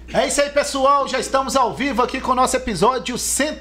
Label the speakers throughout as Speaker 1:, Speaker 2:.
Speaker 1: É isso aí, pessoal. Já estamos ao vivo aqui com o nosso episódio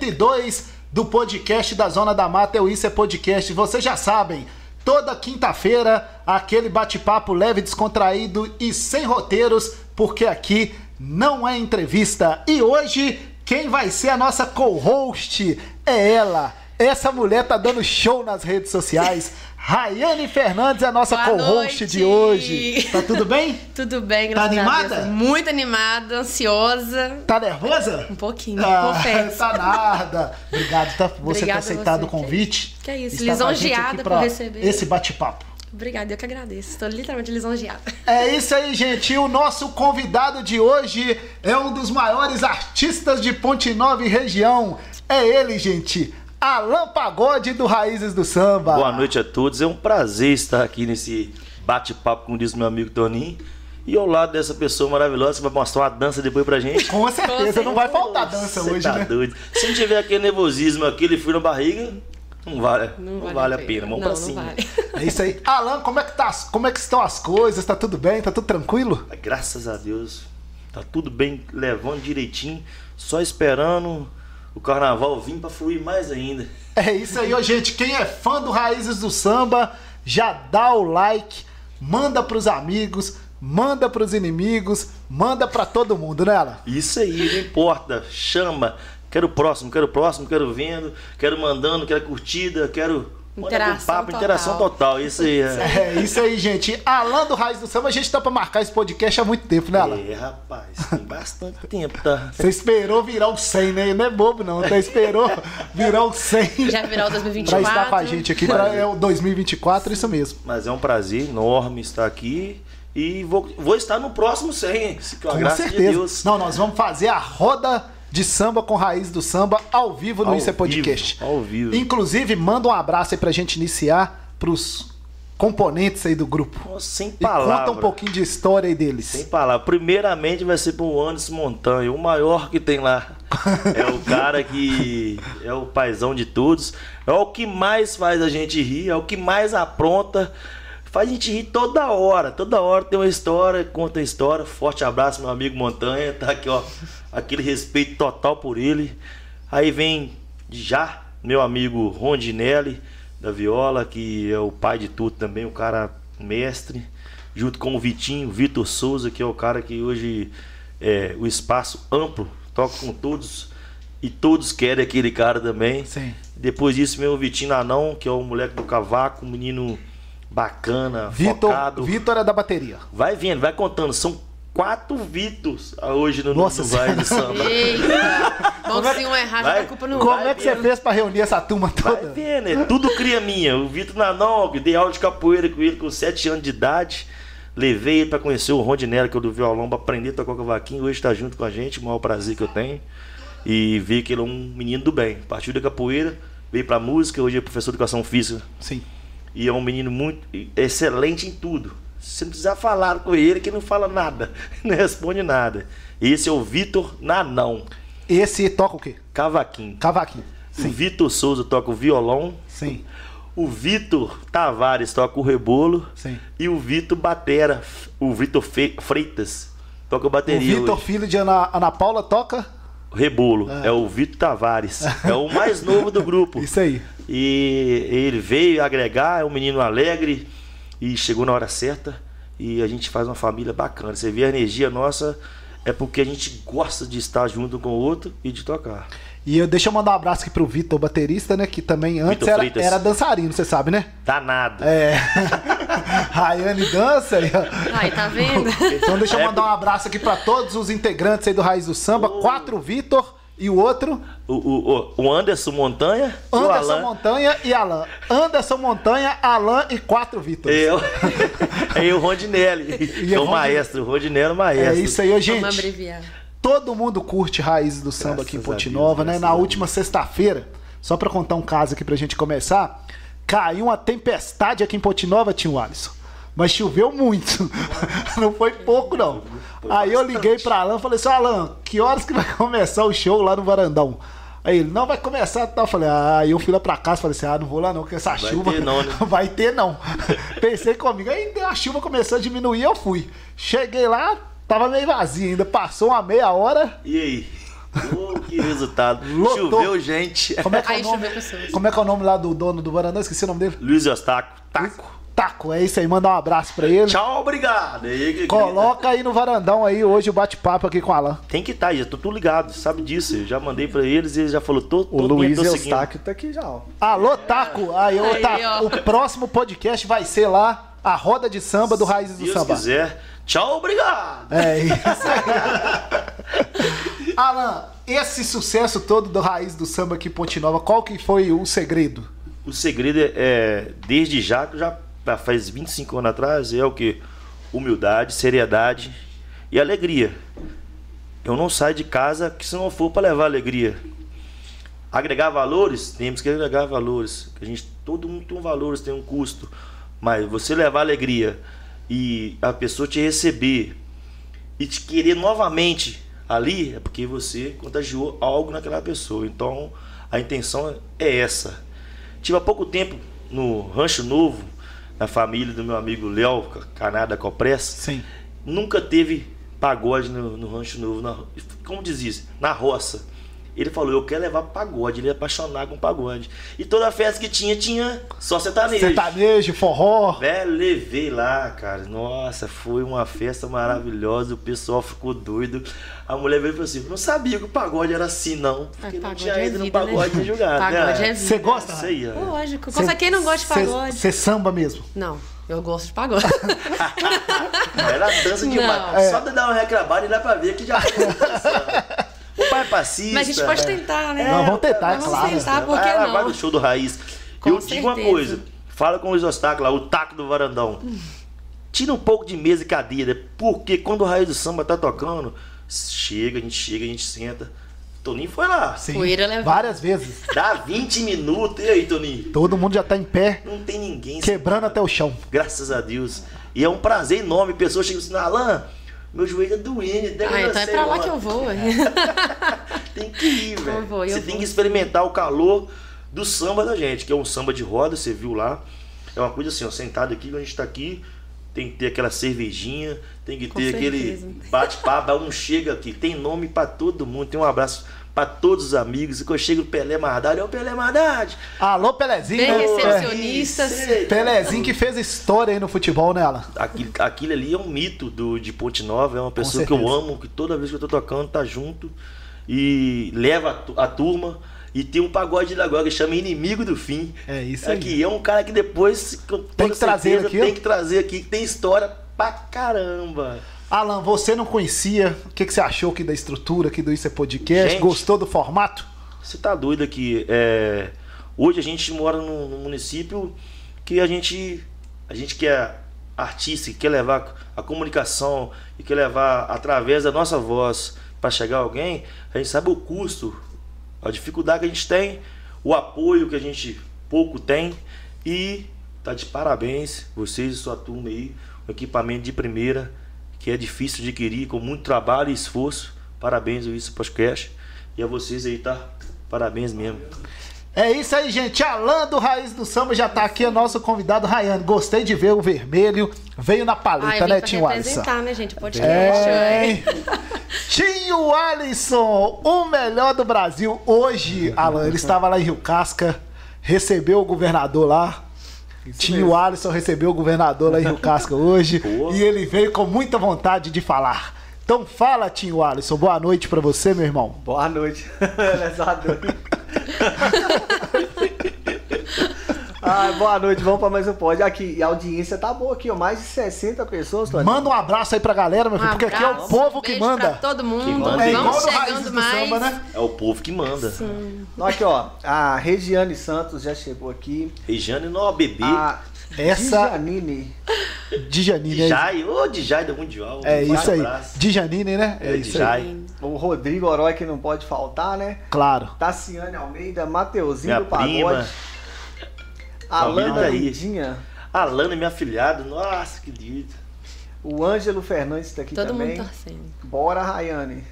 Speaker 1: 102 do podcast da Zona da Mata. É o Isso é Podcast. Vocês já sabem, toda quinta-feira, aquele bate-papo leve, descontraído e sem roteiros, porque aqui não é entrevista. E hoje, quem vai ser a nossa co-host é ela. Essa mulher tá dando show nas redes sociais. Rayane Fernandes é a nossa co-host de hoje. Tá tudo bem?
Speaker 2: Tudo bem,
Speaker 1: graças a Deus. Tá animada?
Speaker 2: Muito animada, ansiosa.
Speaker 1: Tá nervosa?
Speaker 2: Um pouquinho, confesso.
Speaker 1: Tá nada. Obrigado por você ter aceitado o convite.
Speaker 2: Que é isso, lisonjeada por receber
Speaker 1: esse bate-papo.
Speaker 2: Obrigada, eu que agradeço. Estou literalmente lisonjeada.
Speaker 1: É isso aí, gente. E o nosso convidado de hoje é um dos maiores artistas de Ponte Nova e região. É ele, gente. Alan Pagode do Raízes do Samba.
Speaker 3: Boa noite a todos, é um prazer estar aqui nesse bate-papo, como diz meu amigo Toninho. E ao lado dessa pessoa maravilhosa, que vai mostrar uma dança depois pra gente.
Speaker 1: Com certeza, não vai faltar dança hoje,
Speaker 3: tá
Speaker 1: né?
Speaker 3: Doido. Se não tiver aquele nervosismo, aquele frio na barriga, não vale a pena. Vamos pra cima.
Speaker 2: Vale.
Speaker 1: É isso aí. Alan, como é que estão as coisas? Tá tudo bem? Tá tudo tranquilo?
Speaker 3: Graças a Deus, tá tudo bem, levando direitinho, só esperando o carnaval vir pra fluir mais ainda.
Speaker 1: É isso aí, ó, gente. Quem é fã do Raízes do Samba, já dá o like, manda pros amigos, manda pros inimigos, manda pra todo mundo, né, Alan?
Speaker 3: Isso aí, não importa. Chama. Quero próximo, quero vendo, quero mandando, quero curtida, quero... Interação total, isso aí.
Speaker 1: É isso aí, gente. Alan do Raiz do Samba, a gente tá pra marcar esse podcast há muito tempo, né, Alan?
Speaker 3: É, rapaz, tem bastante tempo, tá?
Speaker 1: Você esperou virar o 100, né? Não é bobo, não. Você esperou virar o 100.
Speaker 2: Já virar o 2024.
Speaker 1: Pra estar com a gente aqui, é o 2024, isso mesmo.
Speaker 3: Mas é um prazer enorme estar aqui e vou estar no próximo 100,
Speaker 1: com certeza. De Deus. Não, nós vamos fazer a roda de samba com Raiz do Samba ao vivo no Isso é Podcast.
Speaker 3: Ao vivo.
Speaker 1: Inclusive, manda um abraço aí pra gente iniciar pros componentes aí do grupo.
Speaker 3: Nossa, sem palavras.
Speaker 1: Conta um pouquinho de história aí deles.
Speaker 3: Sem palavras. Primeiramente vai ser pro Anderson Montanha, o maior que tem lá. É o cara que é o paizão de todos. É o que mais faz a gente rir, é o que mais apronta. Faz a gente rir toda hora tem uma história, conta a história. Forte abraço, meu amigo Montanha, tá aqui, ó, aquele respeito total por ele. Aí vem já meu amigo Rondinelli, da viola, que é o pai de tudo também, o cara mestre, junto com o Vitinho, Vitor Souza, que é o cara que hoje é o espaço amplo, toca com todos, e todos querem aquele cara também.
Speaker 1: Sim.
Speaker 3: Depois disso vem o Vitinho Anão, que é o moleque do cavaco, um menino... bacana, focado.
Speaker 1: Vitor é da bateria.
Speaker 3: Vai vendo, vai contando. São 4 Vitors hoje no Vai de Samba.
Speaker 2: Eita! Bom que se um errar, já tá culpa no
Speaker 1: Como é que você fez pra reunir essa turma toda?
Speaker 3: Vai vendo, é tudo cria minha. O Vitor Nanão, que dei aula de capoeira com ele com 7 anos de idade. Levei ele pra conhecer o Rondinelli, que é o do violão, pra aprender a tocar cavaquinho. Hoje tá junto com a gente, o maior prazer que eu tenho. E ver que ele é um menino do bem. Partiu da capoeira, veio pra música, hoje é professor de educação física.
Speaker 1: Sim.
Speaker 3: E é um menino muito excelente em tudo. Você não precisa falar com ele, que não fala nada, não responde nada. Esse é o Vitor Nanão.
Speaker 1: Esse toca o quê?
Speaker 3: Cavaquinho.
Speaker 1: Sim.
Speaker 3: O Vitor Souza toca o violão.
Speaker 1: Sim.
Speaker 3: O Vitor Tavares toca o rebolo.
Speaker 1: Sim.
Speaker 3: E o Vitor Batera, o Vitor Freitas, toca a bateria.
Speaker 1: O Vitor, filho de Ana Paula, toca...
Speaker 3: Rebolo. É o Vitor Tavares. É o mais novo do grupo.
Speaker 1: Isso aí.
Speaker 3: E ele veio agregar, é um menino alegre e chegou na hora certa e a gente faz uma família bacana. Você vê a energia nossa, é porque a gente gosta de estar junto com o outro e de tocar.
Speaker 1: E deixa eu mandar um abraço aqui pro Vitor, baterista, né? Que também antes era dançarino, você sabe, né?
Speaker 3: Danado.
Speaker 1: É. Rayane dança aí, ó.
Speaker 2: Aí, tá vendo?
Speaker 1: Então deixa eu mandar um abraço aqui pra todos os integrantes aí do Raiz do Samba. 4 Vitor e o outro...
Speaker 3: O Anderson Montanha e o
Speaker 1: Anderson
Speaker 3: Alan.
Speaker 1: Montanha e Alan. Anderson Montanha, Alan e 4 Vitor.
Speaker 3: E o Rondinelli, o maestro. O Rondinelli é o maestro.
Speaker 1: É isso aí, gente.
Speaker 2: Vamos abreviar.
Speaker 1: Todo mundo curte Raízes do Samba aqui em Ponte Nova, né? Na última sexta-feira, só pra contar um caso aqui pra gente começar, caiu uma tempestade aqui em Ponte Nova, tio Alisson. Mas choveu muito. Não foi pouco, não. Aí eu liguei pra Alan e falei assim, Alan, que horas que vai começar o show lá no Varandão? Aí ele, não, vai começar e tal. Eu falei, eu fui lá pra casa e falei assim, não vou lá não, porque essa chuva...
Speaker 3: Vai ter não, né?
Speaker 1: Vai ter não. Pensei comigo, aí a chuva começou a diminuir, eu fui. Cheguei lá, tava meio vazio ainda. Passou uma meia hora.
Speaker 3: E aí? Que resultado.
Speaker 1: Lotou.
Speaker 3: Choveu, gente.
Speaker 1: Como é que é
Speaker 2: Aí
Speaker 1: o nome?
Speaker 2: choveu pessoas.
Speaker 1: Como é que é o nome lá do dono do Varandão? Esqueci o nome dele.
Speaker 3: Luiz Eustáquio. Taco.
Speaker 1: Taco, é isso aí. Manda um abraço pra ele.
Speaker 3: Tchau, obrigado.
Speaker 1: Coloca aí no Varandão aí hoje o bate-papo aqui com o Alan.
Speaker 3: Tem que estar, já tô tudo ligado, sabe disso. Eu já mandei pra eles e ele já falou,
Speaker 4: O Luiz Eustáquio tá aqui já, ó.
Speaker 1: Alô, Taco. Aí, ô,
Speaker 2: Aí,
Speaker 1: Taco.
Speaker 2: ó.
Speaker 1: O próximo podcast vai ser lá a roda de samba do Raízes do
Speaker 3: Se Deus
Speaker 1: Samba.
Speaker 3: quiser. Tchau, obrigado.
Speaker 1: É isso aí. Alan, esse sucesso todo do Raiz do Samba aqui em Ponte Nova, qual que foi o segredo?
Speaker 3: O segredo desde já faz 25 anos atrás, é o que? Humildade, seriedade e alegria. Eu não saio de casa que se não for para levar alegria. Agregar valores, temos que agregar valores. Todo mundo tem um valor, tem um custo. Mas você levar alegria e a pessoa te receber e te querer novamente ali, é porque você contagiou algo naquela pessoa. Então a intenção é essa. Tive há pouco tempo no Rancho Novo, na família do meu amigo Léo Canada Copress.
Speaker 1: Sim.
Speaker 3: Nunca teve pagode no Rancho Novo, como diz isso? Na roça. Ele falou, eu quero levar pagode, ele é apaixonado com pagode. E toda festa que tinha só sertanejo.
Speaker 1: Sertanejo, forró.
Speaker 3: Velho, levei lá, cara. Nossa, foi uma festa maravilhosa. O pessoal ficou doido. A mulher veio e falou assim: não sabia que o pagode era assim, não. Porque não
Speaker 2: Pagode
Speaker 3: tinha
Speaker 2: é
Speaker 3: ido no
Speaker 2: vida,
Speaker 3: pagode
Speaker 2: né?
Speaker 3: julgado.
Speaker 2: Pagode é vida.
Speaker 1: Você gosta?
Speaker 3: Isso aí, ó.
Speaker 2: Lógico. Quem não gosta de pagode?
Speaker 1: Você samba mesmo?
Speaker 2: Não, eu gosto de pagode.
Speaker 3: Era dança demais.
Speaker 2: Não.
Speaker 3: Só de dar uma reclamada e dá pra ver que já foi dançando. O pai é passista.
Speaker 2: Mas a gente pode tentar, né?
Speaker 1: Não, vamos tentar,
Speaker 2: Vamos
Speaker 1: claro.
Speaker 2: tentar, por que
Speaker 3: Ela
Speaker 2: não?
Speaker 3: vai no show do Raiz.
Speaker 2: Com
Speaker 3: Eu digo uma
Speaker 2: certeza.
Speaker 3: coisa. Fala com o Luiz Eustáquio lá, o taco do Varandão. Tira um pouco de mesa e cadeira. Porque quando o Raiz do Samba tá tocando, a gente senta. Toninho foi lá.
Speaker 1: Sim.
Speaker 2: Poeira levada.
Speaker 1: Várias vezes.
Speaker 3: Dá 20 minutos. E aí, Toninho?
Speaker 1: Todo mundo já tá em pé,
Speaker 3: Não tem ninguém.
Speaker 1: quebrando até o chão.
Speaker 3: Graças a Deus. E é um prazer enorme. Pessoas chegam assim, Alan, meu joelho tá doendo.
Speaker 2: Então é pra lá que eu vou.
Speaker 3: Tem que ir, velho.
Speaker 2: vou.
Speaker 3: Você tem que experimentar o calor do samba da gente, que é um samba de roda, você viu lá. É uma coisa assim, ó, sentado aqui, quando a gente tá aqui, tem que ter aquela cervejinha, tem que
Speaker 2: Com
Speaker 3: ter
Speaker 2: certeza.
Speaker 3: aquele bate-papo, um chega aqui, tem nome pra todo mundo, tem um abraço pra todos os amigos. E quando chega o Pelé Mardade, é o Pelé Mardade.
Speaker 1: Alô, Pelezinho.
Speaker 2: Bem
Speaker 1: né?
Speaker 2: recepcionistas.
Speaker 1: Pelezinho que fez história aí no futebol, né, Alan?
Speaker 3: Aquilo ali é um mito de Ponte Nova, é uma pessoa que eu
Speaker 1: certeza.
Speaker 3: amo, que toda vez que eu tô tocando tá junto e leva a turma. E tem um pagode dele agora que chama Inimigo do Fim.
Speaker 1: É isso aí.
Speaker 3: Aqui é um cara que depois com toda
Speaker 1: Tem que trazer
Speaker 3: certeza,
Speaker 1: aqui, ó.
Speaker 3: tem que trazer aqui, que tem história pra caramba.
Speaker 1: Alan, você não conhecia, o que você achou aqui da estrutura aqui do Isso é Podcast?
Speaker 3: Gente.
Speaker 1: Gostou do formato?
Speaker 3: Você tá doido aqui? Hoje a gente mora num município que a gente que é artista, que quer levar a comunicação e quer levar através da nossa voz para chegar a alguém, a gente sabe o custo, a dificuldade que a gente tem, o apoio que a gente pouco tem, e tá de parabéns vocês e sua turma aí, um equipamento de primeira que é difícil de adquirir, com muito trabalho e esforço. Parabéns ao Isso Podcast e a vocês aí, tá? Parabéns mesmo.
Speaker 1: É isso aí, gente. Alan do Raiz do Samba já tá aqui, é nosso convidado Rayane. Gostei de ver o vermelho. Veio na paleta, né, Tinho Alisson?
Speaker 2: representar, né, gente? Podcast.
Speaker 1: É. Tinho Alisson, o melhor do Brasil. Hoje, Alan, ele estava lá em Rio Casca, recebeu o governador lá. Tinho Alisson recebeu o governador lá em Rio Casca hoje.
Speaker 3: Pô.
Speaker 1: E ele veio com muita vontade de falar. Então fala, Tinho Alisson. Boa noite pra você, meu irmão.
Speaker 4: Boa noite. Boa noite, vamos pra mais um pod. Aqui, e a audiência tá boa aqui, ó. Mais de 60 pessoas, Tony.
Speaker 1: Manda um abraço aí pra galera, meu filho, porque aqui é o povo que
Speaker 2: beijo
Speaker 1: manda.
Speaker 2: pra todo mundo.
Speaker 3: Que manda.
Speaker 1: É igual
Speaker 2: Vamos
Speaker 1: do Raiz
Speaker 2: chegando
Speaker 1: do
Speaker 2: mais.
Speaker 1: Samba, né?
Speaker 3: É o povo que manda.
Speaker 4: Aqui, ó. A Regiane Santos já chegou aqui.
Speaker 3: Regiane não, bebê.
Speaker 4: A
Speaker 1: Essa-
Speaker 4: Djanine.
Speaker 1: Djanine.
Speaker 3: Dijay, Dijay do Mundial.
Speaker 1: É
Speaker 3: Um
Speaker 1: isso aí.
Speaker 3: abraço.
Speaker 1: Djanine, né? É isso aí.
Speaker 3: Dijay.
Speaker 4: O Rodrigo Oroy, que não pode faltar, né?
Speaker 1: Claro.
Speaker 4: Tassiane Almeida, Mateuzinho
Speaker 3: Minha
Speaker 4: do Pagode.
Speaker 3: prima.
Speaker 4: Alana
Speaker 3: família daí.
Speaker 4: Lindinha.
Speaker 3: Alana, minha afilhada. Nossa, que lindo.
Speaker 4: O Ângelo Fernandes tá aqui
Speaker 2: Todo
Speaker 4: também.
Speaker 2: mundo torcendo.
Speaker 4: Bora, Rayane.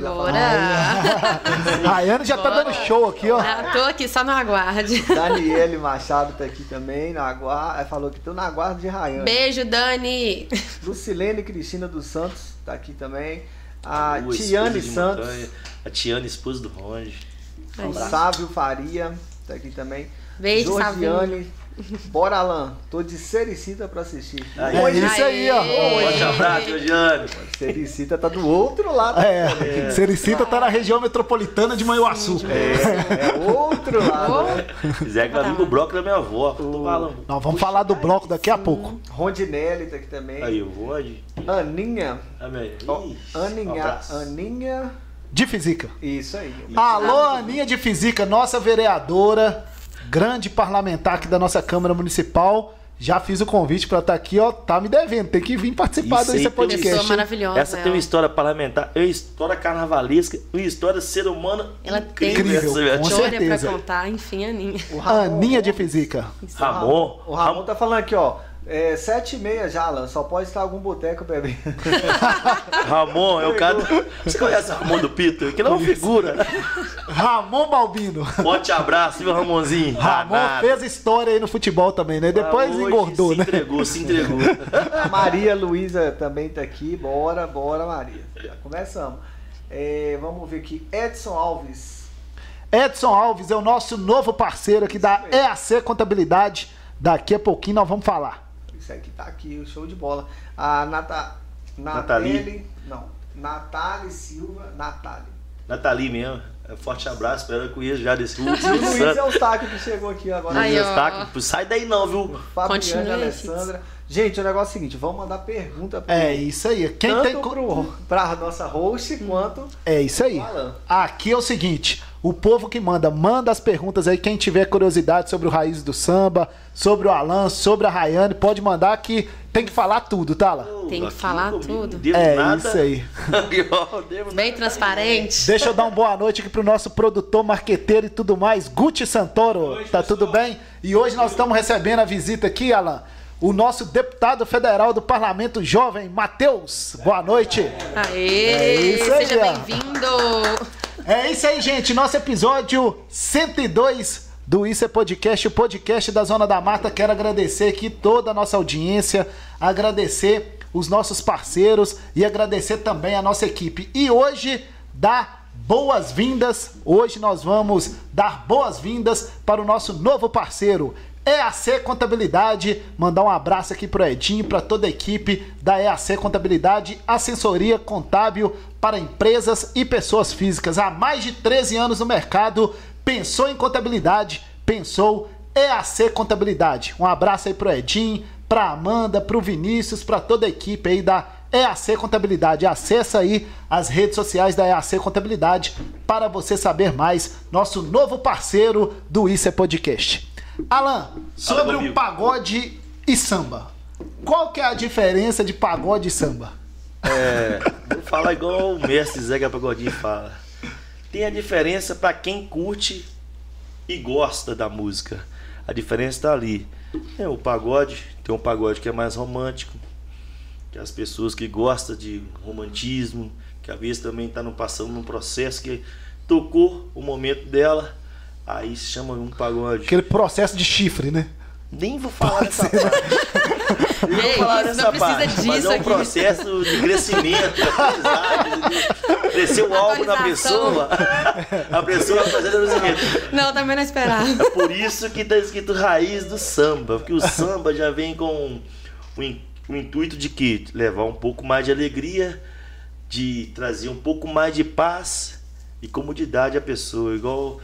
Speaker 2: Bora!
Speaker 1: Rayane já tá dando show aqui, ó.
Speaker 2: Tô aqui, só no aguarde.
Speaker 4: Daniele Machado tá aqui também, na aguardo. Falou que tô na aguardo de Rayane.
Speaker 2: Beijo, Dani!
Speaker 4: Lucilene Cristina dos Santos tá aqui também. A
Speaker 3: Boa,
Speaker 4: Tiane
Speaker 3: esposa de
Speaker 4: Santos.
Speaker 3: montanha. A Tiane, esposa do Ronge.
Speaker 4: O Sávio Faria tá aqui também.
Speaker 2: Beijo,
Speaker 4: Jorgiane. Bora, Alan. Tô de Sericita pra assistir.
Speaker 3: Aí.
Speaker 1: É isso aí, ó.
Speaker 3: Forte abraço, Jorgiane.
Speaker 4: Sericita tá do outro lado.
Speaker 1: É, Sericita tá na região metropolitana de Manhuaçu.
Speaker 4: É outro lado. né?
Speaker 3: Quiser que amigo do bloco da minha avó. Tô falando.
Speaker 1: Nós vamos falar do bloco daqui a pouco.
Speaker 4: Rondinelli tá aqui também.
Speaker 3: Aí, o Ronge.
Speaker 4: Aninha.
Speaker 3: Amém.
Speaker 4: Ó,
Speaker 3: Ih,
Speaker 4: Aninha.
Speaker 3: abraço.
Speaker 4: Aninha.
Speaker 1: De física.
Speaker 4: Isso aí.
Speaker 1: Alô, Aninha de Física, nossa vereadora, grande parlamentar aqui da nossa Câmara Municipal. Já fiz o convite pra estar aqui, ó. Tá me devendo, tem que vir participar
Speaker 3: Isso
Speaker 1: do
Speaker 3: aí
Speaker 1: Isso é
Speaker 3: tem uma
Speaker 1: Podcast.
Speaker 2: Pessoa maravilhosa.
Speaker 3: Essa tem uma história parlamentar, uma história carnavalesca, uma história ser humana
Speaker 2: Ela tem
Speaker 1: Incrível,
Speaker 3: essa,
Speaker 1: com
Speaker 2: história pra
Speaker 1: certeza.
Speaker 2: contar, enfim, Aninha.
Speaker 4: O Ramon-
Speaker 1: Aninha de Física.
Speaker 3: Ramon.
Speaker 4: O Ramon tá falando aqui, ó. 7h30 já, Alan. Só pode estar algum boteco bebendo.
Speaker 3: Ramon é o cara. Você conhece o Ramon do Peter? Que não é uma figura.
Speaker 1: Ramon Balbino.
Speaker 3: Forte abraço, viu, Ramonzinho?
Speaker 1: Ramon
Speaker 3: Danado.
Speaker 1: fez história aí no futebol também, né? Depois
Speaker 3: Hoje
Speaker 1: engordou,
Speaker 3: se
Speaker 1: né?
Speaker 3: entregou, se entregou.
Speaker 4: A Maria Luísa também tá aqui. Bora, Maria. Já começamos. Vamos ver aqui. Edson Alves.
Speaker 1: Edson Alves é o nosso novo parceiro aqui da
Speaker 4: Isso
Speaker 1: EAC Contabilidade. Daqui a pouquinho nós vamos falar.
Speaker 4: Isso aqui tá aqui, o show de bola. A
Speaker 3: Nathalie.
Speaker 4: Natália Silva.
Speaker 3: Nathalie mesmo. Forte abraço, espero que eu conheça já desse
Speaker 4: E o Luiz
Speaker 3: Santo.
Speaker 4: Eustáquio que chegou aqui agora.
Speaker 2: Aí, ó.
Speaker 3: Destaque. Sai daí não, viu?
Speaker 4: Fabiana
Speaker 2: Continue,
Speaker 4: Alessandra. Gente, o negócio é o seguinte, vamos mandar pergunta pro,
Speaker 1: É isso aí. Quem
Speaker 4: tanto
Speaker 1: tem.
Speaker 4: pra nossa host quanto
Speaker 1: É isso aí.
Speaker 4: pro Alan.
Speaker 1: Aqui é o seguinte, o povo que manda as perguntas aí, quem tiver curiosidade sobre o Raiz do Samba, sobre o Alan, sobre a Rayane, pode mandar que tem que falar tudo, tá, Lá?
Speaker 2: Tem que
Speaker 3: Aqui
Speaker 2: falar
Speaker 3: comigo,
Speaker 2: tudo.
Speaker 3: não devo
Speaker 1: É
Speaker 3: nada.
Speaker 1: isso aí.
Speaker 3: Eu devo
Speaker 2: Bem
Speaker 3: nada.
Speaker 2: transparente.
Speaker 1: Deixa eu dar uma boa noite aqui pro nosso produtor, marqueteiro e tudo mais, Guti Santoro. Tá tudo bem? E hoje nós estamos recebendo a visita aqui, Alan, o nosso deputado federal do Parlamento Jovem, Matheus. Boa noite.
Speaker 2: Aê!
Speaker 1: isso aí,
Speaker 2: Seja
Speaker 1: ó.
Speaker 2: bem-vindo!
Speaker 1: É isso aí, gente. Nosso episódio 102 do Isso é Podcast, o podcast da Zona da Mata. Quero agradecer aqui toda a nossa audiência, agradecer os nossos parceiros e agradecer também a nossa equipe. E hoje dar boas-vindas, hoje nós vamos dar boas-vindas para o nosso novo parceiro, EAC Contabilidade. Mandar um abraço aqui pro Edinho, para toda a equipe da EAC Contabilidade, assessoria contábil para empresas e pessoas físicas. Há mais de 13 anos no mercado, pensou em contabilidade, pensou EAC Contabilidade. Um abraço aí pro Edinho, pra Amanda, pro Vinícius, para toda a equipe aí da EAC Contabilidade. Acessa aí as redes sociais da EAC Contabilidade para você saber mais. Nosso novo parceiro do Isso é Podcast. Alan, sobre o
Speaker 3: amigo.
Speaker 1: pagode e samba. Qual que é a diferença de pagode e samba?
Speaker 3: Vou falar igual o mestre Zeca Pagodinho fala. Tem a diferença para quem curte e gosta da música. A diferença está ali. O pagode, tem um pagode que é mais romântico, que as pessoas que gostam de romantismo, que às vezes também está passando num processo que tocou o momento dela, aí se chama um pagode.
Speaker 1: Aquele processo de chifre, né?
Speaker 3: Nem vou falar dessa parte. Nem vou falar
Speaker 2: Isso,
Speaker 3: dessa
Speaker 2: não precisa
Speaker 3: parte. Mas
Speaker 2: disso
Speaker 3: é um
Speaker 2: aqui.
Speaker 3: processo de crescimento, de aprendizagem, entendeu? Cresceu algo na
Speaker 2: Atualização.
Speaker 3: pessoa, a pessoa vai fazendo crescimento.
Speaker 2: Não, também não esperava.
Speaker 3: É por isso que está escrito raiz do samba, porque o samba já vem com o intuito de que levar um pouco mais de alegria, de trazer um pouco mais de paz e comodidade à pessoa, igual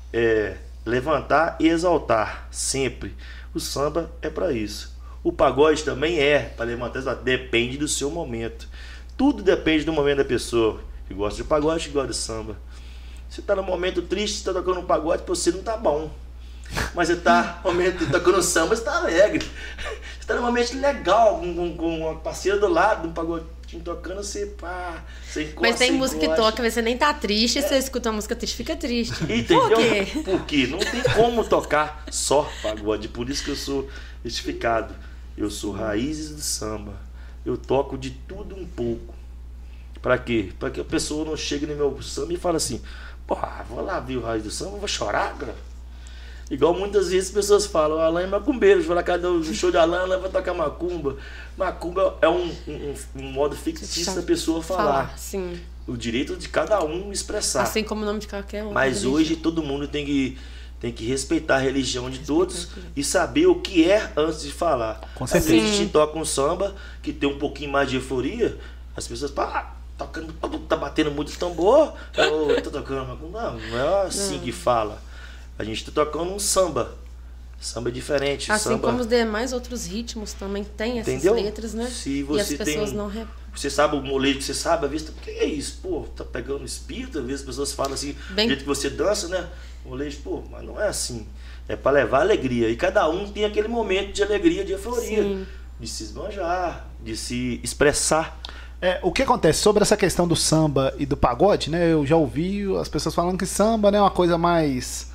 Speaker 3: levantar e exaltar sempre. O samba é para isso. O pagode também é para levantar e exaltar. Depende do seu momento. Tudo depende do momento da pessoa. Que gosta de pagode, que gosta de samba. Você tá no momento triste, você tá tocando um pagode, pra você não tá bom. Mas você tá no momento tocando samba, você tá alegre. Você tá num momento legal, com uma parceira do lado, um pagodinho tocando, você pá, você encosta.
Speaker 2: Mas tem
Speaker 3: você
Speaker 2: música que
Speaker 3: gosta.
Speaker 2: toca, você nem tá triste, você escuta uma música triste, fica triste.
Speaker 3: Entendeu?
Speaker 2: Por quê?
Speaker 3: Porque não tem como tocar só pagode. Por isso que eu sou justificado. Eu sou raízes do samba. eu toco de tudo um pouco. Pra quê? Pra que a pessoa não chegue no meu samba e fale assim, porra, vou lá ver o Raiz do Samba, vou chorar, cara. Igual muitas vezes as pessoas falam, o Alan é macumbeiro, vou na casa do show de Alan, vai tocar macumba. Macumba é um modo fictício da pessoa falar.
Speaker 2: Sim.
Speaker 3: O direito de cada um expressar.
Speaker 2: Assim como o nome de qualquer um.
Speaker 3: Mas hoje todo mundo tem que respeitar a religião de todos e saber o que é antes de falar.
Speaker 1: Com
Speaker 3: Às
Speaker 1: certeza.
Speaker 3: vezes a gente toca um samba que tem um pouquinho mais de euforia, as pessoas falam, tocando, tá batendo muito tambor, eu tô tocando macumba. Não é assim que fala. A gente tá tocando um samba. Samba é diferente.
Speaker 2: Assim
Speaker 3: samba,
Speaker 2: como os demais outros ritmos também tem essas
Speaker 3: entendeu?
Speaker 2: letras, né?
Speaker 3: Se
Speaker 2: E
Speaker 3: você
Speaker 2: as pessoas
Speaker 3: tem
Speaker 2: não
Speaker 3: você sabe o molejo que você sabe, a vista, o que é isso? Pô, tá pegando espírito, às vezes as pessoas falam assim,
Speaker 2: Bem-
Speaker 3: do jeito que você dança, né? Molejo, pô, mas não é assim. É pra levar alegria. E cada um tem aquele momento de alegria, de euforia,
Speaker 2: Sim.
Speaker 3: de se esbanjar, de se expressar.
Speaker 1: O que acontece sobre essa questão do samba e do pagode, né? Eu já ouvi as pessoas falando que samba, né, é uma coisa mais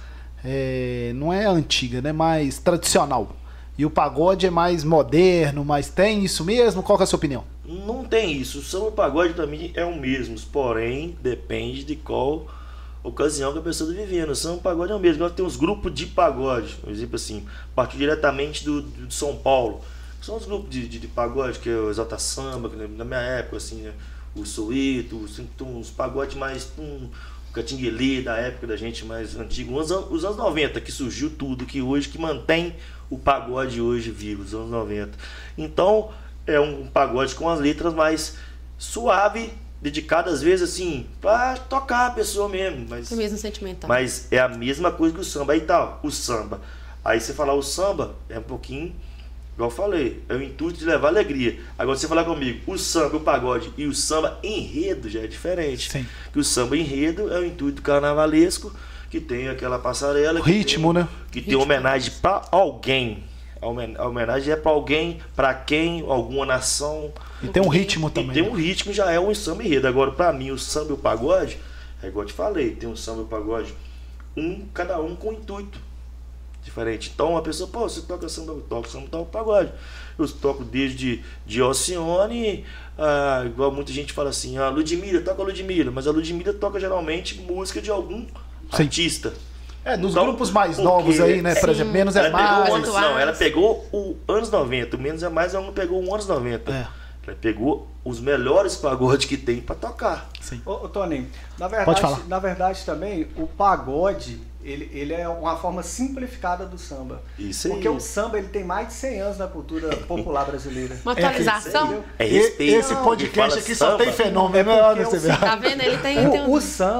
Speaker 1: não é antiga, né? Mais tradicional. E o pagode é mais moderno, mas tem isso mesmo? Qual que é a sua opinião?
Speaker 3: Não tem isso. O samba e o pagode pra mim é o mesmo, porém depende de qual ocasião que a pessoa está vivendo. O samba e o pagode é o mesmo. Nós temos grupos de pagode, por exemplo assim, partiu diretamente do São Paulo. São os grupos de pagode, que é o Exalta Samba, que na minha época, assim, né? O Soweto, uns pagodes mais o Catinguelê da época da gente mais antigo, os anos 90, que surgiu tudo, que hoje que mantém o pagode hoje vivo, os anos 90. Então, é um pagode com as letras mais suave, dedicado às vezes assim, pra tocar a pessoa mesmo. Mas,
Speaker 2: É mesmo sentimental.
Speaker 3: mas é a mesma coisa que o samba. Aí tá, o samba. Aí você falar o samba, é um pouquinho, igual eu falei, é o intuito de levar alegria. Agora você falar comigo, o samba, o pagode e o samba enredo já é diferente.
Speaker 1: Sim.
Speaker 3: Que o samba enredo é o intuito carnavalesco, que tem aquela passarela.
Speaker 1: O ritmo, né?
Speaker 3: Que tem homenagem pra alguém. A homenagem é pra alguém, pra quem, alguma nação.
Speaker 1: E tem um ritmo
Speaker 3: E
Speaker 1: também.
Speaker 3: tem
Speaker 1: né?
Speaker 3: um ritmo, já é um samba enredo. Agora, pra mim, o samba e o pagode, é igual eu te falei, tem um samba e o pagode, cada um com um intuito diferente. Então, a pessoa, pô, você toca samba, eu toco samba, eu toco pagode. Eu toco desde de Alcione, igual muita gente fala assim, a Ludmilla, toca a Ludmilla, mas a Ludmilla toca geralmente música de algum
Speaker 1: Sim.
Speaker 3: artista.
Speaker 1: Nos
Speaker 3: Então,
Speaker 1: grupos mais
Speaker 3: o
Speaker 1: novos
Speaker 3: quê?
Speaker 1: aí, né? Por
Speaker 2: Sim.
Speaker 1: exemplo, Menos é
Speaker 3: Ela pegou,
Speaker 1: Mais.
Speaker 2: anos-
Speaker 3: ela pegou o anos 90, o Menos é Mais, ela não pegou o anos 90.
Speaker 1: É.
Speaker 3: Ela pegou os melhores pagodes que tem pra tocar.
Speaker 1: Sim.
Speaker 4: Ô Toninho,
Speaker 1: Pode falar.
Speaker 4: na verdade também, o pagode, ele é uma forma simplificada do samba.
Speaker 3: Isso aí.
Speaker 4: Porque o samba, ele tem mais de 100 anos na cultura popular brasileira.
Speaker 2: Uma atualização.
Speaker 4: Entendeu?
Speaker 3: É respeito.
Speaker 1: Esse
Speaker 3: Não,
Speaker 1: podcast
Speaker 3: fala
Speaker 1: aqui só
Speaker 3: samba.
Speaker 1: tem fenômeno,
Speaker 4: É
Speaker 1: né?
Speaker 4: porque
Speaker 1: Olha, você
Speaker 4: o
Speaker 1: vê.
Speaker 4: samba-
Speaker 2: Tá vendo? Ele tem
Speaker 4: O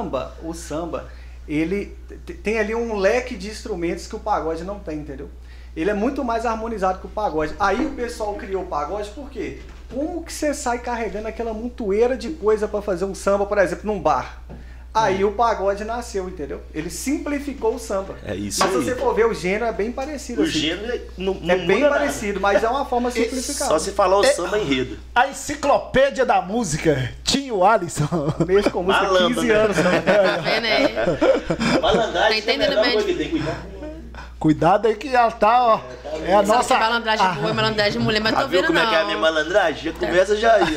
Speaker 4: samba, ele tem ali um leque de instrumentos que o pagode não tem, entendeu? Ele é muito mais harmonizado que o pagode. Aí o pessoal criou o pagode por quê? Como que você sai carregando aquela montoeira de coisa para fazer um samba, por exemplo, num bar? Aí o pagode nasceu, entendeu? Ele simplificou o samba.
Speaker 3: É isso
Speaker 4: Mas se
Speaker 3: aí.
Speaker 4: você for ver, o gênero é bem parecido.
Speaker 3: O
Speaker 4: assim.
Speaker 3: gênero não
Speaker 4: É bem
Speaker 3: muda nada.
Speaker 4: parecido, mas é uma forma simplificada.
Speaker 3: Só se falar o samba enredo.
Speaker 1: A enciclopédia da música, Tinho Alisson.
Speaker 4: Mesmo com música
Speaker 3: Malandro,
Speaker 4: 15
Speaker 3: né?
Speaker 4: anos.
Speaker 2: Tá vendo aí?
Speaker 3: Malandragem
Speaker 2: Tá entendendo
Speaker 3: é a melhor
Speaker 2: bem?
Speaker 3: coisa que tem. Cuidado.
Speaker 1: Cuidado aí que ela tá, ó. É a
Speaker 2: Sabe
Speaker 1: nossa.
Speaker 2: que malandragem boa é malandragem de mulher, mas tô
Speaker 3: Viu
Speaker 2: vendo
Speaker 3: como é que é a
Speaker 2: não.
Speaker 3: minha malandragem? Já começa já aí.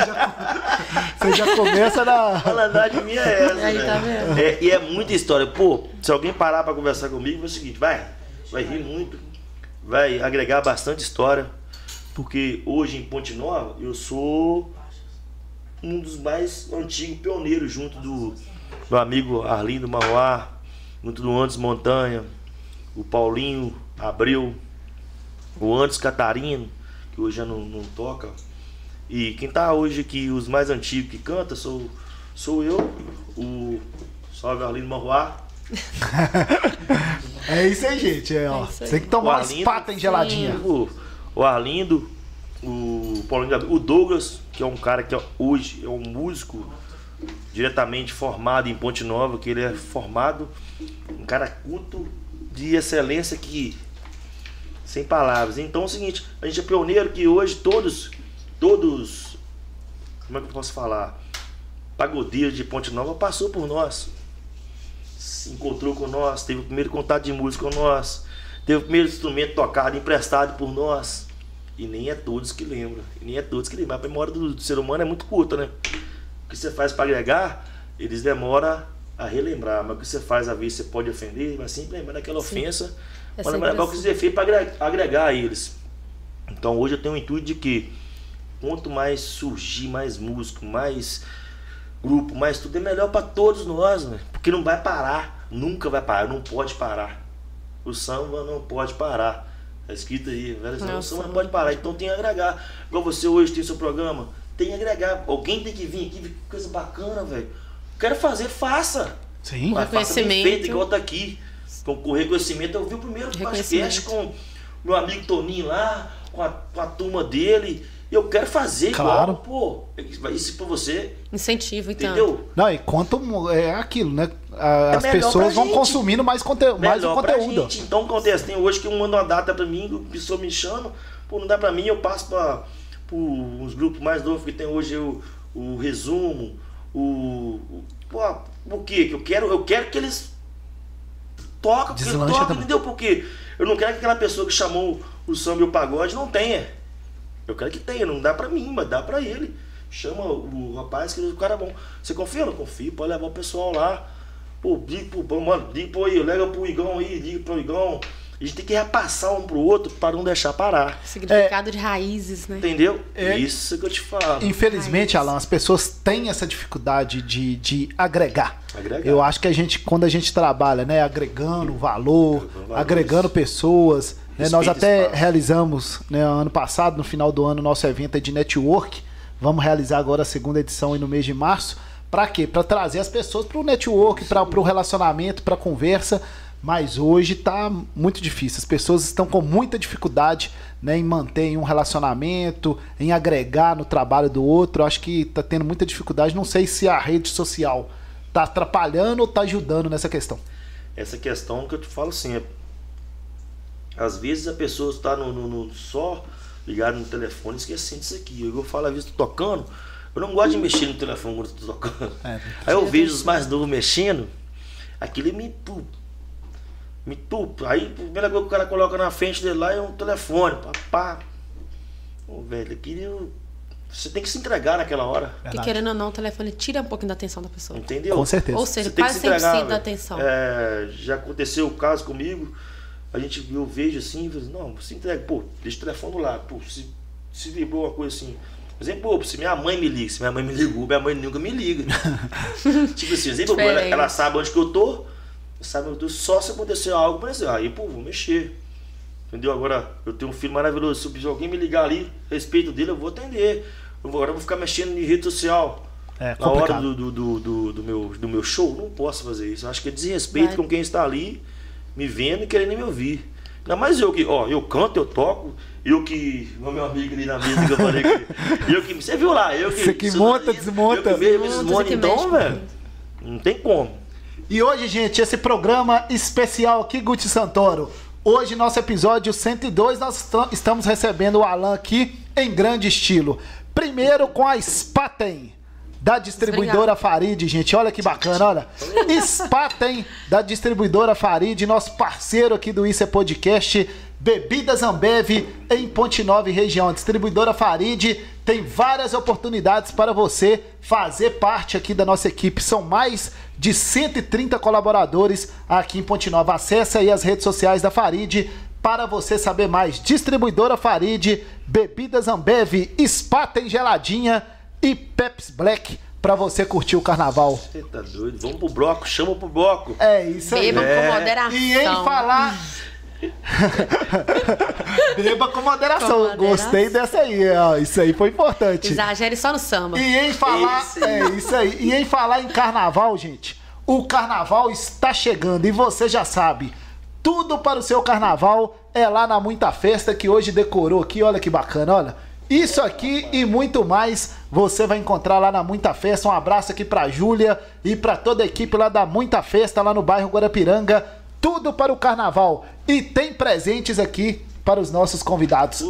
Speaker 1: Você já começa na.
Speaker 3: Malandragem minha é essa,
Speaker 2: Aí,
Speaker 3: né?
Speaker 2: tá vendo?
Speaker 3: E é muita história. Pô, se alguém parar pra conversar comigo, é o seguinte, vai rir muito, vai agregar bastante história, porque hoje em Ponte Nova eu sou um dos mais antigos pioneiros junto do meu amigo Arlindo Marroá, junto do Andes Montanha, o Paulinho Abreu, o Andes Catarino, que hoje já não toca. E quem tá hoje aqui, os mais antigos que canta, sou eu, o Salve Arlindo Marroá.
Speaker 1: É isso aí, gente. Ó.
Speaker 2: É isso aí.
Speaker 1: Tem que tomar
Speaker 3: O
Speaker 1: uma
Speaker 3: Arlindo,
Speaker 1: espata em geladinha.
Speaker 3: O Arlindo, o Paulinho Gabriel, o Douglas, que é um cara que hoje é um músico diretamente formado em Ponte Nova, que ele é formado, um cara culto de excelência que sem palavras. Então é o seguinte, a gente é pioneiro que hoje todos, como é que eu posso falar? Pagodeiros de Ponte Nova passou por nós. Se encontrou com nós, teve o primeiro contato de música com nós, teve o primeiro instrumento tocado, emprestado por nós. E nem é todos que lembram. A memória do ser humano é muito curta, né? O que você faz para agregar, eles demoram a relembrar. Mas o que você faz, às vezes, você pode ofender, mas sempre lembrar daquela ofensa. Mas lembrar o que você fez para agregar a eles. Então hoje eu tenho o intuito de que quanto mais surgir, mais músico, mais grupo, mais tudo, é melhor para todos nós, né? Porque não vai parar, nunca vai parar, não pode parar. O samba não pode parar. Tá escrito aí, velho, o samba não pode parar, então tem que agregar. Igual você hoje tem seu programa, tem que agregar. Alguém tem que vir aqui, que coisa bacana, velho. Quero fazer, faça.
Speaker 1: Sim.
Speaker 3: Mas faça bem feito, igual tá aqui. Com o reconhecimento, eu vi o primeiro podcast com meu amigo Toninho lá, com a turma dele. Eu quero fazer
Speaker 1: claro.
Speaker 3: Igual, pô, isso pra você.
Speaker 2: Incentivo, então.
Speaker 3: Entendeu?
Speaker 1: Não, e quanto é aquilo, né? As pessoas vão consumindo mais o conteúdo.
Speaker 3: Gente. Então, o que acontece? Tem hoje que eu mando uma data pra mim, a pessoa me chama, pô, não dá pra mim, eu passo pra os grupos mais novos que tem hoje, o resumo, o quê? Que eu quero que eles toquem, entendeu? Porque eu não quero que aquela pessoa que chamou o samba e o pagode não tenha. Eu quero que tenha, não dá pra mim, mas dá pra ele. Chama o rapaz, que o cara é bom. Você confia? Não confia, pode levar o pessoal lá. Pô, liga pro aí, liga pro Igão aí, liga pro Igão. A gente tem que repassar um pro outro para não deixar parar.
Speaker 2: Significado de raízes, né?
Speaker 3: Entendeu? Isso que eu te falo.
Speaker 1: Infelizmente, Alan, as pessoas têm essa dificuldade de agregar. Eu acho que quando a gente trabalha, né, agregando valor, agregando pessoas, né, nós até realizamos, né, ano passado, no final do ano, nosso evento de network. Vamos realizar agora a segunda edição aí no mês de março. Para quê? Para trazer as pessoas para o network, para o relacionamento, para a conversa. Mas hoje está muito difícil. As pessoas estão com muita dificuldade, né, em manter um relacionamento, em agregar no trabalho do outro. Acho que está tendo muita dificuldade. Não sei se a rede social está atrapalhando ou está ajudando nessa questão.
Speaker 3: Essa questão que eu te falo assim, às vezes a pessoa está só ligado no telefone esquecendo disso aqui. Eu falo, às vezes estou tocando, eu não gosto de mexer no telefone quando estou tocando. Aí eu vejo os mais novos mexendo, aquilo me tupa. Aí a primeira coisa que o cara coloca na frente dele lá é um telefone. Papá. Ô, velho, você tem que se entregar naquela hora.
Speaker 2: Porque querendo ou não, o telefone tira um pouquinho da atenção da pessoa.
Speaker 3: Entendeu?
Speaker 1: Com certeza.
Speaker 2: Ou seja, quase 100% da atenção.
Speaker 3: Já aconteceu o caso comigo. Eu vejo assim, não, se entrega, pô, deixa o telefone do lado. Pô, se vibrou uma coisa assim. Por exemplo, se minha mãe me liga, se minha mãe me ligou, minha mãe nunca me liga. Tipo assim, ela sabe onde que eu tô. Sabe, só se acontecer algo, por exemplo, aí, pô, vou mexer. Entendeu? Agora, eu tenho um filho maravilhoso. Se alguém me ligar ali, a respeito dele, eu vou atender. Agora eu vou ficar mexendo em rede social. Na hora do meu show, não posso fazer isso. Eu acho que é desrespeito com quem está ali, me vendo e querendo me ouvir. Ainda mais eu canto, eu toco, meu amigo ali na mesa que eu falei que você viu lá,
Speaker 1: você que monta, desmonta.
Speaker 3: Eu que mesmo desmonta, então, velho, não tem como.
Speaker 1: E hoje, gente, esse programa especial aqui, Guti Santoro. Hoje, nosso episódio 102, nós estamos recebendo o Alan aqui em grande estilo. Primeiro com a Spaten, da distribuidora Farid, gente. Olha que bacana, olha. Spaten, da distribuidora Farid, nosso parceiro aqui do Isso é Podcast. Bebidas Ambev em Ponte Nova e região. A distribuidora Farid tem várias oportunidades para você fazer parte aqui da nossa equipe. São mais de 130 colaboradores aqui em Ponte Nova. Acesse aí as redes sociais da Farid para você saber mais. Distribuidora Farid, Bebidas Ambev, Spaten geladinha e Pepsi Black para você curtir o carnaval.
Speaker 3: Você tá doido? Vamos pro bloco, chama pro bloco.
Speaker 1: É isso aí.
Speaker 2: Bebam com moderação.
Speaker 1: E em falar... Beba com moderação. Gostei dessa aí, ó. Isso aí foi importante.
Speaker 2: Exagere só no samba.
Speaker 1: E em falar, isso aí. E em falar em carnaval, gente, o carnaval está chegando e você já sabe. Tudo para o seu carnaval é lá na Muita Festa, que hoje decorou aqui. Olha que bacana, olha. Isso aqui e muito mais você vai encontrar lá na Muita Festa. Um abraço aqui pra Júlia e pra toda a equipe lá da Muita Festa, lá no bairro Guarapiranga. Tudo para o carnaval. E tem presentes aqui para os nossos convidados.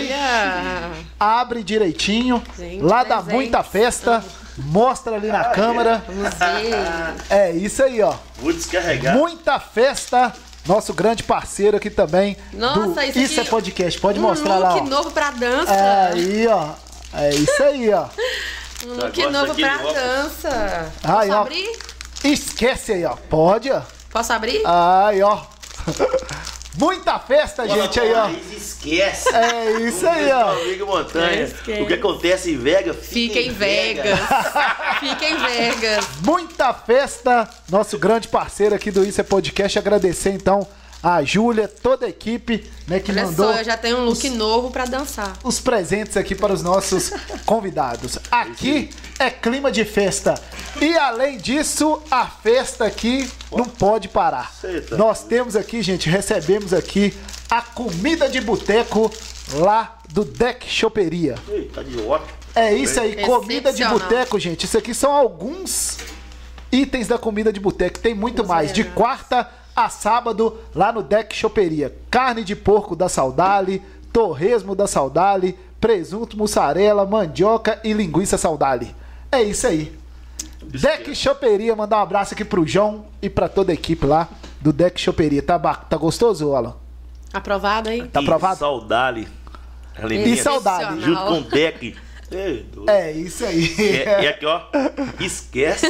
Speaker 1: Abre direitinho. Gente, lá da Muita Festa. Mostra ali na câmera. É isso aí, ó.
Speaker 3: Vou descarregar.
Speaker 1: Muita Festa nosso grande parceiro aqui também.
Speaker 2: Nossa,
Speaker 1: Isso é Podcast. Pode mostrar lá.
Speaker 2: Um look novo pra dança.
Speaker 1: Aí, ó. É isso aí, ó.
Speaker 2: Um look novo pra dança.
Speaker 1: Aí,
Speaker 2: Posso
Speaker 1: ó.
Speaker 2: abrir?
Speaker 1: Esquece aí, ó. Pode, ó.
Speaker 2: Posso abrir?
Speaker 1: Aí, ó. Muita festa, gente, aí, ó.
Speaker 3: Esquece.
Speaker 1: É isso aí, ó.
Speaker 3: Amigo Montanha.
Speaker 2: Esquece.
Speaker 3: O que acontece em Vegas,
Speaker 2: Fica em Vegas. Fica em Vegas.
Speaker 1: Muita festa. Nosso grande parceiro aqui do Isso é Podcast. Agradecer, então, a Júlia, toda a equipe, né, que
Speaker 2: Olha
Speaker 1: mandou
Speaker 2: só, eu já tenho um look novo pra dançar.
Speaker 1: os presentes aqui para os nossos convidados. Aqui é clima de festa. E além disso, a festa aqui não pode parar.
Speaker 3: Eita.
Speaker 1: Nós temos aqui, gente, recebemos aqui a comida de boteco lá do Deck Choperia.
Speaker 3: Ei, tá de ótimo.
Speaker 1: É isso aí, comida de
Speaker 2: Excepcional.
Speaker 1: boteco, gente. Isso aqui são alguns itens da comida de boteco. Tem muito mais. De quarta a sábado, lá no Deck Choperia. Carne de porco da Saudale, torresmo da Saudale, presunto, mussarela, mandioca e linguiça Saudale. É isso aí. Deck Choperia, mandar um abraço aqui pro João e pra toda a equipe lá do Deck Choperia. Tá gostoso, Alan?
Speaker 2: Aprovado aí?
Speaker 1: Tá aprovado?
Speaker 3: Saudade.
Speaker 1: E saudade.
Speaker 3: Junto com o Deck. Ei, doido.
Speaker 1: É isso aí.
Speaker 3: E aqui, ó. Esquece.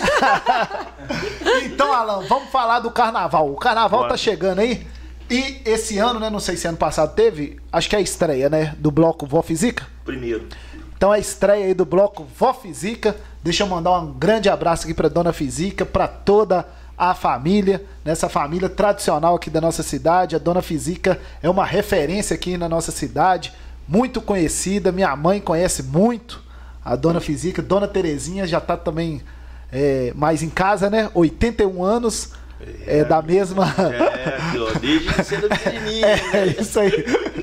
Speaker 1: Então, Alan, vamos falar do carnaval. O carnaval
Speaker 3: Bora.
Speaker 1: tá chegando aí. E esse ano, né? Não sei se ano passado teve. Acho que é a estreia, né? Do bloco Vó Fisica.
Speaker 3: Primeiro.
Speaker 1: Então, a estreia aí do bloco Vó Fisica. Deixa eu mandar um grande abraço aqui pra Dona Fisica, pra toda a família, nessa família tradicional aqui da nossa cidade. A Dona Fisica é uma referência aqui na nossa cidade, muito conhecida. Minha mãe conhece muito a Dona Fisica. Dona Terezinha já tá também mais em casa, né? 81 anos, da mesma...
Speaker 3: Aqui, ó. Desde cedo pequenininho.
Speaker 1: É isso aí.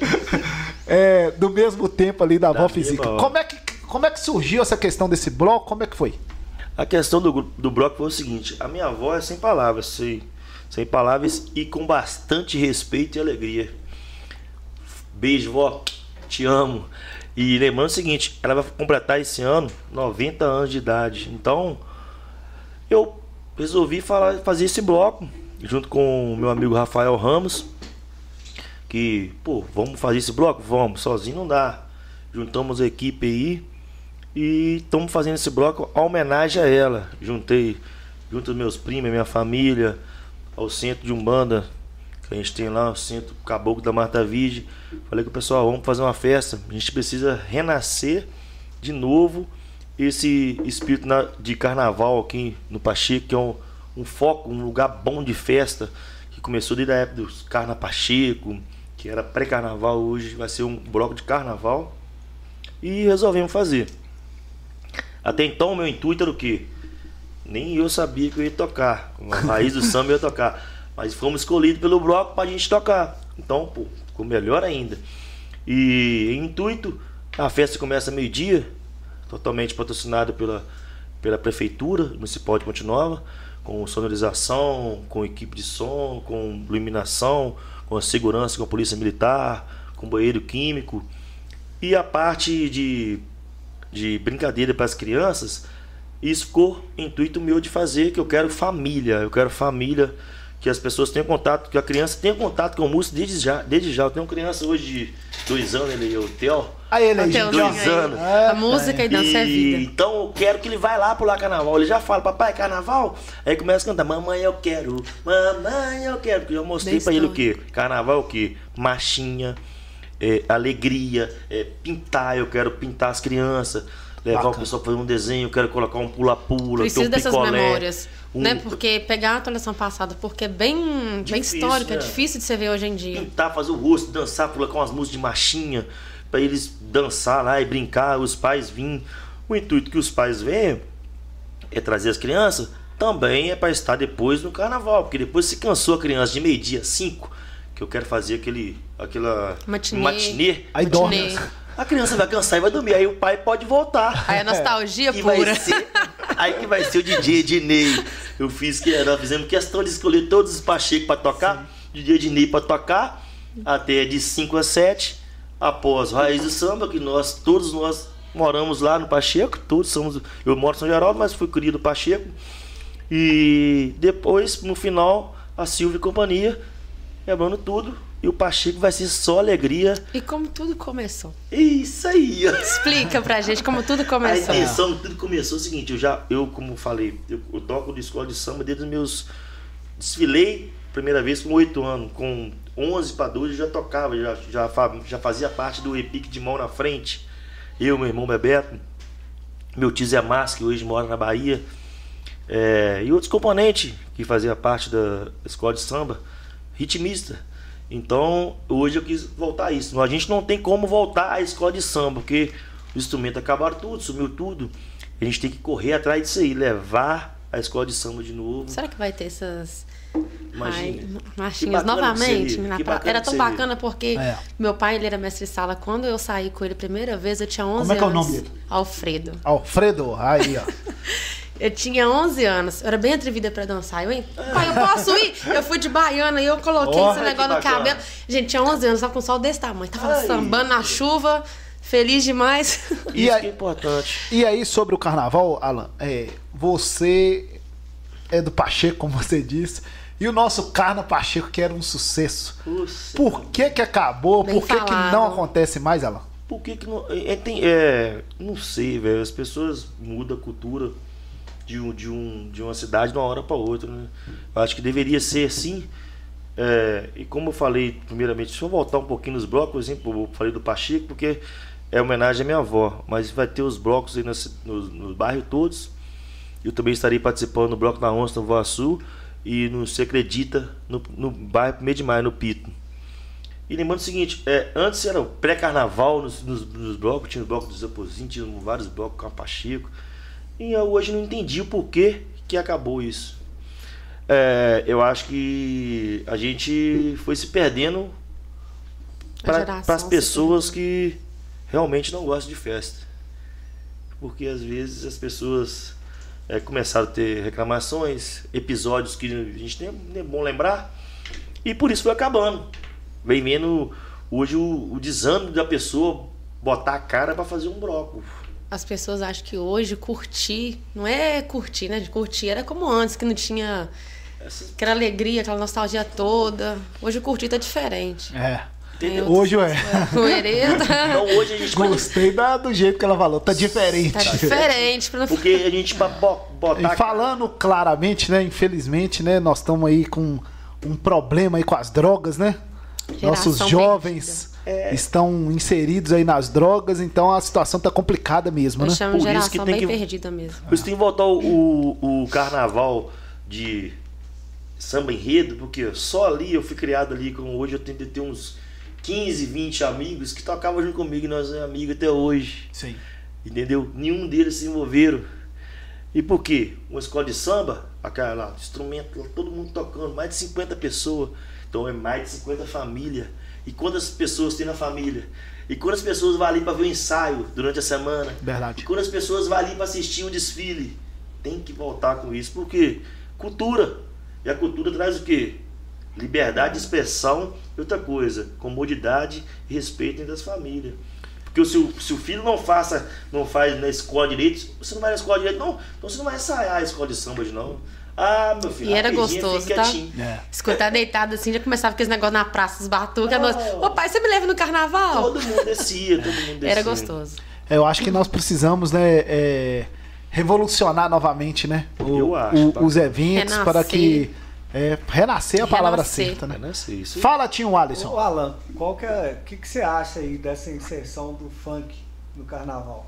Speaker 1: Do mesmo tempo ali da Vó Fisica.
Speaker 3: mesma hora.
Speaker 1: Como é que surgiu essa questão desse bloco? Como é que foi?
Speaker 3: A questão do bloco foi o seguinte: a minha avó é sem palavras, sem palavras e com bastante respeito e alegria. Beijo, vó, te amo. E lembrando o seguinte: ela vai completar esse ano 90 anos de idade. Então eu resolvi fazer esse bloco junto com o meu amigo Rafael Ramos. Que, pô, vamos fazer esse bloco? Vamos, sozinho não dá. Juntamos a equipe aí e estamos fazendo esse bloco a homenagem a ela. Juntei junto aos meus primos, minha família, ao centro de Umbanda, que a gente tem lá, o centro Caboclo da Mata Virgem. Falei com o pessoal, vamos fazer uma festa. A gente precisa renascer de novo esse espírito de carnaval aqui no Pacheco, que é um foco, um lugar bom de festa, que começou desde a época dos Carna Pacheco, que era pré-carnaval, hoje vai ser um bloco de carnaval. E resolvemos fazer. Até então o meu intuito era o quê? Nem eu sabia que eu ia tocar. A raiz do samba eu ia tocar. Mas fomos escolhidos pelo bloco pra gente tocar. Então, pô, ficou melhor ainda. E intuito, a festa começa meio-dia, totalmente patrocinada pela Prefeitura Municipal de Ponte Nova, com sonorização, com equipe de som, com iluminação, com a segurança, com a polícia militar, com banheiro químico. E a parte de brincadeira para as crianças, isso ficou intuito meu de fazer, que eu quero família, que as pessoas tenham contato, que a criança tenha contato com música desde já. Eu tenho uma criança hoje de 2 anos, ele é o Theo.
Speaker 1: Aí ele aí,
Speaker 2: Theo,
Speaker 1: gente, ó.
Speaker 3: 2 anos.
Speaker 2: A música e dança é vida.
Speaker 3: Então eu quero que ele vá lá pular carnaval. Ele já fala, papai, carnaval? Aí começa a cantar, mamãe eu quero, porque eu mostrei pra ele o quê? Carnaval é o quê? Marchinha, alegria, pintar, eu quero pintar as crianças, levar
Speaker 1: Bacana.
Speaker 3: o pessoal pra fazer um desenho, eu quero colocar um pula-pula, ter
Speaker 2: Preciso
Speaker 3: um
Speaker 2: dessas
Speaker 3: picolé.
Speaker 2: memórias, né? Porque pegar a atualização passada, porque é bem
Speaker 3: Difícil,
Speaker 2: histórica, é
Speaker 3: né?
Speaker 2: difícil de você ver hoje em dia.
Speaker 3: Pintar, fazer o rosto, dançar, colocar umas músicas de marchinha, pra eles dançar lá e brincar, os pais virem. O intuito que os pais venham é trazer as crianças, também é para estar depois no carnaval, porque depois se cansou a criança de meio-dia, 5, que eu quero fazer aquela matinê.
Speaker 1: Aí dorme.
Speaker 3: A criança vai cansar e vai dormir, aí o pai pode voltar.
Speaker 2: Aí a nostalgia
Speaker 3: Que
Speaker 2: pura.
Speaker 3: aí que vai ser o DJ Ednei. Nós fizemos questão de escolher todos os Pacheco para tocar, DJ Ednei para tocar, até de 5 a 7, após Raiz do Samba, que todos nós moramos lá no Pacheco, eu moro em São Geraldo, mas fui criado no Pacheco. E depois, no final, a Silvia e companhia, quebrando tudo. E o Pacheco vai ser só alegria.
Speaker 2: E como tudo começou?
Speaker 3: Isso aí, ó.
Speaker 2: Explica pra gente como tudo
Speaker 3: A
Speaker 2: começou.
Speaker 3: intenção de tudo começou o seguinte, eu como falei, eu toco de escola de samba desde os meus... Desfilei primeira vez com 8 anos, com 11 para 12 eu já tocava, já fazia parte do repique de mão na frente. Eu, meu irmão Bebeto, meu tio Zé Márcio, que hoje mora na Bahia, e outros componentes que faziam parte da escola de samba, ritmista. Então, hoje eu quis voltar a isso. A gente não tem como voltar à escola de samba, porque os instrumentos acabaram tudo, sumiu tudo. A gente tem que correr atrás disso aí, levar a escola de samba de novo.
Speaker 2: Será que vai ter essas
Speaker 3: Imagina.
Speaker 2: marchinhas
Speaker 3: Que bacana
Speaker 2: novamente?
Speaker 3: que seria,
Speaker 2: Na
Speaker 3: que
Speaker 2: pra-
Speaker 3: bacana
Speaker 2: Era
Speaker 3: que
Speaker 2: tão
Speaker 3: seria.
Speaker 2: bacana porque meu pai ele era mestre de sala. Quando eu saí com ele a primeira vez, eu tinha 11
Speaker 1: Como é que é o
Speaker 2: anos.
Speaker 1: nome dele?
Speaker 2: Alfredo.
Speaker 1: Alfredo, aí, ó.
Speaker 2: Eu tinha 11 anos, eu era bem atrevida pra dançar. Pai, eu posso ir? Eu fui de baiana e eu coloquei esse negócio no
Speaker 3: bacana.
Speaker 2: cabelo. Gente, tinha 11 anos, tava com sol desse tamanho. Tava sambando na chuva, feliz demais.
Speaker 1: E
Speaker 3: Isso
Speaker 1: aí-
Speaker 3: que é importante.
Speaker 1: E aí, sobre o carnaval, Alan, você é do Pacheco, como você disse, e o nosso Carna Pacheco, que era um sucesso.
Speaker 3: Nossa.
Speaker 1: Por que acabou?
Speaker 2: Bem
Speaker 1: Por que
Speaker 2: falado.
Speaker 1: não acontece mais, Alan?
Speaker 3: Por que que não... não sei, velho. As pessoas mudam a cultura de uma cidade de uma hora para outra, né? Eu acho que deveria ser assim. E como eu falei, primeiramente, deixa eu voltar um pouquinho nos blocos, hein? Eu falei do Pacheco, porque é homenagem à minha avó. Mas vai ter os blocos aí nos bairros todos. Eu também estarei participando do Bloco da Onça, no Voaçu. E no Se Acredita, no bairro 1º de Maio, no Pito. E lembrando o seguinte, antes era o pré-carnaval nos blocos, tinha o bloco dos Zapozinhos, tinha vários blocos com a Pacheco. E eu hoje não entendi o porquê que acabou isso. Eu acho que a gente foi se perdendo para as pessoas que realmente não gostam de festa. Porque às vezes as pessoas começaram a ter reclamações, episódios que a gente nem é bom lembrar, e por isso foi acabando. Vem vendo hoje o desânimo da pessoa botar a cara para fazer um bloco.
Speaker 2: As pessoas acham que hoje curtir, não é curtir, né? De curtir era como antes, que não tinha aquela alegria, aquela nostalgia toda. Hoje o curtir tá diferente.
Speaker 3: Entendeu?
Speaker 1: Hoje
Speaker 2: Poeireta.
Speaker 3: Então hoje a gente
Speaker 1: Gostei do jeito que ela falou, tá diferente.
Speaker 2: Tá diferente. Pra não...
Speaker 3: Porque a gente pra botar
Speaker 1: E falando claramente, né, infelizmente, né, nós estamos aí com um problema aí com as drogas, né?
Speaker 2: Geração
Speaker 1: Nossos jovens estão inseridos aí nas drogas, então a situação tá complicada mesmo,
Speaker 2: Eu
Speaker 1: né?
Speaker 2: chamo
Speaker 3: Por isso
Speaker 2: geração
Speaker 3: que tem
Speaker 2: bem
Speaker 3: que-
Speaker 2: perdida mesmo.
Speaker 3: Por isso tem que voltar o carnaval de samba enredo, porque só ali eu fui criado ali, como hoje eu tenho que ter uns 15, 20 amigos que tocavam junto comigo, e nós somos amigos até hoje.
Speaker 1: Sim.
Speaker 3: Entendeu? Nenhum deles se envolveram. E por quê? Uma escola de samba, aquela lá, instrumento, lá, todo mundo tocando, mais de 50 pessoas. Então é mais de 50 famílias. E quantas pessoas tem na família? E quantas pessoas vão ali para ver o ensaio durante a semana?
Speaker 1: Verdade.
Speaker 3: E quantas pessoas vão ali para assistir o desfile? Tem que voltar com isso, porque cultura. E a cultura traz o quê? Liberdade de expressão e outra coisa, comodidade e respeito entre as famílias. Porque se o filho não faz na escola direito, você não vai na escola direito, não. Então você não vai ensaiar a escola de samba hoje, não. Ah, meu filho,
Speaker 2: E era
Speaker 3: rapidinho,
Speaker 2: gostoso,
Speaker 3: fica
Speaker 2: tá?
Speaker 3: quietinho.
Speaker 2: Escutar deitado assim, já começava aqueles negócios na praça, os batuques. Ô pai, você me leva no carnaval?
Speaker 3: Todo mundo descia, todo mundo descia.
Speaker 2: Era gostoso.
Speaker 1: Eu acho que nós precisamos, né, revolucionar novamente, né,
Speaker 3: Eu acho, tá?
Speaker 1: os eventos
Speaker 2: Renascer.
Speaker 1: para que renascer é a palavra
Speaker 2: Renascer.
Speaker 1: certa, né?
Speaker 3: É, nascer, isso.
Speaker 1: Fala, Tinho
Speaker 4: Ô,
Speaker 1: Alisson.
Speaker 4: Alan, o que você acha aí dessa inserção do funk no carnaval?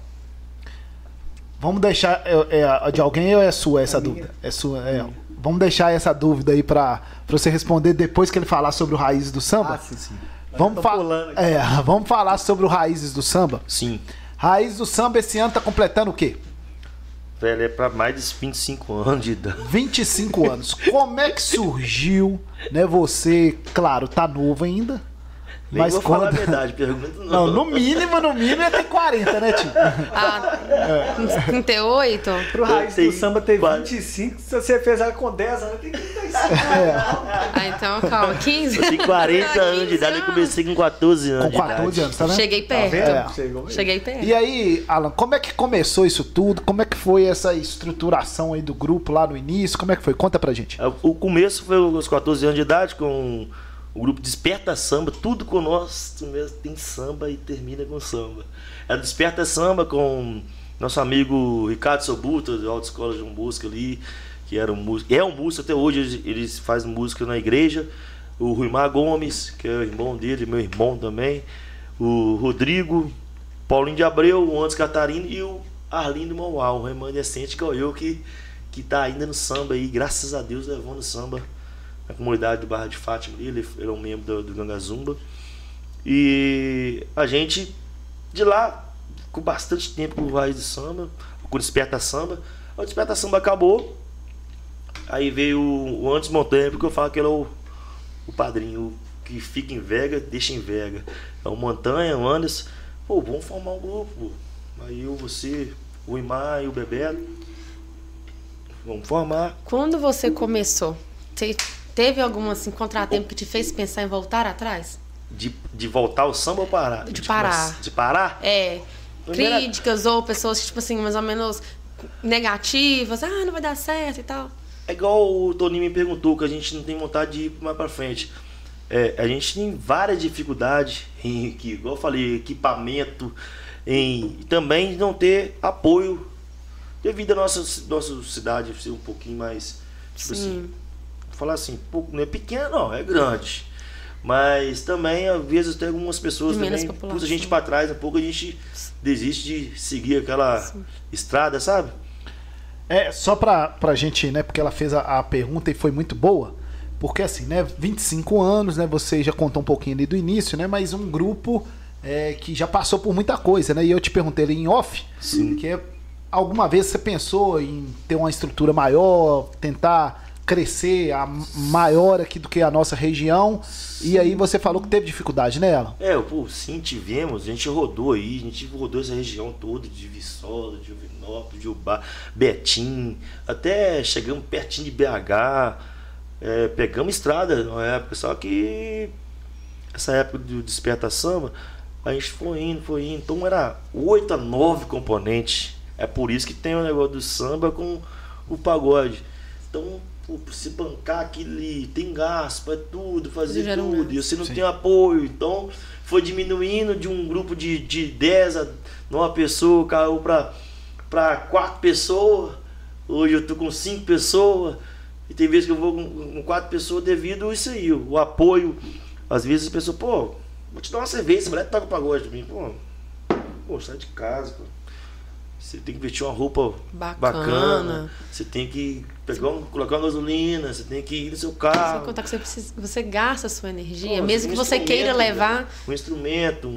Speaker 1: Vamos deixar de alguém ou é sua essa
Speaker 4: É minha.
Speaker 1: dúvida? É sua, Vamos deixar essa dúvida aí para você responder depois que ele falar sobre o Raízes do Samba.
Speaker 4: sim.
Speaker 1: Vamos,
Speaker 4: pulando aqui.
Speaker 1: vamos falar sobre o Raízes do Samba.
Speaker 3: Sim.
Speaker 1: Raízes do Samba esse ano tá completando o quê?
Speaker 3: Velho, é pra mais de 25 anos de idade.
Speaker 1: 25 anos. Como é que surgiu, né? Você, claro, tá novo ainda.
Speaker 3: Nem
Speaker 1: Mas
Speaker 3: vou falar a
Speaker 1: quando...
Speaker 3: verdade, pergunta
Speaker 1: Não, no mínimo ele tem 40, né, Tio?
Speaker 2: Uns 38?
Speaker 4: Pro Raiz
Speaker 3: tenho
Speaker 4: do Samba ter
Speaker 3: quase-
Speaker 4: 25, se você fez ela com 10 anos, tem 35.
Speaker 2: Ah, então calma, 15?
Speaker 3: Eu tenho 40 anos de idade, eu comecei com 14 anos
Speaker 1: Com
Speaker 3: de
Speaker 1: 14
Speaker 3: idade.
Speaker 1: anos, tá vendo?
Speaker 2: Cheguei
Speaker 4: Tá
Speaker 2: perto.
Speaker 4: vendo? Chegou aí.
Speaker 2: Cheguei perto.
Speaker 1: E aí, Alan, como é que começou isso tudo? Como é que foi essa estruturação aí do grupo lá no início? Como é que foi? Conta pra gente.
Speaker 3: O começo foi aos 14 anos de idade, com O grupo Desperta Samba, tudo com nós tem samba e termina com samba. É o Desperta Samba com nosso amigo Ricardo Sobuta, da Autoescola de Música ali, que era um músico até hoje, eles fazem música na igreja. O Ruimar Gomes, que é o irmão dele, meu irmão também. O Rodrigo, Paulinho de Abreu, o Andes Catarino e o Arlindo Mauá, um remanescente que é eu que tá ainda no samba aí, graças a Deus, levando samba na comunidade do Barra de Fátima. Ele é um membro do Ganga Zumba. E a gente, de lá, com bastante tempo com o Raiz do Samba, com o Desperta Samba. O Desperta Samba acabou. Aí veio o Antes Montanha, porque eu falo que ele é o padrinho, que fica em Vega, deixa em Vega. É o Montanha, o Anderson. Pô, vamos formar um grupo. Aí eu, você, o Imar e o Bebeto. Vamos formar.
Speaker 2: Quando você começou, você teve algum assim, contratempo que te fez pensar em voltar atrás?
Speaker 3: De voltar ao samba ou parar?
Speaker 2: De parar.
Speaker 3: De parar?
Speaker 2: É. Críticas ou pessoas, tipo assim, mais ou menos negativas. Ah, não vai dar certo e tal.
Speaker 3: É igual o Toninho me perguntou, que a gente não tem vontade de ir mais pra frente. A gente tem várias dificuldades igual eu falei, equipamento, em também não ter apoio devido à nossa cidade ser um pouquinho mais, tipo assim, vou falar assim, pouco, não é pequena não, é grande. Mas também, às vezes, tem algumas pessoas também puxa a gente pra trás, um pouco a gente desiste de seguir aquela estrada, sabe?
Speaker 1: Só pra gente, né, porque ela fez a pergunta e foi muito boa, porque assim, né, 25 anos, né, você já contou um pouquinho ali do início, né, mas um grupo que já passou por muita coisa, né, e eu te perguntei ali em off, que alguma vez você pensou em ter uma estrutura maior, tentar crescer maior aqui do que a nossa região, e aí você falou que teve dificuldade nela.
Speaker 3: Sim, tivemos, a gente rodou essa região toda, de Viçosa, de Jovinópolis, de Ubá, Betim, até chegamos pertinho de BH, pegamos estrada na época, só que essa época do Desperta Samba, a gente foi indo, então era 8 a 9 componentes, é por isso que tem o negócio do samba com o pagode, então se bancar aquele tem gasto, é tudo, fazer tudo, e você não tem apoio, então foi diminuindo de um grupo de 10 a uma pessoa, caiu para 4 pessoas, hoje eu tô com 5 pessoas, e tem vezes que eu vou com 4 pessoas devido a isso aí, o apoio, às vezes a pessoa, vou te dar uma cerveja, essa mulher toca pagode de mim, sai de casa, pô. Você tem que vestir uma roupa bacana. Você tem que colocar uma gasolina. Você tem que ir no seu carro.
Speaker 2: Sem contar que você gasta a sua energia, mesmo que você queira levar.
Speaker 3: Um instrumento.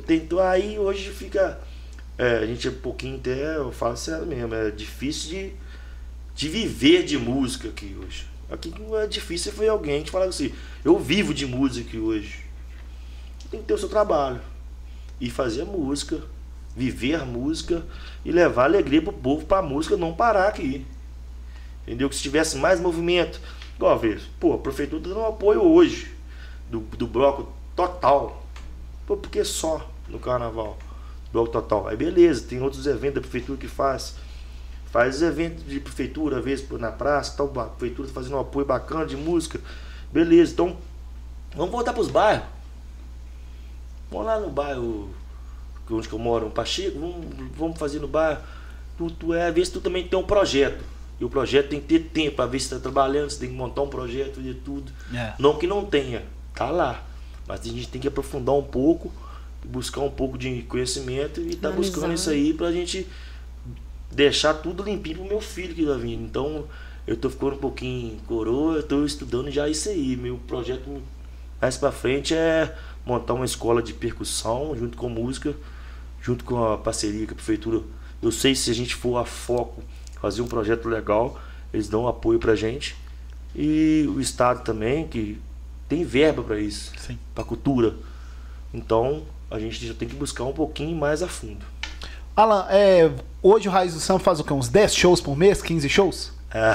Speaker 3: Aí hoje fica. A gente é um pouquinho até. Eu falo sério mesmo. É difícil de viver de música aqui hoje. Aqui não é difícil foi alguém que fala assim. Eu vivo de música aqui hoje. Tem que ter o seu trabalho. E fazer a música. Viver a música e levar alegria pro povo, pra música não parar aqui. Entendeu? Que se tivesse mais movimento, igual a vez, a prefeitura tá dando um apoio hoje do bloco total. Porque só no carnaval, bloco total. Aí beleza, tem outros eventos da prefeitura que faz eventos de prefeitura, às vezes na praça, tal, a prefeitura tá fazendo um apoio bacana de música. Beleza, então vamos voltar pros bairros. Vamos lá no bairro onde eu moro, um Pacheco, vamos fazer no bairro. Às vezes tu também tem um projeto. E o projeto tem que ter tempo, para ver se está trabalhando, você tem que montar um projeto de tudo. Não que não tenha, tá lá. Mas a gente tem que aprofundar um pouco, buscar um pouco de conhecimento e tá buscando isso aí pra gente deixar tudo limpinho pro meu filho que tá vindo. Então eu tô ficando um pouquinho coroa, eu tô estudando já isso aí. Meu projeto mais pra frente é montar uma escola de percussão junto com música, junto com a parceria com a prefeitura. Eu sei se a gente for a foco, fazer um projeto legal, eles dão apoio pra gente. E o estado também, que tem verba para isso, para cultura. Então a gente já tem que buscar um pouquinho mais a fundo.
Speaker 1: Alan, hoje o Raiz do Samba faz o quê? Uns 10 shows por mês? 15 shows?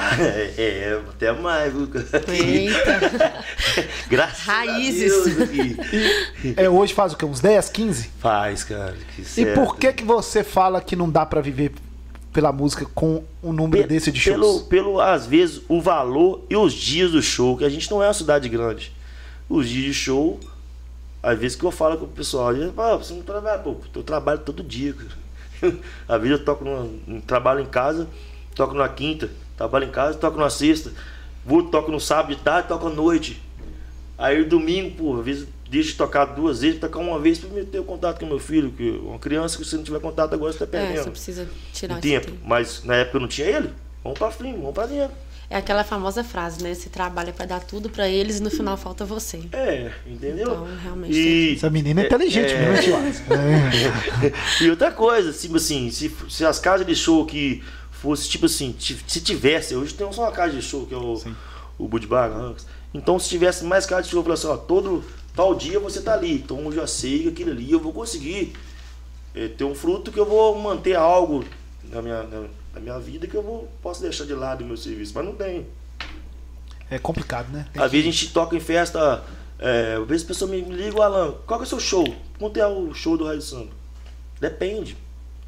Speaker 3: Até mais, Lucas.
Speaker 2: Eita!
Speaker 3: Graças
Speaker 2: Raízes.
Speaker 3: a Deus aqui.
Speaker 1: Hoje faz o quê? Uns 10, 15?
Speaker 3: Faz, cara.
Speaker 1: E por que você fala que não dá para viver pela música com um número desse de shows?
Speaker 3: Às vezes, o valor e os dias do show, que a gente não é uma cidade grande. os dias de show, às vezes que eu falo com o pessoal, você não trabalha, pô, eu trabalho todo dia, cara. Às vezes eu toco trabalho em casa, toco na quinta, trabalho em casa, toco na sexta, toco no sábado de tarde, toco à noite. Aí domingo, pô, às vezes deixa de tocar 2 vezes, tocar uma vez pra ter o contato com meu filho, que uma criança que se não tiver contato agora você tá perdendo.
Speaker 2: Você precisa tirar
Speaker 3: o tempo. Mas na época eu não tinha ele, vamos pra frente, vamos pra dentro.
Speaker 2: É aquela famosa frase, né? Você trabalha pra dar tudo pra eles e no final falta você.
Speaker 3: Entendeu?
Speaker 2: Então, realmente.
Speaker 1: Essa menina é inteligente, né, tio?
Speaker 3: E outra coisa, tipo assim, se as casas de show que fosse, tipo assim, se tivesse, hoje tem só uma casa de show que é o Budbar, então se tivesse mais casa de show, eu falei assim, ó, todo tal dia você tá ali, então eu já sei que aquilo ali eu vou conseguir ter um fruto que eu vou manter algo na minha vida que eu posso deixar de lado o meu serviço, mas não tem.
Speaker 1: É complicado, né?
Speaker 3: Às vezes a gente toca em festa, às vezes a pessoa me liga, Alan, qual que é o seu show? Quanto é o show do Raio Samba? Depende.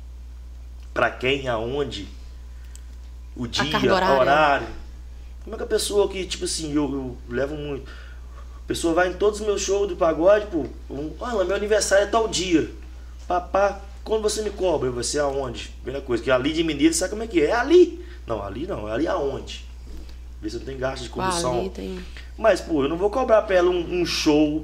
Speaker 3: Pra quem, aonde, o dia, o horário. Como é que a pessoa que, tipo assim, eu levo muito. A pessoa vai em todos os meus shows do pagode, pô, Alan, meu aniversário é tal dia. Papá, quando você me cobra, você aonde? Primeira coisa, que ali de Mineiro, sabe como é que é? É ali. Não, ali não, é ali aonde? Vê se eu não tenho gasto de comissão. Mas, pô, eu não vou cobrar pra ela um show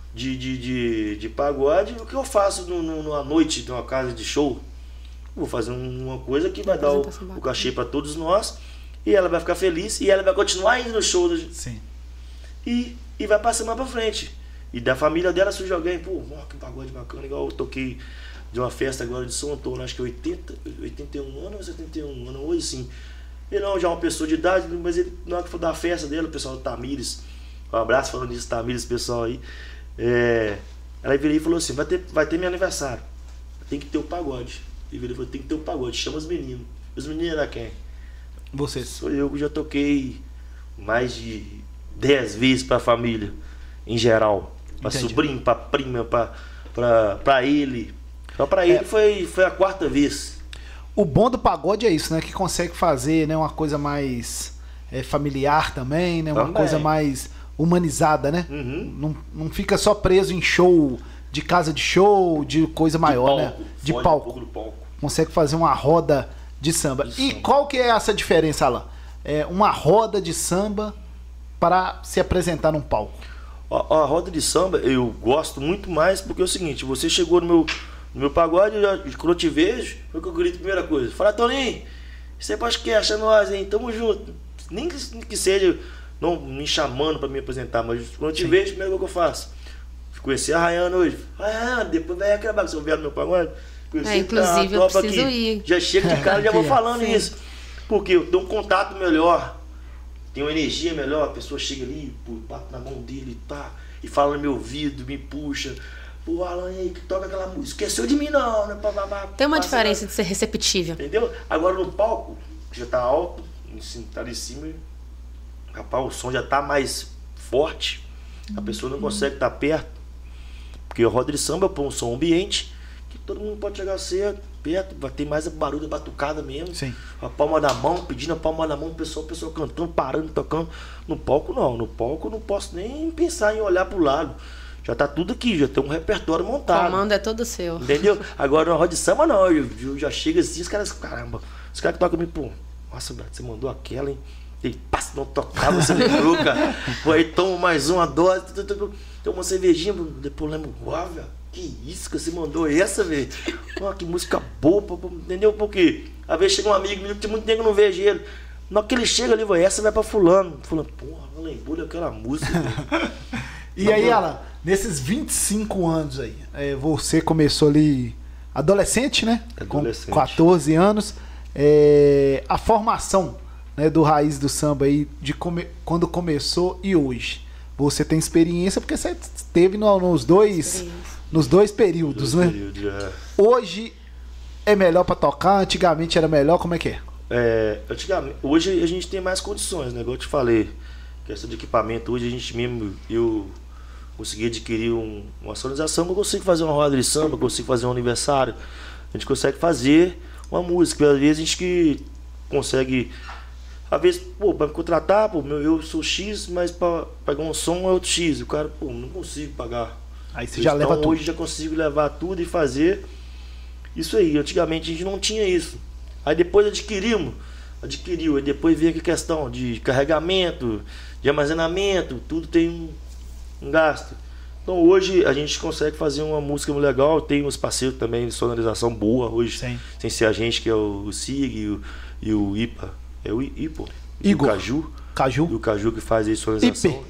Speaker 3: de pagode. O que eu faço numa noite de uma casa de show? Vou fazer uma coisa que vai dar o cachê pra todos nós. E ela vai ficar feliz. E ela vai continuar indo no show.
Speaker 1: Sim.
Speaker 3: E vai passar mais pra frente. E da família dela surge alguém, pô, que pagode bacana. Igual eu toquei de uma festa agora de São Antônio, acho que 81 anos ou 71 anos, hoje sim. Ele não, já é uma pessoa de idade, mas ele, na hora que for da festa dele, o pessoal do Tamires, um abraço falando disso, Tamires, pessoal aí. Ela virou e falou assim, vai ter meu aniversário, tem que ter o pagode. Ele virou e falou, tem que ter o pagode, chama os meninos. Os meninos era quem?
Speaker 1: Vocês.
Speaker 3: Sou eu que já toquei mais de 10 vezes pra família, em geral. Pra sobrinho, pra prima, pra ele. Só pra ele foi a 4ª vez.
Speaker 1: O bom do pagode é isso, né? Que consegue fazer, né, uma coisa mais familiar também, né? Uma coisa mais humanizada, né?
Speaker 3: Uhum.
Speaker 1: Não fica só preso em show, de casa de show, de coisa maior, né? De palco.
Speaker 3: Um pouco do palco.
Speaker 1: Consegue fazer uma roda de samba. E qual que é essa diferença, Alan? Uma roda de samba para se apresentar num palco.
Speaker 3: A roda de samba eu gosto muito mais porque é o seguinte, você chegou no meu pagode, quando eu te vejo, foi que eu grito a primeira coisa. Fala, Toninho, você pode que acha nós, hein? Tamo junto. Nem que seja não me chamando pra me apresentar, mas quando eu te vejo, a primeira coisa que eu faço. Conheci a Rayana hoje. Depois vai acabar, se eu vier no meu pagode.
Speaker 2: Inclusive, eu preciso ir.
Speaker 3: Já chego de cara e já vou falando isso. Porque eu dou um contato melhor, tenho uma energia melhor, a pessoa chega ali, bate na mão dele e fala no meu ouvido, me puxa. Pô, Alan, aí, que toca aquela música, esqueceu de mim não, né?
Speaker 2: Tem uma diferença de ser receptível.
Speaker 3: Entendeu? Agora no palco, já tá alto, tá ali em cima, rapaz, o som já tá mais forte, a pessoa não consegue estar perto, porque a roda de samba põe um som ambiente, que todo mundo pode chegar perto, vai ter mais barulho, batucada mesmo.
Speaker 1: Sim.
Speaker 3: A palma da mão, pedindo a palma da mão, o pessoal cantando, parando, tocando. No palco não, no palco eu não posso nem pensar em olhar pro lado. Já tá tudo aqui, já tem um repertório montado.
Speaker 2: O comando é todo seu.
Speaker 3: Entendeu? Agora na roda de samba não, eu já chego assim, os caras, caramba, os caras que tocam comigo, pô, nossa, você mandou aquela, hein? E passa, não tocava, você lembrou, cara. Pô, aí toma mais uma dose, toma uma cervejinha, depois eu lembro, velho, que isso que você mandou essa, velho? Que música boa, entendeu? Porque às vezes chega um amigo meu que tem muito tempo que eu não vejo ele. Na hora que ele chega ali, essa vai pra fulano. Fulano, porra, não lembrou daquela música, velho.
Speaker 1: E aí, Alan, nesses 25 anos aí, você começou ali adolescente, né?
Speaker 3: Adolescente.
Speaker 1: Com 14 anos. A formação, né, do Raiz do Samba aí, quando começou e hoje. Você tem experiência porque você esteve nos dois períodos, né? Hoje é melhor para tocar? Antigamente era melhor? Como é que é?
Speaker 3: Antigamente, hoje a gente tem mais condições, né? Igual eu te falei, questão de equipamento, hoje a gente mesmo, eu consegui adquirir uma sonorização, eu consigo fazer uma roda de samba, eu consigo fazer um aniversário, a gente consegue fazer uma música, às vezes a gente que consegue Às vezes, pô, pra me contratar, pô, eu sou X, mas pra pagar um som é outro X. O cara, pô, não consigo pagar.
Speaker 1: Aí você já leva tudo.
Speaker 3: Hoje já consigo levar tudo e fazer isso aí. Antigamente a gente não tinha isso. Aí depois adquiriu, aí depois veio a questão de carregamento, de armazenamento, tudo tem um gasto. Então hoje a gente consegue fazer uma música muito legal, tem uns parceiros também de sonorização boa hoje,
Speaker 1: Sim.
Speaker 3: sem ser a gente, que é o SIG e o IPA. É o Ipo?
Speaker 1: Igor.
Speaker 3: O Caju.
Speaker 1: Caju.
Speaker 3: E o Caju que faz a sonorização.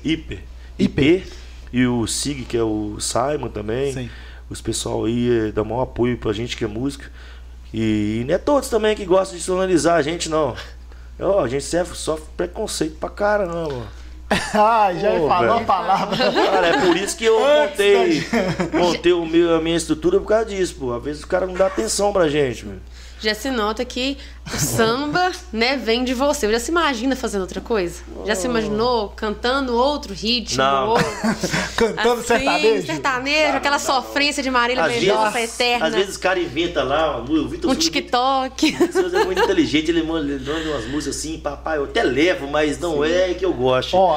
Speaker 3: IP. E o SIG, que é o Simon também.
Speaker 1: Sim.
Speaker 3: Os pessoal aí dão maior apoio pra gente que é música. E não é todos também que gostam de sonorizar a gente, não. A gente sofre preconceito pra caramba.
Speaker 1: Já falou a palavra.
Speaker 3: Cara, é por isso que eu montei a minha estrutura por causa disso, pô. Às vezes o cara não dá atenção pra gente, meu.
Speaker 2: Já se nota que o samba, né, vem de você. Já se imagina fazendo outra coisa? Já se imaginou cantando outro ritmo?
Speaker 3: Não.
Speaker 1: Cantando
Speaker 2: assim,
Speaker 1: sertanejo?
Speaker 2: Aquela sofrência de Marília Mendonça eterna.
Speaker 3: Às vezes o cara inventa lá, o Vitor
Speaker 2: um TikTok.
Speaker 3: O Vitor é muito inteligente, ele manda umas músicas assim, papai, eu até levo, mas não é que eu gosto.
Speaker 1: Ó,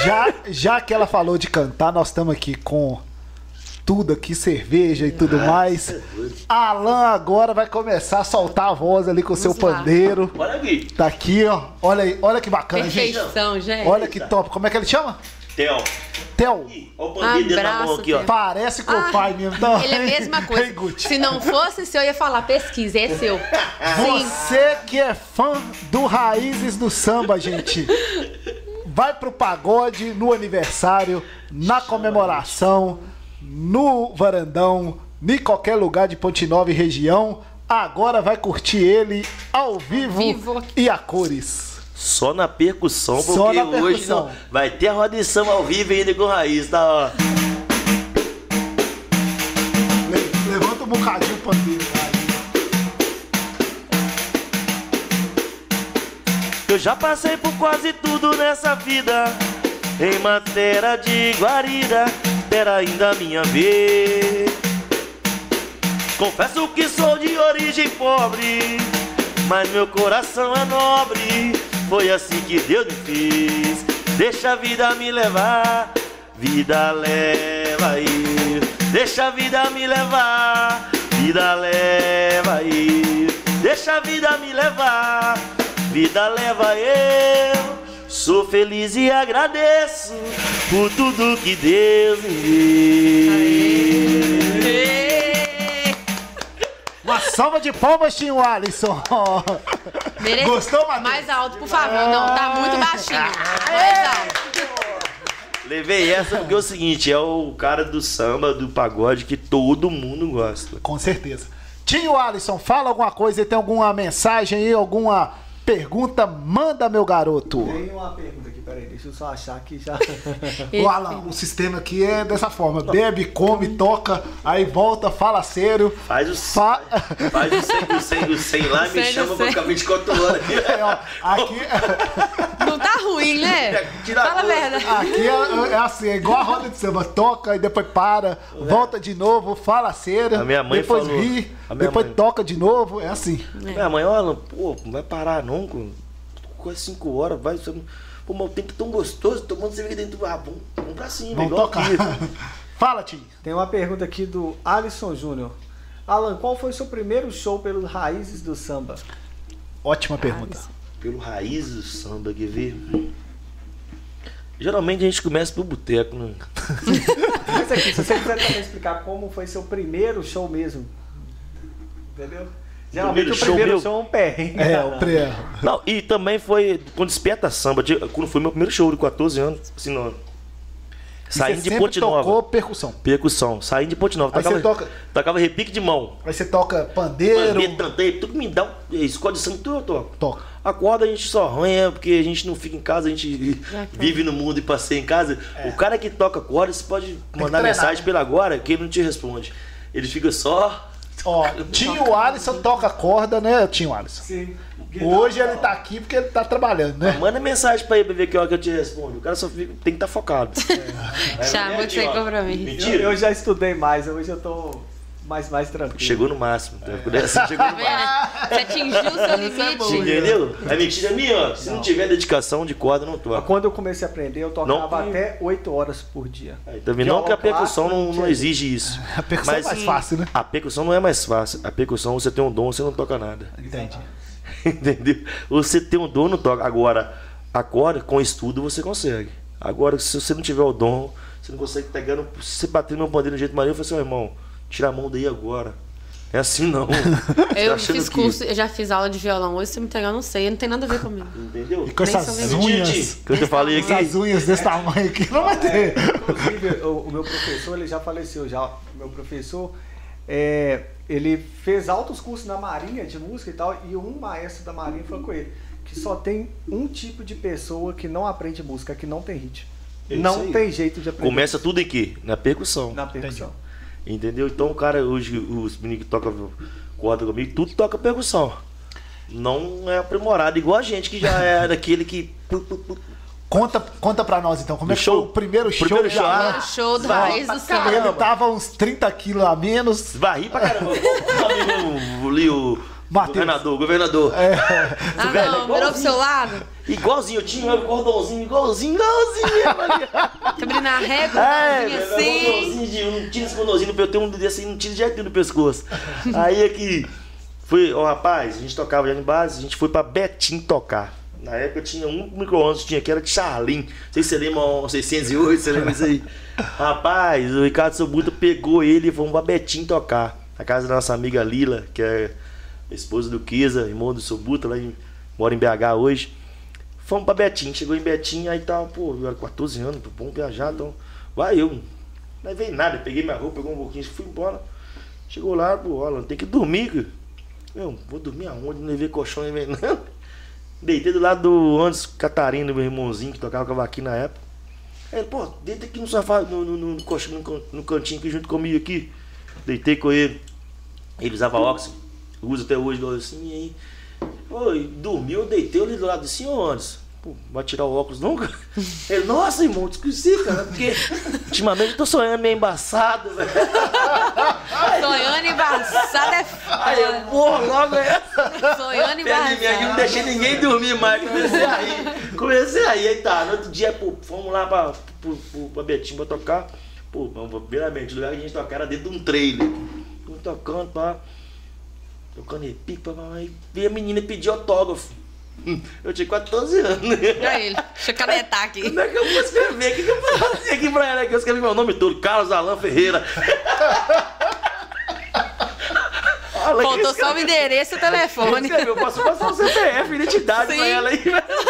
Speaker 1: já que ela falou de cantar, nós estamos aqui com tudo aqui, cerveja e tudo mais. Alan agora vai começar a soltar a voz ali com o seu pandeiro.
Speaker 3: Olha aqui.
Speaker 1: Tá aqui, ó. Olha aí, olha que bacana,
Speaker 2: Perfeição, gente.
Speaker 1: Olha que top. Como é que ele chama?
Speaker 3: Theo.
Speaker 1: Theo.
Speaker 3: Olha o pandeiro dele na mão aqui, ó.
Speaker 1: Parece com o pai mesmo. Então,
Speaker 2: ele é a mesma coisa. Se não fosse seu, eu ia falar, pesquisa, é seu.
Speaker 1: Você que é fã do Raízes do Samba, gente, vai pro pagode no aniversário, na comemoração, no varandão, em qualquer lugar de Ponte Nova e região. Agora vai curtir ele ao vivo e a cores.
Speaker 3: Só na percussão, porque hoje não vai ter a roda de samba ao vivo ainda com raiz, tá? Ó.
Speaker 1: Levanta um bocadinho o pandeiro, cara.
Speaker 3: Eu já passei por quase tudo nessa vida, em matéria de guarida, espera ainda a minha vez. Confesso que sou de origem pobre, mas meu coração é nobre. Foi assim que Deus me fez. Deixa a vida me levar, vida leva aí. Deixa a vida me levar, vida leva aí. Deixa a vida me levar, vida leva eu. Sou feliz e agradeço por tudo que Deus me deu.
Speaker 1: Uma salva de palmas, Tinho Alisson. Gostou, Matheus?
Speaker 2: Mais alto, por favor. Não, tá muito baixinho. Mais alto.
Speaker 3: Levei essa porque é o seguinte, é o cara do samba, do pagode que todo mundo gosta.
Speaker 1: Com certeza. Tinho Alisson, fala alguma coisa, tem alguma mensagem aí, alguma pergunta? Manda, meu garoto.
Speaker 4: Tem uma pergunta aqui, peraí, deixa eu só achar que já...
Speaker 1: O Alan, o sistema aqui é dessa forma, bebe, come, toca, aí volta, fala sério.
Speaker 3: Faz o 100 lá e me chama pra ficar 24 horas aqui.
Speaker 1: Aqui...
Speaker 2: Não tá ruim, né? Fala a verdade.
Speaker 1: Aqui é assim, é igual a roda de samba, toca e depois para, volta de novo, fala sério,
Speaker 3: a minha mãe
Speaker 1: depois
Speaker 3: falou,
Speaker 1: ri, depois toca de novo, é assim.
Speaker 3: Minha mãe, olha, pô, não vai parar não, quase 5 horas, vai... Pô, mas o tempo é tão gostoso, tomando cerveja dentro do vamos pra cima,
Speaker 1: vamos
Speaker 3: igual
Speaker 1: tocar. Fala, Tim.
Speaker 4: Tem uma pergunta aqui do Alisson Júnior. Alan, qual foi o seu primeiro show pelos Raízes do Samba?
Speaker 1: Ótima pergunta.
Speaker 3: Pelo Raiz do Samba, quer ver? Geralmente a gente começa pelo boteco, né?
Speaker 4: Mas aqui, se você quiser também explicar como foi seu primeiro show mesmo. Entendeu? Geralmente o primeiro show é um pé, hein?
Speaker 1: O pré.
Speaker 3: Não, e também foi quando Desperta Samba, quando foi meu primeiro show de 14 anos, assim, não. Saindo de Ponte Nova.
Speaker 1: Tocou percussão.
Speaker 3: Percussão, saindo de Ponte Nova. Tocava repique de mão.
Speaker 1: Aí você toca pandeiro.
Speaker 3: Tudo que me dá escola de sangue, tudo eu toco.
Speaker 1: Toca.
Speaker 3: A corda a gente só arranha, porque a gente não fica em casa, a gente vive no mundo e passeia em casa. O cara que toca corda, você pode mandar mensagem pela agora, que ele não te responde. Ele fica só...
Speaker 1: Ó, Tinho Alisson toca corda, né, Tinho Alisson?
Speaker 4: Sim.
Speaker 1: Hoje ele tá aqui porque ele tá trabalhando, né?
Speaker 3: Manda mensagem pra ele pra ver que hora que eu te respondo. O cara só tem que estar focado.
Speaker 2: Chamou de sem compromisso.
Speaker 3: Mentira.
Speaker 4: Eu já estudei mais, hoje eu tô mais tranquilo.
Speaker 3: Chegou no máximo. Chegou no máximo.
Speaker 2: Você atingiu o seu limite.
Speaker 3: Entendeu? A mentira é minha, ó. Se não tiver dedicação de corda, não toca.
Speaker 4: Quando eu comecei a aprender, eu tocava até 8 horas por dia.
Speaker 3: Também não que a percussão não exige isso.
Speaker 1: A percussão é mais fácil, né?
Speaker 3: A percussão não é mais fácil. A percussão, você tem um dom, você não toca nada.
Speaker 1: Entendi.
Speaker 3: Entendeu? Você tem um dom, não toca. Agora, a corda, com estudo, você consegue. Agora, se você não tiver o dom, você não consegue pegando. Se você bater no pandeiro de jeito maneiro, eu falo assim, irmão, tira a mão daí agora. É assim não.
Speaker 2: Eu fiz curso, eu já fiz aula de violão hoje, se me entregar, eu não sei, não tem nada a ver comigo.
Speaker 3: Entendeu?
Speaker 1: E com essas unhas.
Speaker 3: Que eu te falei aqui.
Speaker 1: Essas unhas desse tamanho aqui não vai ter.
Speaker 4: Inclusive, o meu professor, ele já faleceu já. O meu professor, ele fez altos cursos na Marinha de música e tal, e um maestro da Marinha falou com ele que só tem um tipo de pessoa que não aprende música, que não tem ritmo. Não tem jeito de aprender.
Speaker 3: Começa tudo em quê? Na percussão.
Speaker 4: Na percussão.
Speaker 3: Entendeu? Então o cara, hoje, os meninos que tocam corda comigo, tudo toca percussão. Não é aprimorado, igual a gente, que já é daquele que...
Speaker 1: Conta pra nós então, como é que foi o primeiro show?
Speaker 2: Primeiro show do Raiz do Samba.
Speaker 1: Ele tava uns 30 quilos a menos.
Speaker 3: Varri pra caramba. O governador.
Speaker 2: Não, virou pro seu lado?
Speaker 3: Igualzinho, eu tinha um cordãozinho, igualzinho.
Speaker 2: Cabrinho na régua, assim.
Speaker 3: Não tira esse cordãozinho, eu tenho um desse aí, não tira de jeito no pescoço. Aí aqui, rapaz, a gente tocava já em base, a gente foi pra Betim tocar. Na época tinha um micro-ondas que era de Charlin. Não sei se você lembra, um 608, você lembra isso aí. Rapaz, o Ricardo Sobuta pegou ele e fomos pra Betim tocar. Na casa da nossa amiga Lila, que é esposa do Kisa, irmão do Sobuta, mora em BH hoje. Fomos pra Betim, chegou em Betim, aí tava, eu era 14 anos, vamos viajar, então vai eu. Não veio nada, peguei minha roupa, pegou um pouquinho, fui embora. Chegou lá, não tem que dormir, cara. Vou dormir aonde? Não levei colchão, nem veio não. Deitei do lado do Anderson Catarina, meu irmãozinho, que tocava cavaquinho na época. Aí ele, deita aqui no sofá, no colchão, no cantinho aqui junto comigo aqui. Deitei com ele. Ele usava óxido, usa até hoje, assim, e aí. Dormiu, eu deitei ali do lado assim, Anderson. Vai tirar o óculos nunca? Ele, nossa, irmão, esqueci, cara, porque ultimamente eu tô sonhando meio embaçado, velho.
Speaker 2: Sonhando embaçado é foda.
Speaker 3: Aí eu, logo essa.
Speaker 2: Sonhando embaçado.
Speaker 3: Não deixei ninguém dormir mais, comecei aí, aí tá, no outro dia, fomos lá pra Betim pra tocar. Primeiramente, o lugar que a gente tocava era dentro de um trailer. Tocando, tocando repique, aí veio a menina pedir autógrafo. Eu tinha 14 anos.
Speaker 2: Olha ele, deixa eu canetar aqui.
Speaker 3: Como é que eu vou escrever? O que eu vou fazer aqui pra ela? Eu escrevi meu nome todo, Carlos Alan Ferreira.
Speaker 2: Faltou só o endereço e o telefone.
Speaker 3: Eu posso passar o CPF, identidade pra ela aí.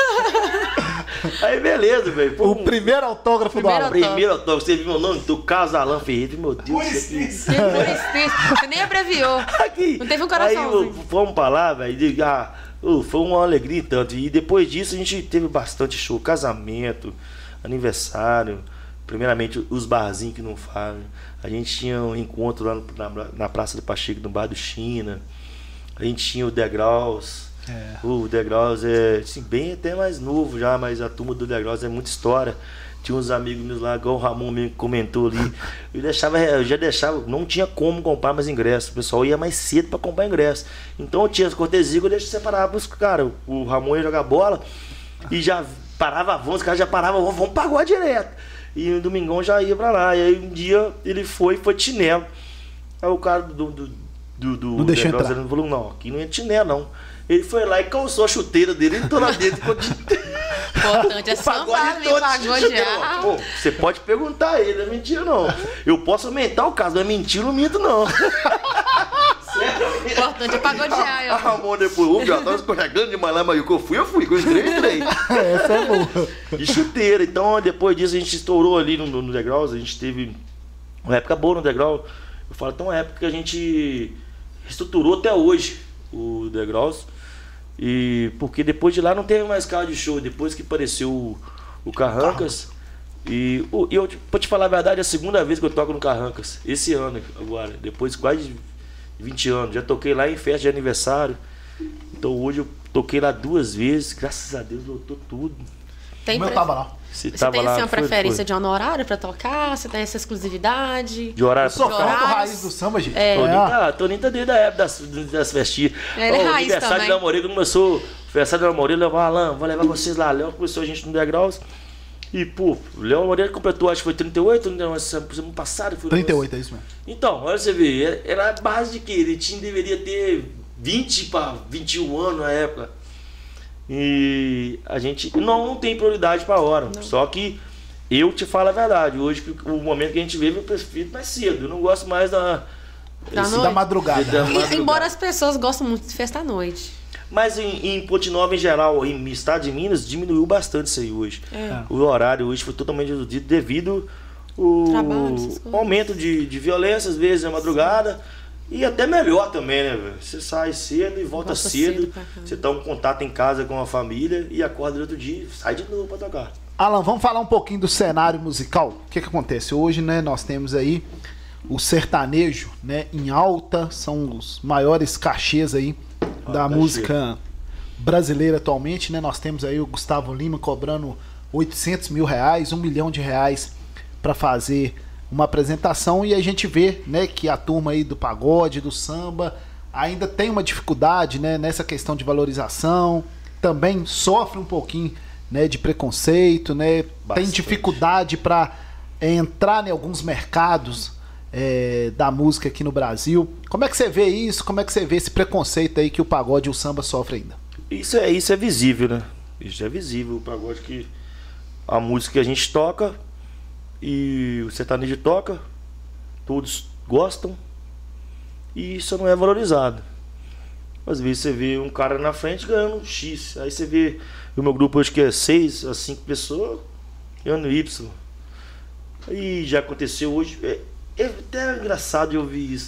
Speaker 3: Aí beleza, velho.
Speaker 1: O primeiro autógrafo do Alan.
Speaker 3: Primeiro autógrafo, você viu meu nome? Do Carlos Alan Ferreira. Meu Deus.
Speaker 1: Por isso.
Speaker 2: Você nem abreviou.
Speaker 3: Aqui.
Speaker 2: Não teve um coraçãozinho.
Speaker 3: Aí fomos pra lá, velho. Foi uma alegria tanto. E depois disso a gente teve bastante show. Casamento, aniversário. Primeiramente os barzinhos que não fazem. A gente tinha um encontro lá na Praça do Pacheco, no bar do China. A gente tinha o Degraus. O Degraus é assim, bem até mais novo já, mas a turma do Degraus é muita história. Tinha uns amigos meus lá, igual o Ramon mesmo comentou ali. Eu já deixava, não tinha como comprar mais ingressos. O pessoal ia mais cedo para comprar ingressos. Então eu tinha as cortesias que eu separava os caras. O Ramon ia jogar bola e já parava, os caras já paravam, vamos pagode direto. E no domingão já ia pra lá. E aí um dia ele foi de chinelo. Aí o cara do negócio, ele falou, não, aqui não é de chinelo não. Ele foi lá e calçou a chuteira dele, entrou lá dentro.
Speaker 2: Importante é sambar ali, pagodear.
Speaker 3: Você pode perguntar a ele, não é mentira não. Eu posso aumentar o caso, não é mentira, não minto não.
Speaker 2: Importante é pagodear.
Speaker 3: A Ramon depois, já tava escorregando demais lá, mas eu fui, com os três.
Speaker 1: Essa é boa.
Speaker 3: De chuteira. Então, depois disso, a gente estourou ali no Degraus. A gente teve uma época boa no Degrau. Eu falo, então, uma época que a gente reestruturou até hoje o Degraus. E porque depois de lá não teve mais carro de show. Depois que apareceu o Carrancas. E eu, pra te falar a verdade, é a segunda vez que eu toco no Carrancas. Esse ano agora. Depois de quase 20 anos. Já toquei lá em festa de aniversário. Então hoje eu toquei lá 2 vezes. Graças a Deus lotou tudo.
Speaker 2: Tem
Speaker 1: O meu tava lá.
Speaker 2: Você tem assim, uma preferência de horário pra tocar? Você tem essa exclusividade?
Speaker 3: De horário?
Speaker 1: Eu sou fã do
Speaker 2: horários.
Speaker 1: raiz do samba, gente.
Speaker 3: Toninho tá desde a época das festinhas.
Speaker 2: Ele é
Speaker 3: O
Speaker 2: raiz
Speaker 3: aniversário
Speaker 2: também.
Speaker 3: da Moreira começou. Aniversário da Moreira, levou Alan, vou levar vocês lá. Léo começou a gente no degraus. E, pô, o Léo Moreira completou, acho que foi 38, semana passada.
Speaker 1: 38, é isso mesmo.
Speaker 3: Então, olha você ver, era a base de que ele deveria ter 20 para 21 anos na época. E a gente não tem prioridade para a hora. Não. Só que eu te falo a verdade, hoje o momento que a gente vive eu prefiro mais cedo. Eu não gosto mais da
Speaker 1: madrugada.
Speaker 2: Embora as pessoas gostem muito de festa à noite.
Speaker 3: Mas em Ponte Nova em geral, em estado de Minas, diminuiu bastante isso aí hoje. O horário hoje foi totalmente reduzido devido ao aumento de violência, às vezes, na madrugada. E até melhor também, né, velho? Você sai cedo e volta cedo. Você tá em contato em casa com a família e acorda no outro dia e sai de novo pra tocar.
Speaker 1: Alan, vamos falar um pouquinho do cenário musical. O que acontece? Hoje, né, nós temos aí o sertanejo, né, em alta. São os maiores cachês aí da música brasileira atualmente, né? Nós temos aí o Gustavo Lima cobrando R$800 mil, R$1 milhão para fazer uma apresentação, e a gente vê, né, que a turma aí do pagode, do samba, ainda tem uma dificuldade, né, nessa questão de valorização, também sofre um pouquinho, né, de preconceito, né? Tem dificuldade para entrar em alguns mercados da música aqui no Brasil. Como é que você vê isso? Como é que você vê esse preconceito aí que o pagode e o samba sofrem ainda?
Speaker 3: Isso é visível, né? Isso é visível, o pagode, que a música que a gente toca e o sertanejo toca, todos gostam, e isso não é valorizado. Às vezes você vê um cara na frente ganhando X, aí você vê o meu grupo hoje que é 6 a 5 pessoas ganhando Y. E já aconteceu hoje. É até engraçado de ouvir isso.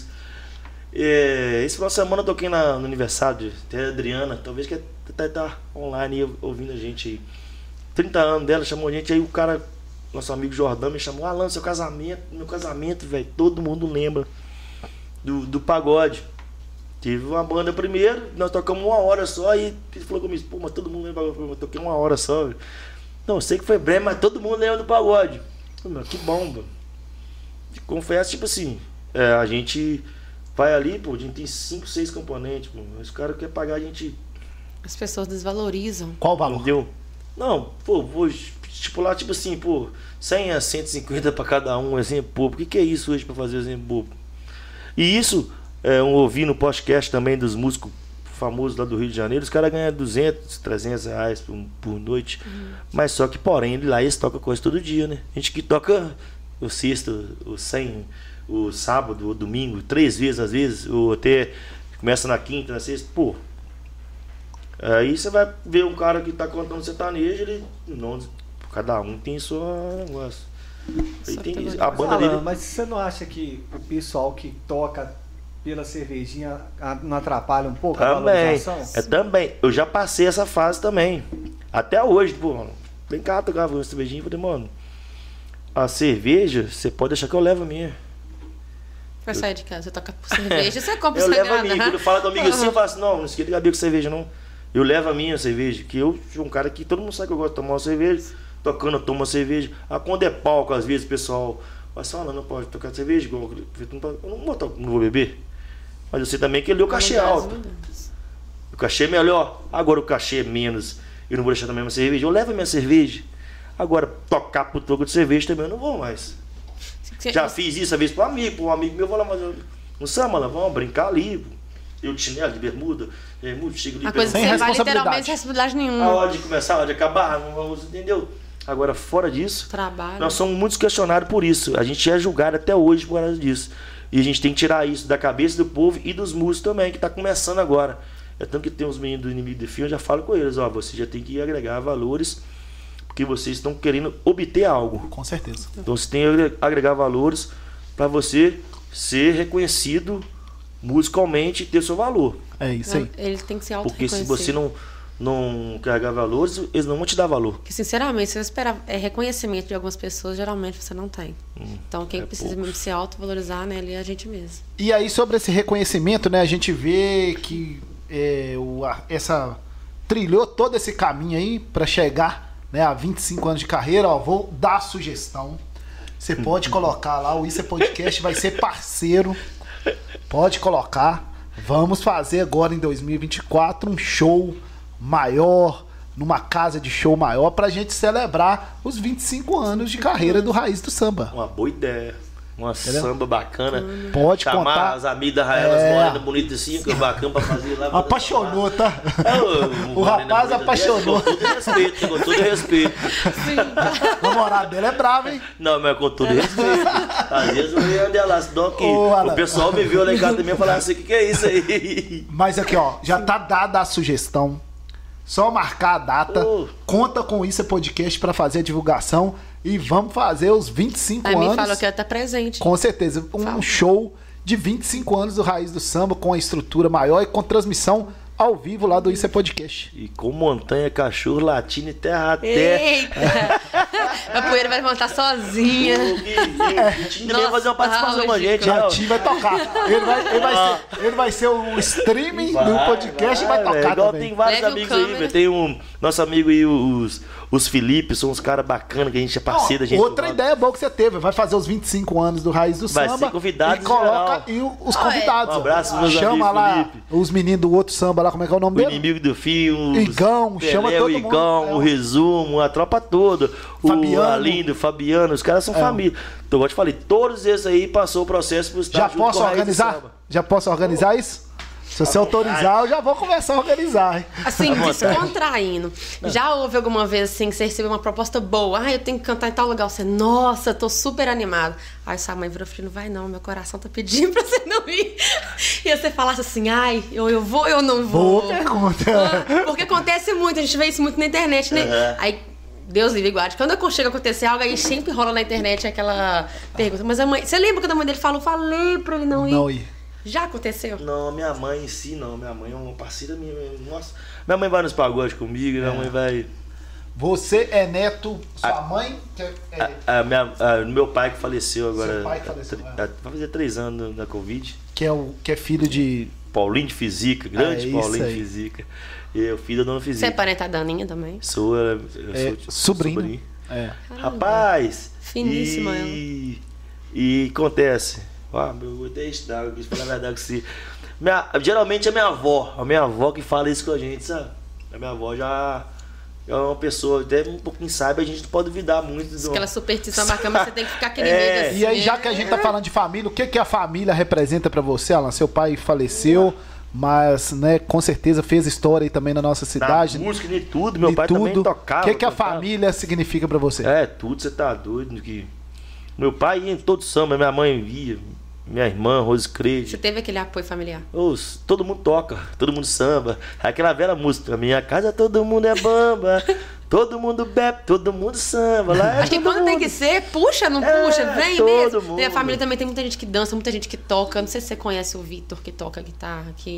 Speaker 3: Esse final de semana eu toquei no aniversário de Adriana, talvez que até tá online aí, ouvindo a gente aí. 30 anos dela, chamou a gente, aí o cara, nosso amigo Jordão, me chamou: Alan, meu casamento, velho, todo mundo lembra do pagode. Tive uma banda primeiro, nós tocamos 1 hora só, e ele falou comigo: pô, mas todo mundo lembra do pagode. Eu toquei 1 hora só, velho. Não, eu sei que foi breve, mas todo mundo lembra do pagode. Eu falei: que bom, mano. Confesso, tipo assim, a gente vai ali, pô, a gente tem 5, 6 componentes, pô, mas o cara quer pagar a gente.
Speaker 2: As pessoas desvalorizam.
Speaker 1: Qual o valor?
Speaker 3: Entendeu? Não, pô, vou estipular, tipo assim, pô, 100 a 150 pra cada um, exemplo bobo. O que é isso hoje pra fazer exemplo bobo? E isso, eu ouvi no podcast também dos músicos famosos lá do Rio de Janeiro, os caras ganham 200, 300 reais por noite. Mas só que, porém, lá eles tocam coisa todo dia, né? A gente que toca o sexto, o 100, o sábado, o domingo, 3 vezes às vezes, ou até começa na quinta, na sexta, pô. Aí você vai ver um cara que tá cantando sertanejo, ele não, cada um tem sua negócio. Aí tem a banda dele.
Speaker 4: Mas você não acha que o pessoal que toca pela cervejinha não atrapalha um pouco a valorização?
Speaker 3: Também. Eu já passei essa fase também. Até hoje, pô, vem cá, tocava uma cervejinha, falei: mano, a cerveja, você pode deixar que eu levo a minha.
Speaker 2: Vai sair de casa, você toca por cerveja, você compra
Speaker 3: eu levo a
Speaker 2: grana,
Speaker 3: minha. Quando fala comigo assim, eu falo assim: não esquenta de cabelo com cerveja, não. Eu levo a minha cerveja, que eu sou um cara que todo mundo sabe que eu gosto de tomar uma cerveja. Tocando, eu tomo uma cerveja. Quando é palco, às vezes o pessoal fala assim: não pode tocar cerveja, igual eu não vou beber. Mas eu sei também que ele deu o cachê alto. O cachê é melhor. Agora o cachê é menos. Eu não vou deixar também uma cerveja. Eu levo a minha cerveja. Agora, tocar pro troco de cerveja também eu não vou mais. Já fiz isso, às vezes, pro amigo meu, vou lá, mas no samba, vamos brincar ali. Eu de chinelo, de bermuda, chego ali.
Speaker 2: A coisa que você vai literalmente sem responsabilidade nenhuma.
Speaker 3: A hora de começar, a hora de acabar, não vamos, entendeu? Agora, fora disso,
Speaker 2: trabalho.
Speaker 3: Nós somos muito questionados por isso. A gente é julgado até hoje por causa disso. E a gente tem que tirar isso da cabeça do povo e dos músicos também, que tá começando agora. É tanto que tem uns meninos do Inimigo de Fim, eu já falo com eles: você já tem que agregar valores, porque vocês estão querendo obter algo.
Speaker 1: Com certeza.
Speaker 3: Então você tem que agregar valores para você ser reconhecido musicalmente e ter seu valor.
Speaker 1: É isso aí.
Speaker 2: Ele tem que ser
Speaker 3: porque
Speaker 2: se
Speaker 3: você não carregar valores, eles não vão te dar valor.
Speaker 2: Porque, sinceramente, se você esperar reconhecimento de algumas pessoas, geralmente você não tem. Então quem precisa mesmo se autovalorizar, né, ali é a gente mesmo.
Speaker 1: E aí, sobre esse reconhecimento, né, a gente vê que essa trilhou todo esse caminho aí para chegar né, há 25 anos de carreira, ó, vou dar a sugestão. Você pode colocar lá, o Isso é Podcast vai ser parceiro. Pode colocar. Vamos fazer agora em 2024 um show maior, numa casa de show maior, pra gente celebrar os 25 anos de carreira do Raiz do Samba.
Speaker 3: Uma boa ideia. Uma samba bacana.
Speaker 1: Pode
Speaker 3: chamar
Speaker 1: contar.
Speaker 3: As amigas da Raelas Morena bonita assim, que é bacana pra fazer lá.
Speaker 1: Apaixonou, tá?
Speaker 3: O
Speaker 1: rapaz apaixonou.
Speaker 3: Com todo respeito, com todo respeito.
Speaker 1: O namorado dele é bravo, hein?
Speaker 3: Não, mas com todo respeito. Às vezes eu ia andar lá, senão que
Speaker 1: Alan.
Speaker 3: o pessoal me viu lá em casa também e falava assim, o que é isso aí?
Speaker 1: Mas aqui, ó, já tá dada a sugestão. Só marcar a data. Conta com Isso é Podcast pra fazer a divulgação. E vamos fazer os 25 anos.
Speaker 2: A mim falou que ela tá presente.
Speaker 1: Com certeza. Um show de 25 anos do Raiz do Samba, com a estrutura maior e com transmissão ao vivo lá do Isso é Podcast.
Speaker 3: E com montanha, cachorro, latino e terra a terra.
Speaker 2: Eita! A poeira vai levantar sozinha.
Speaker 3: O Tim também vai fazer uma participação com a gente.
Speaker 1: O Tim vai tocar. Ele vai ser o streaming do podcast e vai tocar
Speaker 3: igual
Speaker 1: também.
Speaker 3: tem vários
Speaker 2: Leve o
Speaker 3: amigos aí,
Speaker 2: câmera.
Speaker 3: velho. Tem nosso amigo aí, os Felipe, são uns caras bacanas que a gente é parceiro. A gente
Speaker 1: Outra ideia boa que você teve, vai fazer os 25 anos do Raiz do
Speaker 3: Vai
Speaker 1: Samba.
Speaker 3: ser convidado
Speaker 1: e coloca
Speaker 3: geral.
Speaker 1: e os convidados.
Speaker 3: Um abraço, meus
Speaker 1: Chama
Speaker 3: amigos,
Speaker 1: lá
Speaker 3: Felipe.
Speaker 1: os meninos do outro samba lá, como é que é o nome
Speaker 3: O
Speaker 1: dele?
Speaker 3: inimigo do fim, o
Speaker 1: Igão, chama todo
Speaker 3: o
Speaker 1: mundo.
Speaker 3: Igão, o Resumo, a tropa toda.
Speaker 1: Fabiano.
Speaker 3: O Alindo, o Fabiano, os caras são família. Então, eu te falei, todos esses aí passou o processo pro estar
Speaker 1: Já
Speaker 3: junto
Speaker 1: posso
Speaker 3: com a Raiz do
Speaker 1: organizar?
Speaker 3: Samba.
Speaker 1: Já posso organizar isso? Se você autorizar, eu já vou começar a organizar, hein?
Speaker 2: Assim,
Speaker 3: À vontade.
Speaker 2: descontraindo. Já houve alguma vez assim que você recebeu uma proposta boa? Ah, eu tenho que cantar em tal lugar. Você, nossa, tô super animado. Aí sua mãe virou e falou, não vai não, meu coração tá pedindo pra você não ir. E você falasse assim, ai, eu vou ou eu não vou?
Speaker 1: Boa pergunta.
Speaker 2: Porque acontece muito, a gente vê isso muito na internet, né? Aí, Deus livre e guarde. Quando chega a acontecer algo, aí sempre rola na internet aquela pergunta. Mas a mãe, você lembra quando a mãe dele falou, falei pra ele não ir?
Speaker 1: Não ir.
Speaker 2: Já aconteceu?
Speaker 3: Não, minha mãe em si não. Minha mãe é uma parceira minha. Nossa. Minha mãe vai nos pagodes comigo, minha mãe vai.
Speaker 1: Você é neto, sua mãe?
Speaker 3: Meu pai que faleceu agora.
Speaker 1: Seu pai que faleceu,
Speaker 3: Vai fazer 3 anos da Covid.
Speaker 1: Que é filho de...
Speaker 3: Paulinho de Fisica, grande
Speaker 1: isso
Speaker 3: Paulinho de
Speaker 1: aí.
Speaker 3: Fisica. E eu filho da dona
Speaker 2: Você é
Speaker 3: Fisica.
Speaker 2: parente da Daninha também?
Speaker 3: Sou
Speaker 1: sobrinho. É.
Speaker 3: Rapaz!
Speaker 2: Finíssima
Speaker 3: E acontece. Eu vou até estudar, eu quis falar a verdade com você. Geralmente é a minha avó que fala isso com a gente, sabe? A minha avó já é uma pessoa, até um pouquinho sabe, a gente não pode duvidar muito.
Speaker 2: Aquela superstição bacana, você tem que ficar aquele
Speaker 3: É.
Speaker 2: medo assim.
Speaker 1: E aí, já que a gente tá falando de família, o que a família representa pra você, Alan? Seu pai faleceu, mas, né, com certeza fez história aí também na nossa cidade.
Speaker 3: Na música e tudo, meu
Speaker 1: e
Speaker 3: pai também
Speaker 1: tudo.
Speaker 3: tocava.
Speaker 1: O que a
Speaker 3: cantava.
Speaker 1: família significa pra você?
Speaker 3: É, tudo, você tá doido. Meu pai ia em todo samba, minha mãe via, minha irmã, Rose Creide.
Speaker 2: Você teve aquele apoio familiar?
Speaker 3: Todo mundo toca, todo mundo samba. Aquela velha música, minha casa todo mundo é bamba, todo mundo bebe, todo mundo samba. Lá é
Speaker 2: Acho que
Speaker 3: todo
Speaker 2: quando tem
Speaker 3: mundo.
Speaker 2: que ser, puxa, não
Speaker 3: É,
Speaker 2: puxa, vem
Speaker 3: todo
Speaker 2: mesmo.
Speaker 3: mundo.
Speaker 2: E a família também tem muita gente que dança, muita gente que toca. Não sei se você conhece o Vitor, que toca guitarra aqui.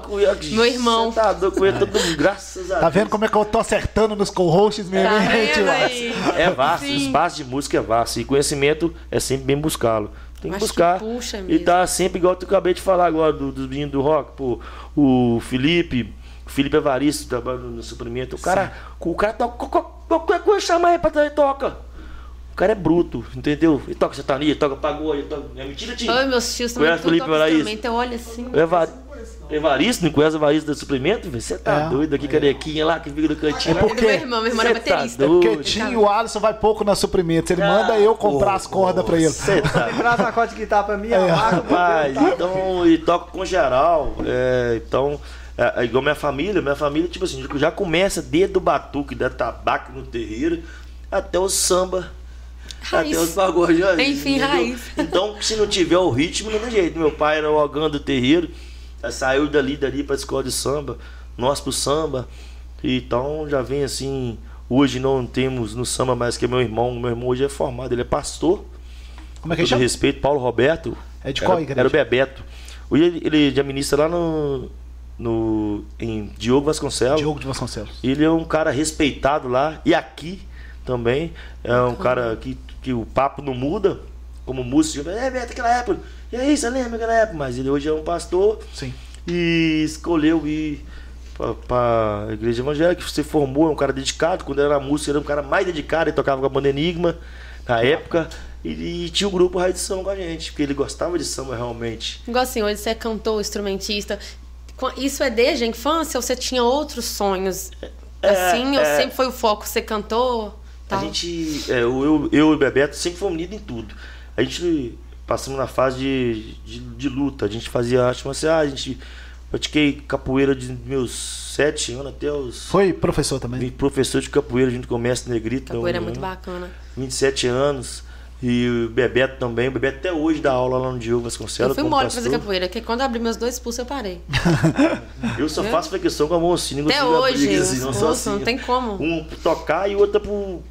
Speaker 2: Meu irmão.
Speaker 3: Você tá doido com ele, todo mundo, graças a Deus.
Speaker 1: Tá vendo como é que eu tô acertando nos co-hosts mesmo,
Speaker 2: Tá
Speaker 1: hein, tio
Speaker 2: vendo
Speaker 1: Alex?
Speaker 2: aí?
Speaker 3: É vasto, o
Speaker 2: Sim.
Speaker 3: espaço de música é vasto. E conhecimento é sempre bem buscá-lo. Tem que
Speaker 2: Acho que
Speaker 3: buscar.
Speaker 2: puxa
Speaker 3: E
Speaker 2: mesmo.
Speaker 3: tá sempre, igual eu acabei de falar agora, dos meninos do rock, pô, o Felipe Evaristo trabalha no suprimento. O cara toca, qualquer coisa chama ele pra trás e toca. O cara é bruto, entendeu? Ele toca sertanejo, toca pagode, toca. É mentira, tio.
Speaker 2: Oi, meus tios também,
Speaker 3: Conhece
Speaker 2: tudo
Speaker 3: Felipe
Speaker 2: toca
Speaker 3: Evaristo?
Speaker 2: instrumento. Eu olho assim.
Speaker 3: Evaristo, não conhece o Evaristo do suprimento? Você tá doido aqui, carequinha lá que fica no cantinho.
Speaker 1: É porque-
Speaker 2: Meu irmão era
Speaker 3: Cê tá
Speaker 2: baterista.
Speaker 3: doido.
Speaker 1: Porque Tim e o Alisson vai pouco na suprimento. Ele manda eu comprar as cordas pra ele.
Speaker 3: Você tá
Speaker 4: Ele traz uma corda de guitarra pra mim, amarra,
Speaker 3: Rapaz, então, e toco com geral. Então, igual minha família, tipo assim, já começa desde o batuque, da tabaco no terreiro, até o samba,
Speaker 2: Raiz.
Speaker 3: até os pagodes.
Speaker 2: Enfim,
Speaker 3: entendeu?
Speaker 2: raiz.
Speaker 3: Então, se não tiver o ritmo, não tem jeito. Meu pai era o ogã do terreiro, saiu dali pra escola de samba, nós pro samba. Então, já vem assim, hoje não temos no samba mais que meu irmão hoje é formado, ele é pastor.
Speaker 1: Como é que
Speaker 3: Com
Speaker 1: ele chama?
Speaker 3: respeito, Paulo Roberto.
Speaker 1: É de qual igreja?
Speaker 3: Era o Bebeto. Hoje ele já ministra lá em Diogo Vasconcelos.
Speaker 1: Diogo de Vasconcelos.
Speaker 3: Ele é um cara respeitado lá. E aqui também. É um cara que o papo não muda. Como músico. Beto, aquela época. E aí, você lembra aquela época? Mas ele hoje é um pastor.
Speaker 1: Sim.
Speaker 3: E escolheu ir pra igreja evangélica, que você formou, é um cara dedicado. Quando era música, era um cara mais dedicado, ele tocava com a banda Enigma na época. E tinha o grupo Raiz de Samba com a gente, porque ele gostava de samba realmente.
Speaker 2: Igual assim, hoje você é cantor, instrumentista. Isso é desde a infância ou você tinha outros sonhos? Assim, ou sempre foi o foco ser cantor? Tal?
Speaker 3: A gente, eu e o Bebeto sempre fomos unidos em tudo. A gente passamos na fase de luta. A gente fazia arte marcial, a gente pratiquei capoeira de meus 7 anos até os...
Speaker 1: Foi professor também?
Speaker 3: Vim professor de capoeira junto com o mestre Negrito.
Speaker 2: Capoeira é muito bacana.
Speaker 3: 27 anos. E o Bebeto também. O Bebeto até hoje dá aula lá no Diogo Vasconcelos.
Speaker 2: Eu fui mole pra fazer capoeira, porque quando eu abri meus 2 pulsos eu parei.
Speaker 3: Eu só faço flexão com a mão assim, não
Speaker 2: até
Speaker 3: consigo
Speaker 2: hoje,
Speaker 3: abrir assim, não sou assim.
Speaker 2: Não tem como.
Speaker 3: Um tocar e o outro pro...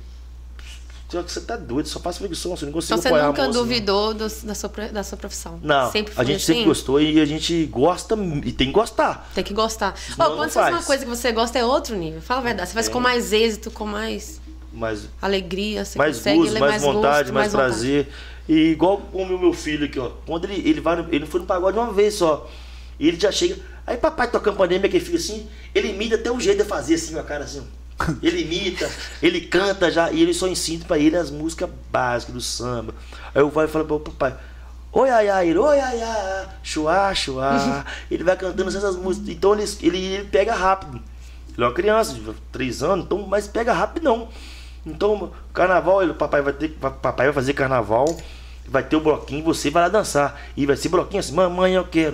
Speaker 3: Só que você tá doido, só faço flexão, você não consigo
Speaker 2: então
Speaker 3: apoiar
Speaker 2: você nunca
Speaker 3: a mão,
Speaker 2: duvidou da sua profissão?
Speaker 3: Não,
Speaker 2: sempre
Speaker 3: a gente
Speaker 2: assim?
Speaker 3: sempre gostou e a gente gosta e tem que gostar.
Speaker 2: Tem que gostar.
Speaker 3: Senão
Speaker 2: Quando você faz uma coisa que você gosta é outro nível. Fala a verdade, você faz com mais êxito, com mais alegria, você
Speaker 3: mais
Speaker 2: consegue
Speaker 3: gosto, mais vontade, mais
Speaker 2: vontade.
Speaker 3: prazer. E igual o meu filho aqui, ó. Quando ele foi no pagode uma vez só. E ele já chega. Aí papai tocando pandemia, que fica assim, ele imita até o jeito de fazer assim, com a cara assim. Ele imita, ele canta já, e ele só ensina pra ele as músicas básicas do samba. Aí eu vou e falo pro papai, oi ai ai, oi ai ai, chuá, chuá. Ele vai cantando essas músicas, então ele pega rápido. Ele é uma criança de 3 anos, então, mas pega rápido não. Então, carnaval, papai vai fazer carnaval, vai ter o bloquinho, você vai lá dançar. E vai ser bloquinho assim, mamãe eu quero.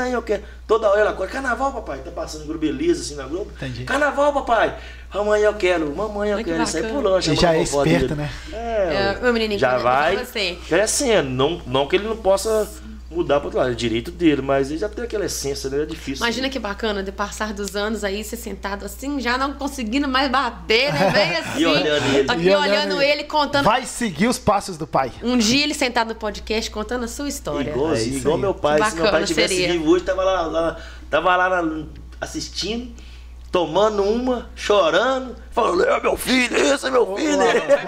Speaker 3: Toda hora ela acorda, carnaval papai, tá passando Grubeleza assim na Globo.
Speaker 1: Entendi.
Speaker 3: Carnaval papai, mamãe eu quero. Ele sai pulando.
Speaker 1: Ele já é esperto, né?
Speaker 2: Meu menininho,
Speaker 3: já vai
Speaker 2: você.
Speaker 3: crescendo, não que ele não possa mudar para outro lado, é direito dele, mas ele já tem aquela essência, né? É difícil.
Speaker 2: Imagina que bacana, de passar dos anos aí, você sentado assim, já não conseguindo mais bater, né? Bem assim.
Speaker 3: E olhando ele.
Speaker 2: Aqui olhando ele, contando.
Speaker 1: Vai seguir os passos do pai.
Speaker 2: Um dia ele sentado no podcast contando a sua história.
Speaker 3: Igual meu pai. Se meu pai tivesse vivo hoje, tava lá assistindo, tomando uma, chorando, falando, meu filho, esse é meu filho.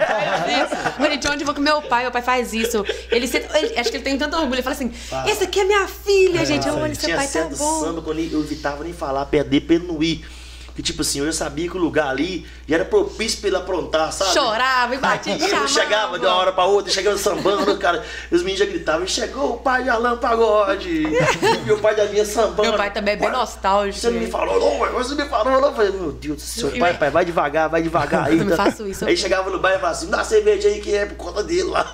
Speaker 2: Gente, onde eu vou com meu pai faz isso. Acho que ele tem tanto orgulho, ele fala assim, essa aqui é minha filha, gente. Eu olho, seu pai tá bom.
Speaker 3: Samba, quando eu evitava nem falar, perder pra ele não ir. Que tipo assim, eu já sabia que o lugar ali já era propício pra ele aprontar, sabe?
Speaker 2: Chorava e batia de chamava.
Speaker 3: Eu chegava de uma hora pra outra, chegava sambando, cara. Os meninos já gritavam, chegou o pai de Alan Pagode. E o pai da minha sambando.
Speaker 2: Meu pai também é bem nostálgico.
Speaker 3: Você não me falou, não, você me falou, não. Eu falei, meu Deus do céu, pai, vai devagar aí.
Speaker 2: Eu não faço isso.
Speaker 3: Aí chegava no bar e falava assim, dá cerveja aí que é por conta dele lá.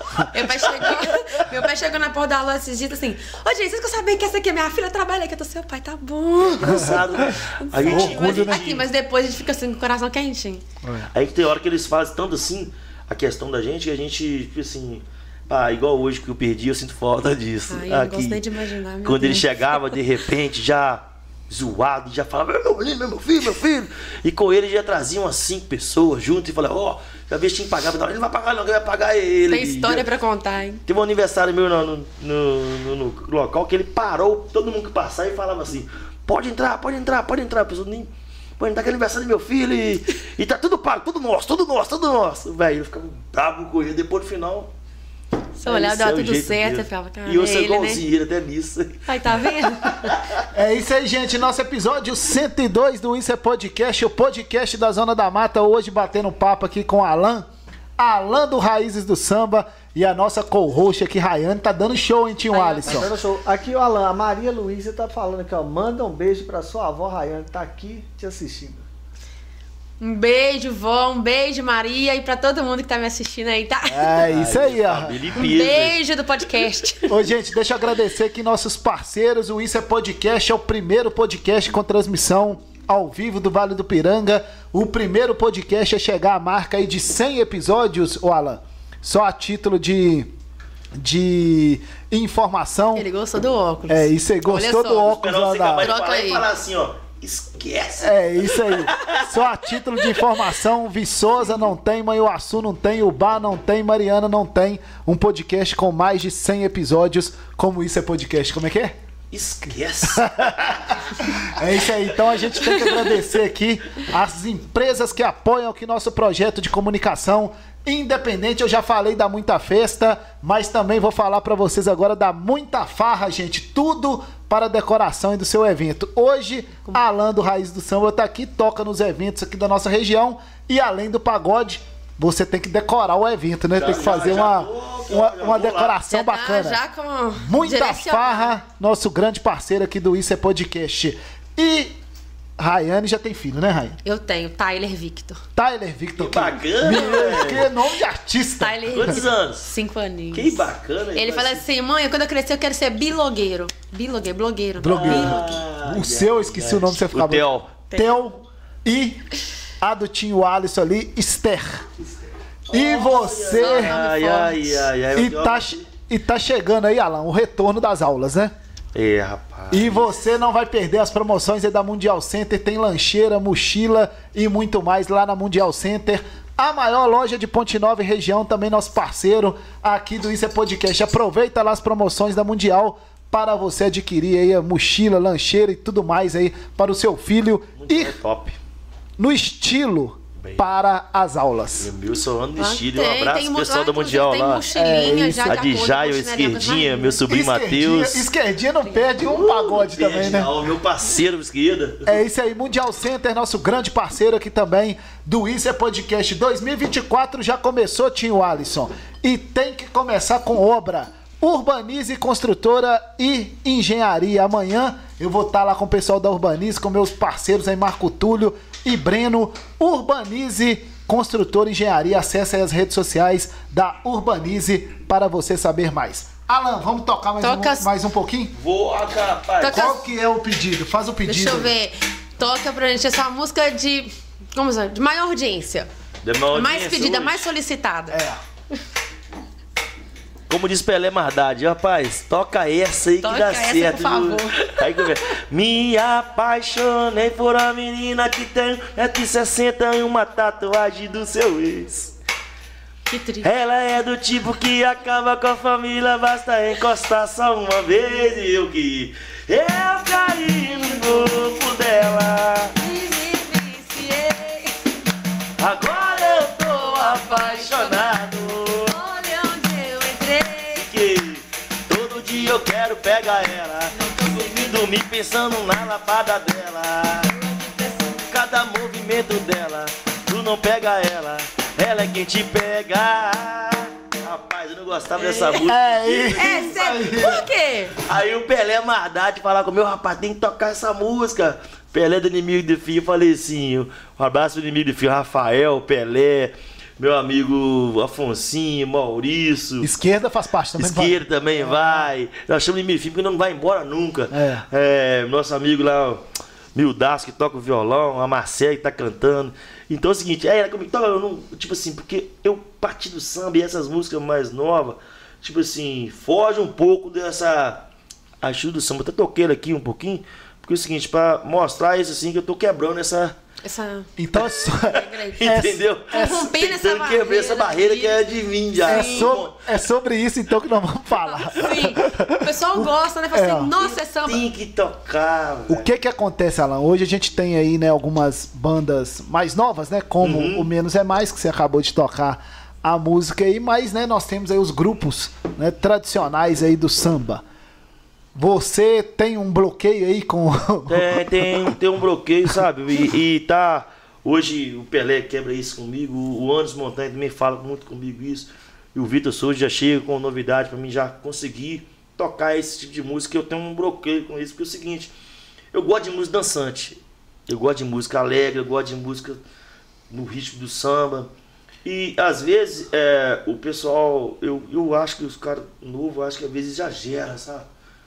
Speaker 2: Meu pai chegou na porta da Alan esses dias assim, ô gente, vocês que sabem que essa aqui é minha filha, trabalha aqui, seu pai tá bom.
Speaker 3: Engraçado, né? A gente,
Speaker 1: orgulho, né?
Speaker 2: Aqui, mas depois a gente fica assim com o coração quentinho.
Speaker 3: Aí tem hora que eles fazem tanto assim a questão da gente que a gente, tipo assim, igual hoje que eu perdi, eu sinto falta disso.
Speaker 2: Ai, eu não gosto nem de imaginar.
Speaker 3: Quando ele chegava de repente, já zoado, já falava, meu menino, meu filho. E com ele já trazia umas 5 pessoas junto e falava, já vi que tinha que pagar, ele não vai pagar não, quem vai pagar é ele.
Speaker 2: Tem história pra contar, hein?
Speaker 3: Teve um aniversário meu no local que ele parou, todo mundo que passava e falava assim, pode entrar, a pessoa nem... Pode entrar, que é aniversário do meu filho e tá tudo pago, tudo nosso. Velho, eu ficava bravo com ele, depois no final...
Speaker 2: Se olhar, deu tudo certo, você ficava, cara,
Speaker 3: e eu sou
Speaker 2: ele,
Speaker 3: igualzinho ele até nisso.
Speaker 2: Aí, tá vendo?
Speaker 1: É isso aí, gente. Nosso episódio 102 do Isso é Podcast, o podcast da Zona da Mata. Hoje batendo papo aqui com Alan do Raízes do Samba e a nossa co-host aqui, Rayane. Tá dando show, hein, tio Alisson?
Speaker 4: Tá dando show. Aqui o Alan, a Maria Luísa tá falando aqui, ó. Manda um beijo pra sua avó Rayane, tá aqui te assistindo.
Speaker 2: Um beijo, vó, um beijo, Maria, e pra todo mundo que tá me assistindo aí, tá?
Speaker 1: É isso aí, ó.
Speaker 2: Um beijo do podcast.
Speaker 1: Ô, gente, deixa eu agradecer aqui nossos parceiros. O Isso é Podcast é o primeiro podcast com transmissão ao vivo do Vale do Piranga. O primeiro podcast a chegar à marca aí de 100 episódios, ô Alan. Só a título de informação.
Speaker 2: Ele gostou do óculos.
Speaker 1: É, isso aí, gostou do óculos.
Speaker 3: Troca aí. Falar assim, ó. Esquece!
Speaker 1: É, isso aí. Só a título de informação, Viçosa não tem, Manhuaçu não tem, Ubá não tem, Mariana não tem um podcast com mais de 100 episódios. Como Isso é Podcast? Como é que é?
Speaker 3: Esquece!
Speaker 1: É isso aí. Então a gente tem que agradecer aqui as empresas que apoiam aqui nosso projeto de comunicação independente. Eu já falei da Muita Festa, mas também vou falar pra vocês agora da Muita Farra, gente. Tudo para a decoração e do seu evento. Hoje, Alan do Raiz do Samba tá aqui, toca nos eventos aqui da nossa região e além do pagode, você tem que decorar o evento, né? Tem que fazer uma decoração bacana.
Speaker 2: Já com
Speaker 1: Muita farra, nosso grande parceiro aqui do Isso é Podcast. E Rayane já tem filho, né, Rayane?
Speaker 2: Eu tenho, Tyler Victor.
Speaker 1: Tyler Victor.
Speaker 3: Que bacana, velho.
Speaker 1: Que nome de artista.
Speaker 2: Tyler
Speaker 3: Quantos
Speaker 2: Victor.
Speaker 3: anos?
Speaker 2: 5 aninhos.
Speaker 3: Que bacana.
Speaker 2: Ele fala assim, mãe, quando eu crescer eu quero ser blogueiro. Blogueiro.
Speaker 1: O seu, eu esqueci o nome que você ficava.
Speaker 3: O
Speaker 1: Theo. E a do Tinho Alisson ali, Esther. E você... E tá chegando aí, Alan, o retorno das aulas, né?
Speaker 3: Rapaz.
Speaker 1: E você não vai perder as promoções aí da Mundial Center. Tem lancheira, mochila e muito mais lá na Mundial Center. A maior loja de Ponte Nova e região, também nosso parceiro aqui do Isso é Podcast. Aproveita lá as promoções da Mundial para você adquirir aí a mochila, lancheira e tudo mais aí para o seu filho. E
Speaker 3: top.
Speaker 1: No estilo para as aulas.
Speaker 3: Meu sonho no estilo. Um
Speaker 2: Tem
Speaker 3: abraço pessoal da Mundial
Speaker 2: tem
Speaker 3: lá.
Speaker 2: mochilinha, já
Speaker 3: A de Jaio, Esquerdinha, meu sobrinho Matheus.
Speaker 1: Esquerdinha não perde um pagode também, né?
Speaker 3: O meu parceiro, esquerda.
Speaker 1: É isso aí, Mundial Center, nosso grande parceiro aqui também do Isso é Podcast. 2024 já começou, Tinho Alisson. E tem que começar com obra. Urbanize Construtora e Engenharia. Amanhã eu vou estar lá com o pessoal da Urbanize, com meus parceiros aí, Marco Túlio e Breno. Urbanize Construtora e Engenharia. Acesse aí as redes sociais da Urbanize para você saber mais. Alan, vamos tocar mais um pouquinho?
Speaker 3: Vou, rapaz.
Speaker 1: Qual que é o pedido? Faz o pedido.
Speaker 2: Deixa eu ver. Toca pra gente essa música de... Como se chama? De maior audiência. Mais pedida, mais solicitada.
Speaker 3: Como diz Pelé Mardade, rapaz, toca essa aí que dá certo.
Speaker 2: Por favor.
Speaker 3: Aí, me apaixonei por uma menina que tem 1,60 e uma tatuagem do seu ex.
Speaker 2: Que triste.
Speaker 3: Ela é do tipo que acaba com a família, basta encostar só uma vez e eu caí no corpo dela.
Speaker 2: E me viciei.
Speaker 3: Agora eu tô apaixonado. Todo dia eu quero pegar ela. Dormir pensando na lavada dela. Cada movimento dela, tu não pega ela, ela é quem te pega. Rapaz, eu não gostava dessa música.
Speaker 2: Por quê?
Speaker 3: Aí o Pelé Mardade falar com o meu rapaz, tem que tocar essa música. Pelé do Inimigo do Fio, eu falei assim, um abraço do Inimigo do Fio, Rafael, Pelé, meu amigo Afonsinho, Maurício.
Speaker 1: Esquerda faz parte também.
Speaker 3: Esquerda também vai. Nós chamamos de Inimigo porque não vai embora nunca. Nosso amigo lá, Mildaço, que toca o violão, a Marcela que tá cantando. Então é o seguinte, tipo assim, porque eu parti do samba e essas músicas mais novas, tipo assim, foge um pouco dessa ajuda do samba. Eu até toquei aqui um pouquinho, porque é o seguinte, pra mostrar isso assim, que eu tô quebrando essa...
Speaker 1: Então
Speaker 3: entendeu? Quebrar essa barreira que é de mim já.
Speaker 1: É sobre isso então que nós vamos falar.
Speaker 2: Sim. O pessoal gosta, né? Fala assim, nossa, é samba.
Speaker 3: Tem que tocar, velho.
Speaker 1: O que acontece, Alan? Hoje a gente tem aí, né, algumas bandas mais novas, né? Como o Menos é Mais, que você acabou de tocar a música aí, mas, né, nós temos aí os grupos, né, tradicionais aí do samba. Você tem um bloqueio aí com...
Speaker 3: Tem um bloqueio, sabe? E tá... Hoje o Pelé quebra isso comigo, o Anderson Montanha também fala muito comigo isso. E o Vitor Souza já chega com novidade pra mim já conseguir tocar esse tipo de música. Eu tenho um bloqueio com isso, porque é o seguinte... Eu gosto de música dançante. Eu gosto de música alegre, eu gosto de música no ritmo do samba. E às vezes o pessoal... Eu acho que os caras novos, acho que às vezes exageram, sabe?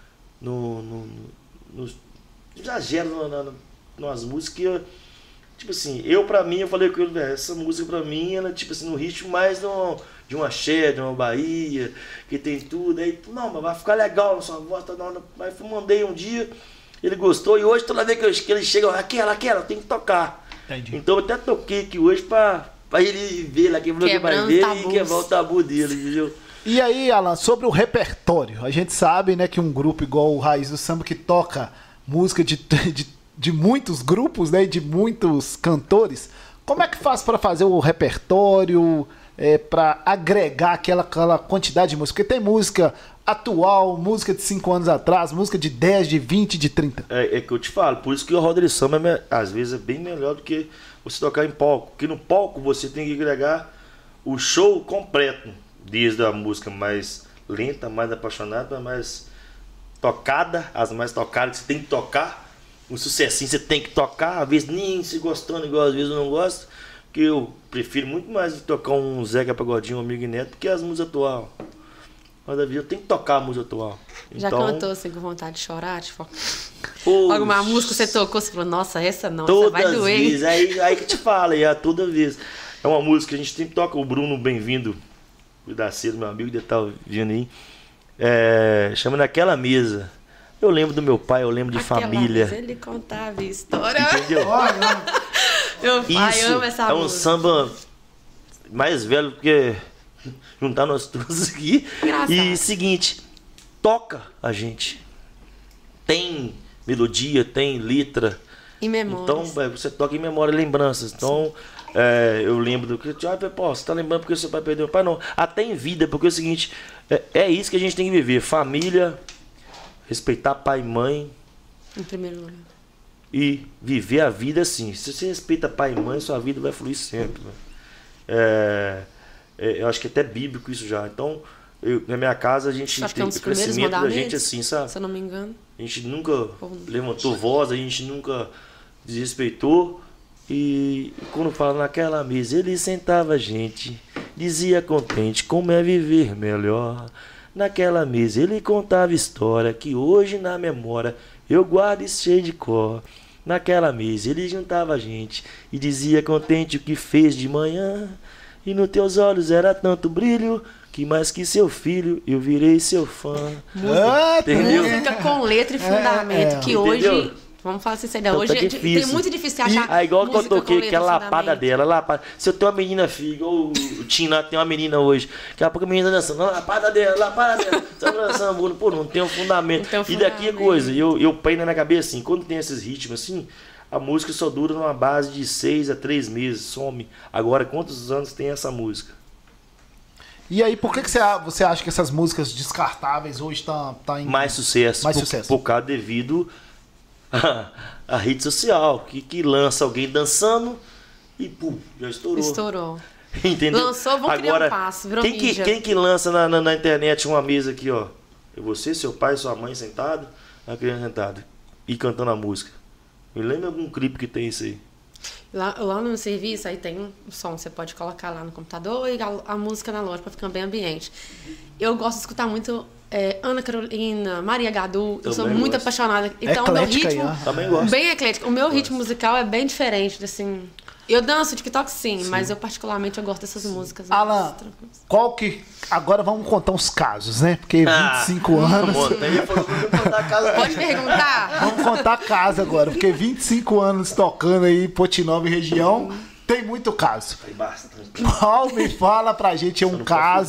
Speaker 3: Exagero nas músicas. Tipo assim, pra mim, eu falei com ele, essa música pra mim, ela tipo assim, no ritmo mais de uma axé, de uma Bahia, que tem tudo. Aí, não, mas vai ficar legal na sua voz, tá na hora. Aí eu mandei um dia, ele gostou, e hoje toda vez que ele chega, aquela, tem que tocar. Entendi. Então eu até toquei aqui hoje pra ele ver lá, que ele vai ver e quebrar o tabu dele, entendeu?
Speaker 1: E aí, Alan, sobre o repertório, a gente sabe, né, que um grupo igual o Raiz do Samba, que toca música de muitos grupos, né, de muitos cantores, como é que faz para fazer o repertório, para agregar aquela quantidade de música? Porque tem música atual, música de 5 anos atrás, música de 10, de 20, de 30?
Speaker 3: É que eu te falo, por isso que o roda de samba às vezes é bem melhor do que você tocar em palco. Porque no palco você tem que agregar o show completo, desde a música mais lenta, mais apaixonada, mais tocada, as mais tocadas que você tem que tocar, um sucessinho você tem que tocar, às vezes nem se gostando igual, às vezes eu não gosto, porque eu prefiro muito mais tocar um Zeca Pagodinho, um Amigo Neto, do que as músicas atuais. Mas da vida eu tenho que tocar a música atual.
Speaker 2: Já
Speaker 3: então,
Speaker 2: cantou assim com vontade de chorar? Tipo, alguma música você tocou, você falou, nossa, essa não, essa vai doer.
Speaker 3: Vezes, aí que te fala, toda vez. É uma música que a gente sempre toca, o Bruno Bem-vindo, o Daceiro, meu amigo, deve estar vindo aí. Chama Naquela Mesa. Eu lembro do meu pai, eu lembro de família.
Speaker 2: Mesa, ele contava história.
Speaker 3: Entendeu?
Speaker 2: Meu pai
Speaker 3: Isso
Speaker 2: ama essa música.
Speaker 3: É um samba mais velho, porque juntar nós todos aqui.
Speaker 2: Engraçado.
Speaker 3: E seguinte, toca a gente. Tem melodia, tem letra.
Speaker 2: Em memória.
Speaker 3: Então, você toca em memória, lembranças. Então, eu lembro do que... você tá lembrando porque seu pai perdeu o pai? Não. Até em vida, porque é o seguinte... É isso que a gente tem que viver. Família, respeitar pai e mãe.
Speaker 2: Em primeiro lugar.
Speaker 3: E viver a vida assim. Se você respeita pai e mãe, sua vida vai fluir sempre. Eu acho que é até bíblico isso já. Então, na minha casa, a gente tem o crescimento da gente assim, sabe?
Speaker 2: Se eu não me engano.
Speaker 3: A gente nunca levantou voz, a gente nunca desrespeitou. E quando fala naquela mesa, ele sentava a gente, dizia contente como é viver melhor. Naquela mesa ele contava história que hoje na memória eu guardo e sei de cor. Naquela mesa ele juntava a gente e dizia contente o que fez de manhã. E nos teus olhos era tanto brilho que mais que seu filho eu virei seu fã.
Speaker 2: Entendeu? Música com letra e fundamento que
Speaker 3: entendeu?
Speaker 2: Hoje... Vamos falar assim,
Speaker 3: então,
Speaker 2: hoje
Speaker 3: tá
Speaker 2: tem muito difícil achar.
Speaker 3: Igual que eu toquei, que é a lapada
Speaker 2: dela.
Speaker 3: dela. Se eu tenho uma menina, filho, igual o Tina tem uma menina hoje, daqui a pouco a menina dançando, lapada dela. Tá dançando, pô, não tem um fundamento. E daqui é coisa, eu ponho na minha cabeça assim, quando tem esses ritmos assim, a música só dura numa base de 6 a 3 meses, some. Agora, quantos anos tem essa música?
Speaker 1: E aí, por que você acha que essas músicas descartáveis hoje tá em...
Speaker 3: Mais sucesso. Por causa devido... a rede social que lança alguém dançando e pum, já estourou. Entendeu?
Speaker 2: Lançou, vamos criar um passo, virou mídia.
Speaker 3: Quem que lança na internet uma mesa aqui, ó? É você, seu pai, sua mãe sentado, a criança sentada e cantando a música. Me lembra algum clipe que tem isso aí?
Speaker 2: Lá no meu serviço, aí tem um som, você pode colocar lá no computador e a música na loja para ficar bem ambiente. Eu gosto de escutar muito Ana Carolina, Maria Gadu, eu sou muito apaixonada. Então, o meu ritmo,
Speaker 3: também gosto.
Speaker 2: Bem eclético. O meu ritmo musical é bem diferente, assim... Eu danço TikTok sim, mas eu particularmente eu gosto dessas músicas.
Speaker 1: Alan, qual que... Agora vamos contar uns casos, né? Porque 25 anos...
Speaker 2: Pode perguntar?
Speaker 1: Vamos contar caso agora, porque 25 anos tocando aí Potinova e região, tem muito caso.
Speaker 3: Tem bastante.
Speaker 1: Qual me fala pra gente um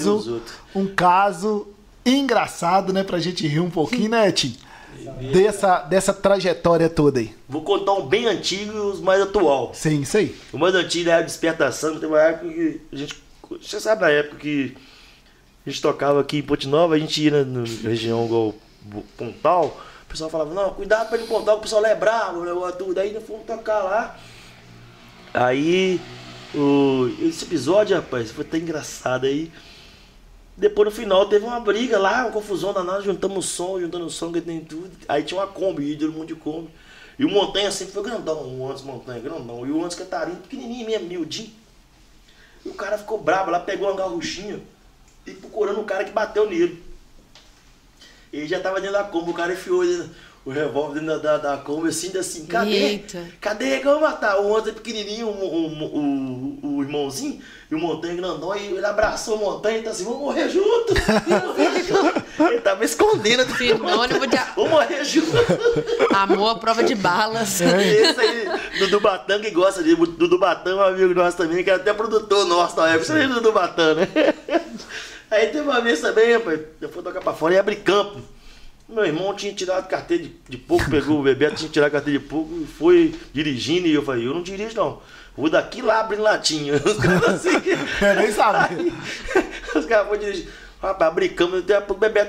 Speaker 1: caso engraçado, né? Pra gente rir um pouquinho, né, Tim? Dessa trajetória toda aí.
Speaker 3: Vou contar um bem antigo e os mais atual.
Speaker 1: Sim, isso aí.
Speaker 3: O mais antigo é a Despertação. Tem uma época que a gente... Você sabe, na época que a gente tocava aqui em Potinova, a gente ia na região igual Pontal, o pessoal falava, não, cuidado pra ir no Pontal, que o pessoal é bravo, tudo. Aí nós fomos tocar lá. Aí, esse episódio, rapaz, foi até engraçado aí. Depois no final teve uma briga lá, uma confusão danada, juntando o som, que tem tudo. Aí tinha uma Kombi, todo mundo de Kombi. E o Montanha sempre foi grandão, o Antes Montanha grandão. E o Antes Catarina pequenininho mesmo, miudinho. E o cara ficou bravo lá, pegou uma garruchinha e procurando o cara que bateu nele. Ele já tava dentro da Kombi, o cara enfiou o revólver dentro da Kombi assim, cadê?
Speaker 2: Eita.
Speaker 3: Cadê que eu vou matar? O Antes é pequenininho, o irmãozinho, e o Montanha grandão, e ele abraçou o Montanha e tá assim, vamos morrer junto. Ele tava escondendo.
Speaker 2: Sinônimo de...
Speaker 3: Vamos morrer junto.
Speaker 2: Amor à prova de balas.
Speaker 3: Esse aí, Dudu Batan, que gosta de... Dudu Batan é um amigo nosso também, que é até produtor nosso na época. Você lembra do Dudu Batan, né? Aí teve uma vez também, rapaz, eu fui tocar pra fora e abri campo. Meu irmão tinha tirado carteira de pouco, pegou o Bebeto, tinha tirado carteira de pouco, foi dirigindo e eu falei, eu não dirijo não. Vou daqui lá abrindo latinha. Os caras assim.
Speaker 1: Eu nem sabia.
Speaker 3: Os caras foram dirigir. Rapaz, abri câmera, até a pouco o Bebeto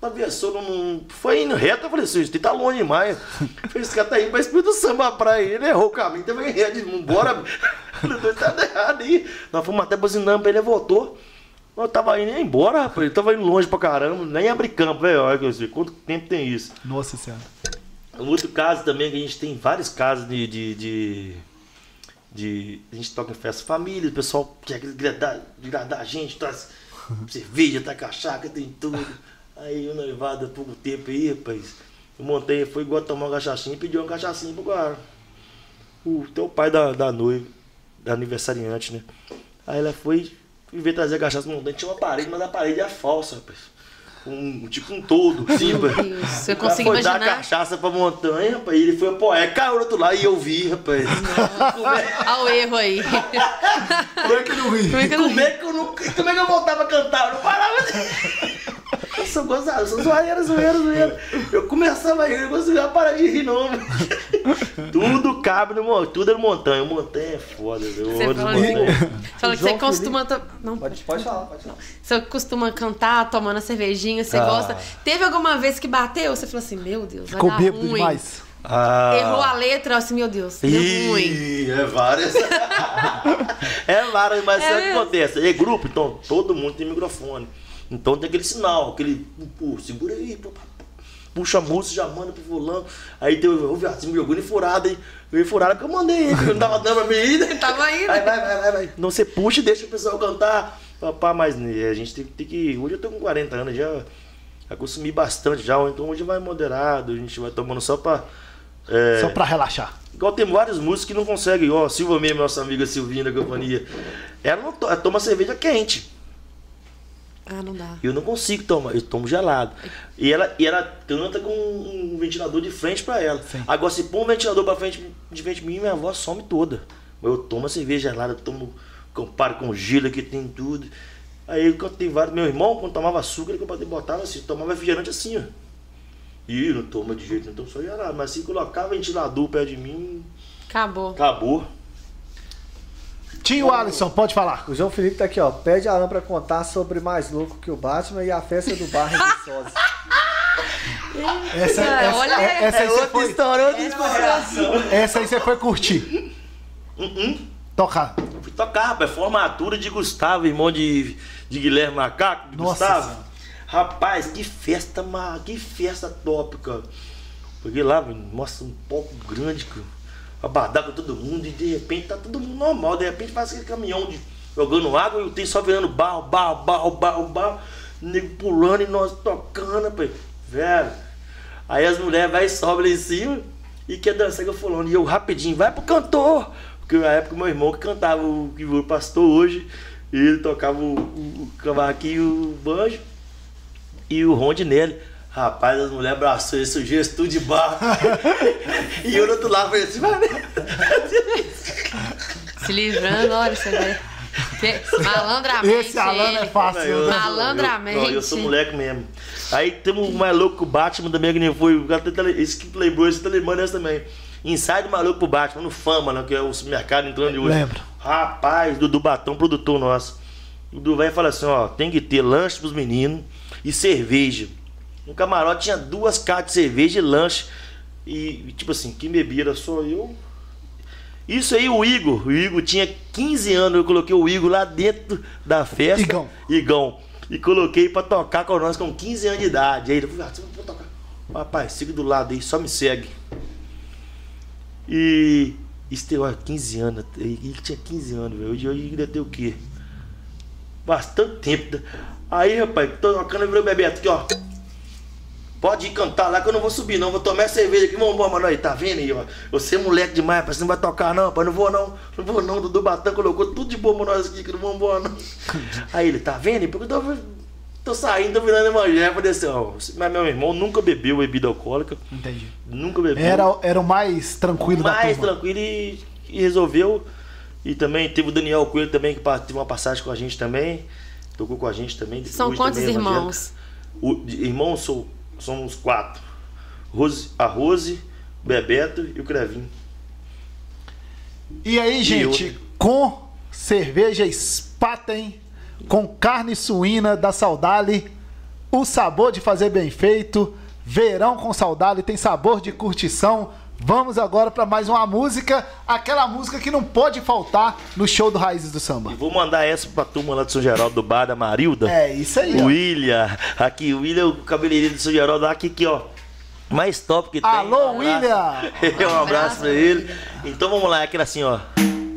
Speaker 3: atravessou, não foi indo reto. Eu falei assim, tá longe demais. Esse cara tá indo pra Espírito Santo, pra praia. Ele errou o caminho, teve reto, embora. Tá errado aí. Nós fomos até buzinando pra ele, voltou. Eu tava indo embora, rapaz. Ele tava indo longe pra caramba, nem abrir campo, velho. Olha que eu sei, quanto tempo tem isso?
Speaker 1: Nossa Senhora.
Speaker 3: Um outro caso também, que a gente tem vários casos de a gente toca em festa família, o pessoal quer agradar a gente, traz cerveja, traz cachaça, tem tudo. Aí o noivado há pouco tempo aí, rapaz, eu montei, foi igual tomar uma cachaçinha e pediu uma cachaçinha pro cara. O teu pai da noiva, da aniversariante, né? Aí ela foi ver trazer a cachaça no montante, tinha uma parede, mas a parede é falsa, rapaz. Tipo um todo, assim,
Speaker 2: Meu Deus, você consegue
Speaker 3: foi
Speaker 2: imaginar?
Speaker 3: dar cachaça pra montanha, rapaz, e ele foi apoiar, caiu do outro lado e eu vi, rapaz.
Speaker 2: Olha o erro aí.
Speaker 1: Como é que não vi?
Speaker 3: Como é que eu voltava a cantar? Eu não parava de... Eu sou gozado, eu sou zoeira. Eu começava a rir, eu não conseguia parar de rir, não. Tudo cabe no montanha, tudo é no montanha. O montanha é foda, viu?
Speaker 2: Fala que você costuma... Não,
Speaker 4: Pode falar.
Speaker 2: Você costuma cantar, tomando a cervejinha, você gosta. Teve alguma vez que bateu, você falou assim, meu Deus, vai
Speaker 1: Ficou
Speaker 2: dar
Speaker 1: bêbado
Speaker 2: ruim.
Speaker 1: demais.
Speaker 2: Errou a letra, assim, meu Deus, deu ruim.
Speaker 3: É várias. Mas sabe o que acontece? É grupo, então todo mundo tem microfone. Então tem aquele sinal, aquele, segura aí, puxa a música, já manda pro fulano. Aí tem o viadinho me jogando em furada, hein? Eu em furada porque eu mandei, hein? Eu não tava dando pra mim ainda.
Speaker 2: Tava indo.
Speaker 3: Vai. Não, você puxa e deixa o pessoal cantar. Papá, mas a gente tem que... Hoje eu tô com 40 anos, já consumi bastante já. Então hoje vai moderado, a gente vai tomando só pra...
Speaker 1: Só pra relaxar.
Speaker 3: Igual tem vários músicos que não conseguem, igual a Silva mesmo, nossa amiga Silvinha da companhia. Ela toma cerveja quente.
Speaker 2: Ah, não dá.
Speaker 3: Eu não consigo tomar, eu tomo gelado. E ela canta com um ventilador de frente pra ela.
Speaker 1: Sim.
Speaker 3: Agora, se pôr um ventilador pra frente de mim, minha voz some toda. Eu tomo a cerveja gelada, comparo com gelo que tem tudo. Aí quando tem vários, meu irmão, quando tomava açúcar, ele botava assim, tomava refrigerante assim, ó. E não toma de jeito, não toma só gelado. Mas se colocar ventilador perto de mim, acabou.
Speaker 1: Tio Alisson, pode falar.
Speaker 4: O João Felipe tá aqui, ó. Pede a Alan pra contar sobre Mais Louco que o Batman e a festa do bar Reviçosa.
Speaker 1: Essa aí você foi curtir. Tocar.
Speaker 3: Fui tocar, rapaz. Formatura de Gustavo, irmão de Guilherme Macaco. De Gustavo.
Speaker 1: Senhora.
Speaker 3: Rapaz, que festa top, cara. Peguei lá, mostra um palco grande, cara. Abadar com todo mundo e de repente tá todo mundo normal. De repente faz aquele caminhão jogando água e tem só virando barro. Nego pulando e nós tocando, rapaz. Velho. Aí as mulheres vai e sobem lá em cima e quer dançar com o fulano. E eu rapidinho, vai pro cantor. Porque na época meu irmão que cantava o que virou pastor hoje, ele tocava o cavaquinho, o banjo e o rondinelli. Rapaz, as mulheres abraçou esse gesto tudo de barro. E eu do outro lado falei assim,
Speaker 2: se livrando, olha, você vai. Malandramente.
Speaker 1: Esse Alan é fácil.
Speaker 2: Malandramente.
Speaker 3: Eu sou moleque mesmo. Aí temos o mais louco o Batman também, que nem foi. Esse que lembrou, esse tá lembrando essa também. Ensaio do maluco pro Batman, no Fama, né, que é o supermercado entrando de hoje.
Speaker 1: Lembro.
Speaker 3: Rapaz, Dudu Batão, produtor nosso. O Dudu vai falar assim, ó, tem que ter lanche pros meninos e cerveja. No camarote tinha 2 caixas de cerveja e lanche. E tipo assim, quem bebia era só eu. Isso aí o Igor tinha 15 anos, eu coloquei o Igor lá dentro da festa. Igão. E coloquei pra tocar com nós com 15 anos de idade. Aí ele falou, vou tocar. Rapaz, siga do lado aí, só me segue. E isso tem 15 anos, ele tinha 15 anos, velho. Hoje ainda tem o quê? Bastante tempo. Aí, rapaz, tô tocando e virou Bebeto aqui, ó. Pode ir cantar lá que eu não vou subir não, vou tomar cerveja aqui, vambora, mano, aí, tá vendo aí, ó. Você é moleque demais, rapaz, você não vai tocar não, rapaz, não vou não, Dudu Batão colocou tudo de bom pra nós aqui, que não vamos embora não. Aí ele, tá vendo? Porque eu tô saindo, tô virando evangelho, falei assim, ó, mas meu irmão nunca bebeu bebida alcoólica.
Speaker 1: Entendi.
Speaker 3: Nunca bebeu.
Speaker 1: Era o mais tranquilo da turma.
Speaker 3: Mais tranquilo e resolveu. E também teve o Daniel Coelho também, que teve uma passagem com a gente também, tocou com a gente também.
Speaker 2: São quantos irmãos?
Speaker 3: Irmãos somos 4. A Rose, o Bebeto e o Crevinho.
Speaker 1: E aí, gente, com cerveja Spaten, com carne suína da Saudale, o sabor de fazer bem feito, verão com saudade tem sabor de curtição. Vamos agora para mais uma música, aquela música que não pode faltar no show do Raízes do Samba.
Speaker 3: E vou mandar essa pra turma lá de São Geraldo, do bar da Marilda.
Speaker 1: É, isso aí.
Speaker 3: O William, aqui, o William, o cabeleireiro de São Geraldo, aqui, ó. Mais top que tem.
Speaker 1: Alô, William!
Speaker 3: Um abraço pra ele. Então vamos lá, aquele assim, ó.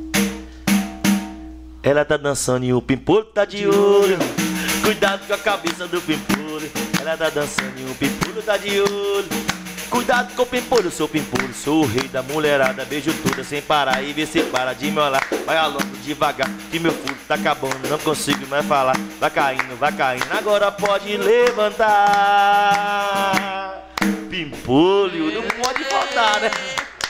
Speaker 3: Ela tá dançando e o pimpolho tá de olho. Cuidado com a cabeça do pimpolho. Ela tá dançando e o pimpolho tá de olho. Cuidado com o pimpolho, sou o rei da mulherada. Beijo toda sem parar e vê se para de me olhar. Vai logo devagar, que meu furo tá acabando, não consigo mais falar. Vai caindo, agora pode levantar. Pimpolho, não pode faltar, né?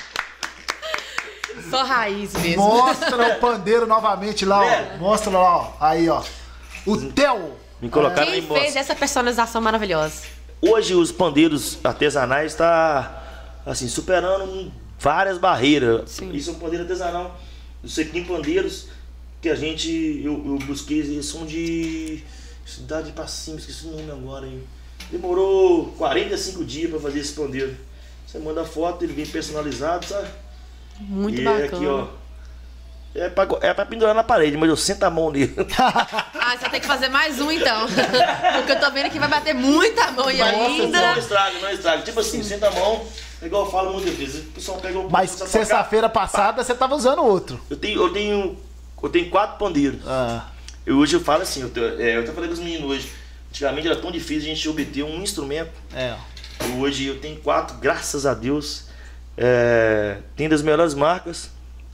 Speaker 2: Só raiz mesmo.
Speaker 1: Mostra o pandeiro novamente lá, ó. Mostra lá, ó. Aí, ó. O Theo.
Speaker 3: Me colocaram
Speaker 2: Quem
Speaker 3: em bosta.
Speaker 2: fez essa personalização maravilhosa?
Speaker 3: Hoje os pandeiros artesanais tá assim, superando várias barreiras.
Speaker 2: Sim.
Speaker 3: Isso é um pandeiro artesanal. Os sequim pandeiros que eu busquei, eles são de cidade pra cima, esqueci o nome agora, hein? Demorou 45 dias pra fazer esse pandeiro. Você manda foto, ele vem personalizado, sabe?
Speaker 2: Muito
Speaker 3: e
Speaker 2: bacana.
Speaker 3: Aqui, ó. É pra pendurar na parede, mas eu sento a mão nele.
Speaker 2: Ah, você tem que fazer mais um então. Porque eu tô vendo que vai bater muita mão e ainda.
Speaker 3: Não estraga. Tipo assim, senta a mão, é igual eu falo muitas vezes. O pessoal pega um.
Speaker 1: Mas sexta-feira passada você tava usando outro.
Speaker 3: Eu tenho 4 pandeiros. Hoje eu falo assim, eu até falei com os meninos hoje. Antigamente era tão difícil a gente obter um instrumento. Hoje eu tenho 4, graças a Deus. Tem das melhores marcas.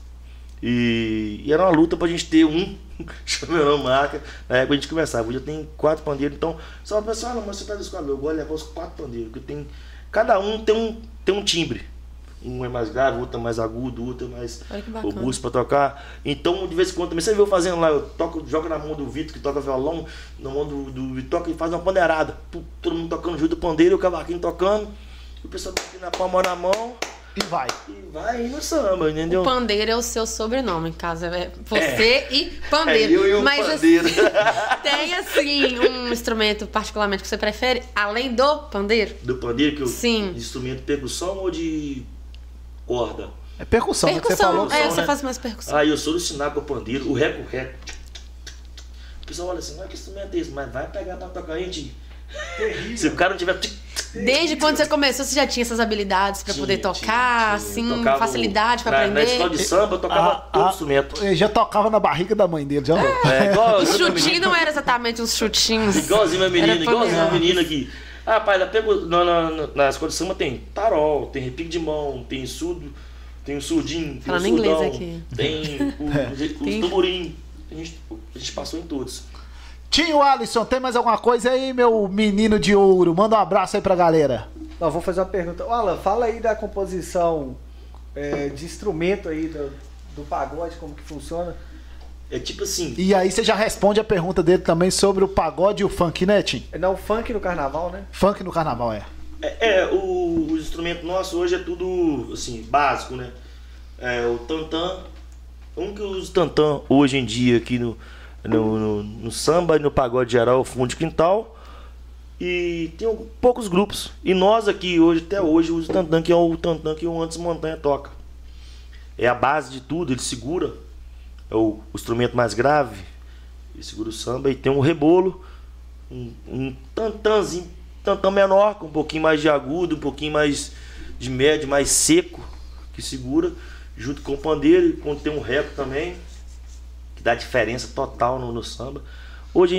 Speaker 3: E era uma luta pra gente ter um, chamando marca, na época a gente começava. Hoje eu tenho 4 pandeiros, então só o pessoal, mas você tá escolhendo, eu vou levar os 4 pandeiros, porque cada um tem um timbre. Um é mais grave, outro é mais agudo, outro é mais robusto pra tocar. Então, de vez em quando, também você viu fazendo lá, eu jogo na mão do Vitor, que toca violão, na mão do Vitor, que faz uma pandeirada. Todo mundo tocando junto, o pandeiro e o cavaquinho tocando. E o pessoal aqui na palma na mão.
Speaker 1: E vai
Speaker 3: no samba, entendeu?
Speaker 2: O pandeiro é o seu sobrenome, em casa é você e pandeiro.
Speaker 3: Eu e o
Speaker 2: mas
Speaker 3: pandeiro.
Speaker 2: Assim, tem assim um instrumento particularmente que você prefere, além do pandeiro?
Speaker 3: Do pandeiro, que eu
Speaker 2: Sim.
Speaker 3: De instrumento de percussão ou de corda?
Speaker 1: É percussão, que você falou.
Speaker 2: Você faz mais percussão.
Speaker 3: Eu sou do sinaco com o pandeiro, o reco. O pessoal olha assim, não é que instrumento é esse, mas vai pegar pra tocar aí, tio. Se o cara não tiver...
Speaker 2: Desde quando você começou, você já tinha essas habilidades pra poder tocar, assim, facilidade pra aprender?
Speaker 3: Na escola de samba, eu tocava todo instrumento.
Speaker 1: Ele já tocava na barriga da mãe dele, já.
Speaker 3: Igual...
Speaker 2: O chutinho não era exatamente uns chutinhos.
Speaker 3: Igualzinho minha menina aqui. Pai, ela pegou... Na escola de samba tem tarol, tem repique de mão, tem surdo, tem o surdinho, tem
Speaker 2: falando
Speaker 3: o surdão,
Speaker 2: inglês aqui.
Speaker 3: Tem o tamborim. A gente passou em todos.
Speaker 1: Tio Alisson, tem mais alguma coisa aí, meu menino de ouro? Manda um abraço aí pra galera.
Speaker 4: Não, vou fazer uma pergunta. Alan, fala aí da composição de instrumento aí do pagode, como que funciona.
Speaker 3: É tipo assim...
Speaker 1: E aí você já responde a pergunta dele também sobre o pagode e o funk, né, Tim?
Speaker 4: Não, o funk no carnaval, né?
Speaker 1: Funk no carnaval,
Speaker 3: o instrumento nosso hoje é tudo, assim, básico, né? O tantã. Um que eu uso tantã hoje em dia aqui no samba e no pagode geral, o fundo de quintal. E tem poucos grupos. E nós aqui, até hoje, uso o tantã, que é o tantã que o Antes Montanha toca. É a base de tudo, ele segura. É o instrumento mais grave. Ele segura o samba e tem um rebolo. Um tantãzinho, tantã menor, com um pouquinho mais de agudo, um pouquinho mais de médio, mais seco, que segura. Junto com o pandeiro, quando tem um reco também, que dá diferença total no samba. Hoje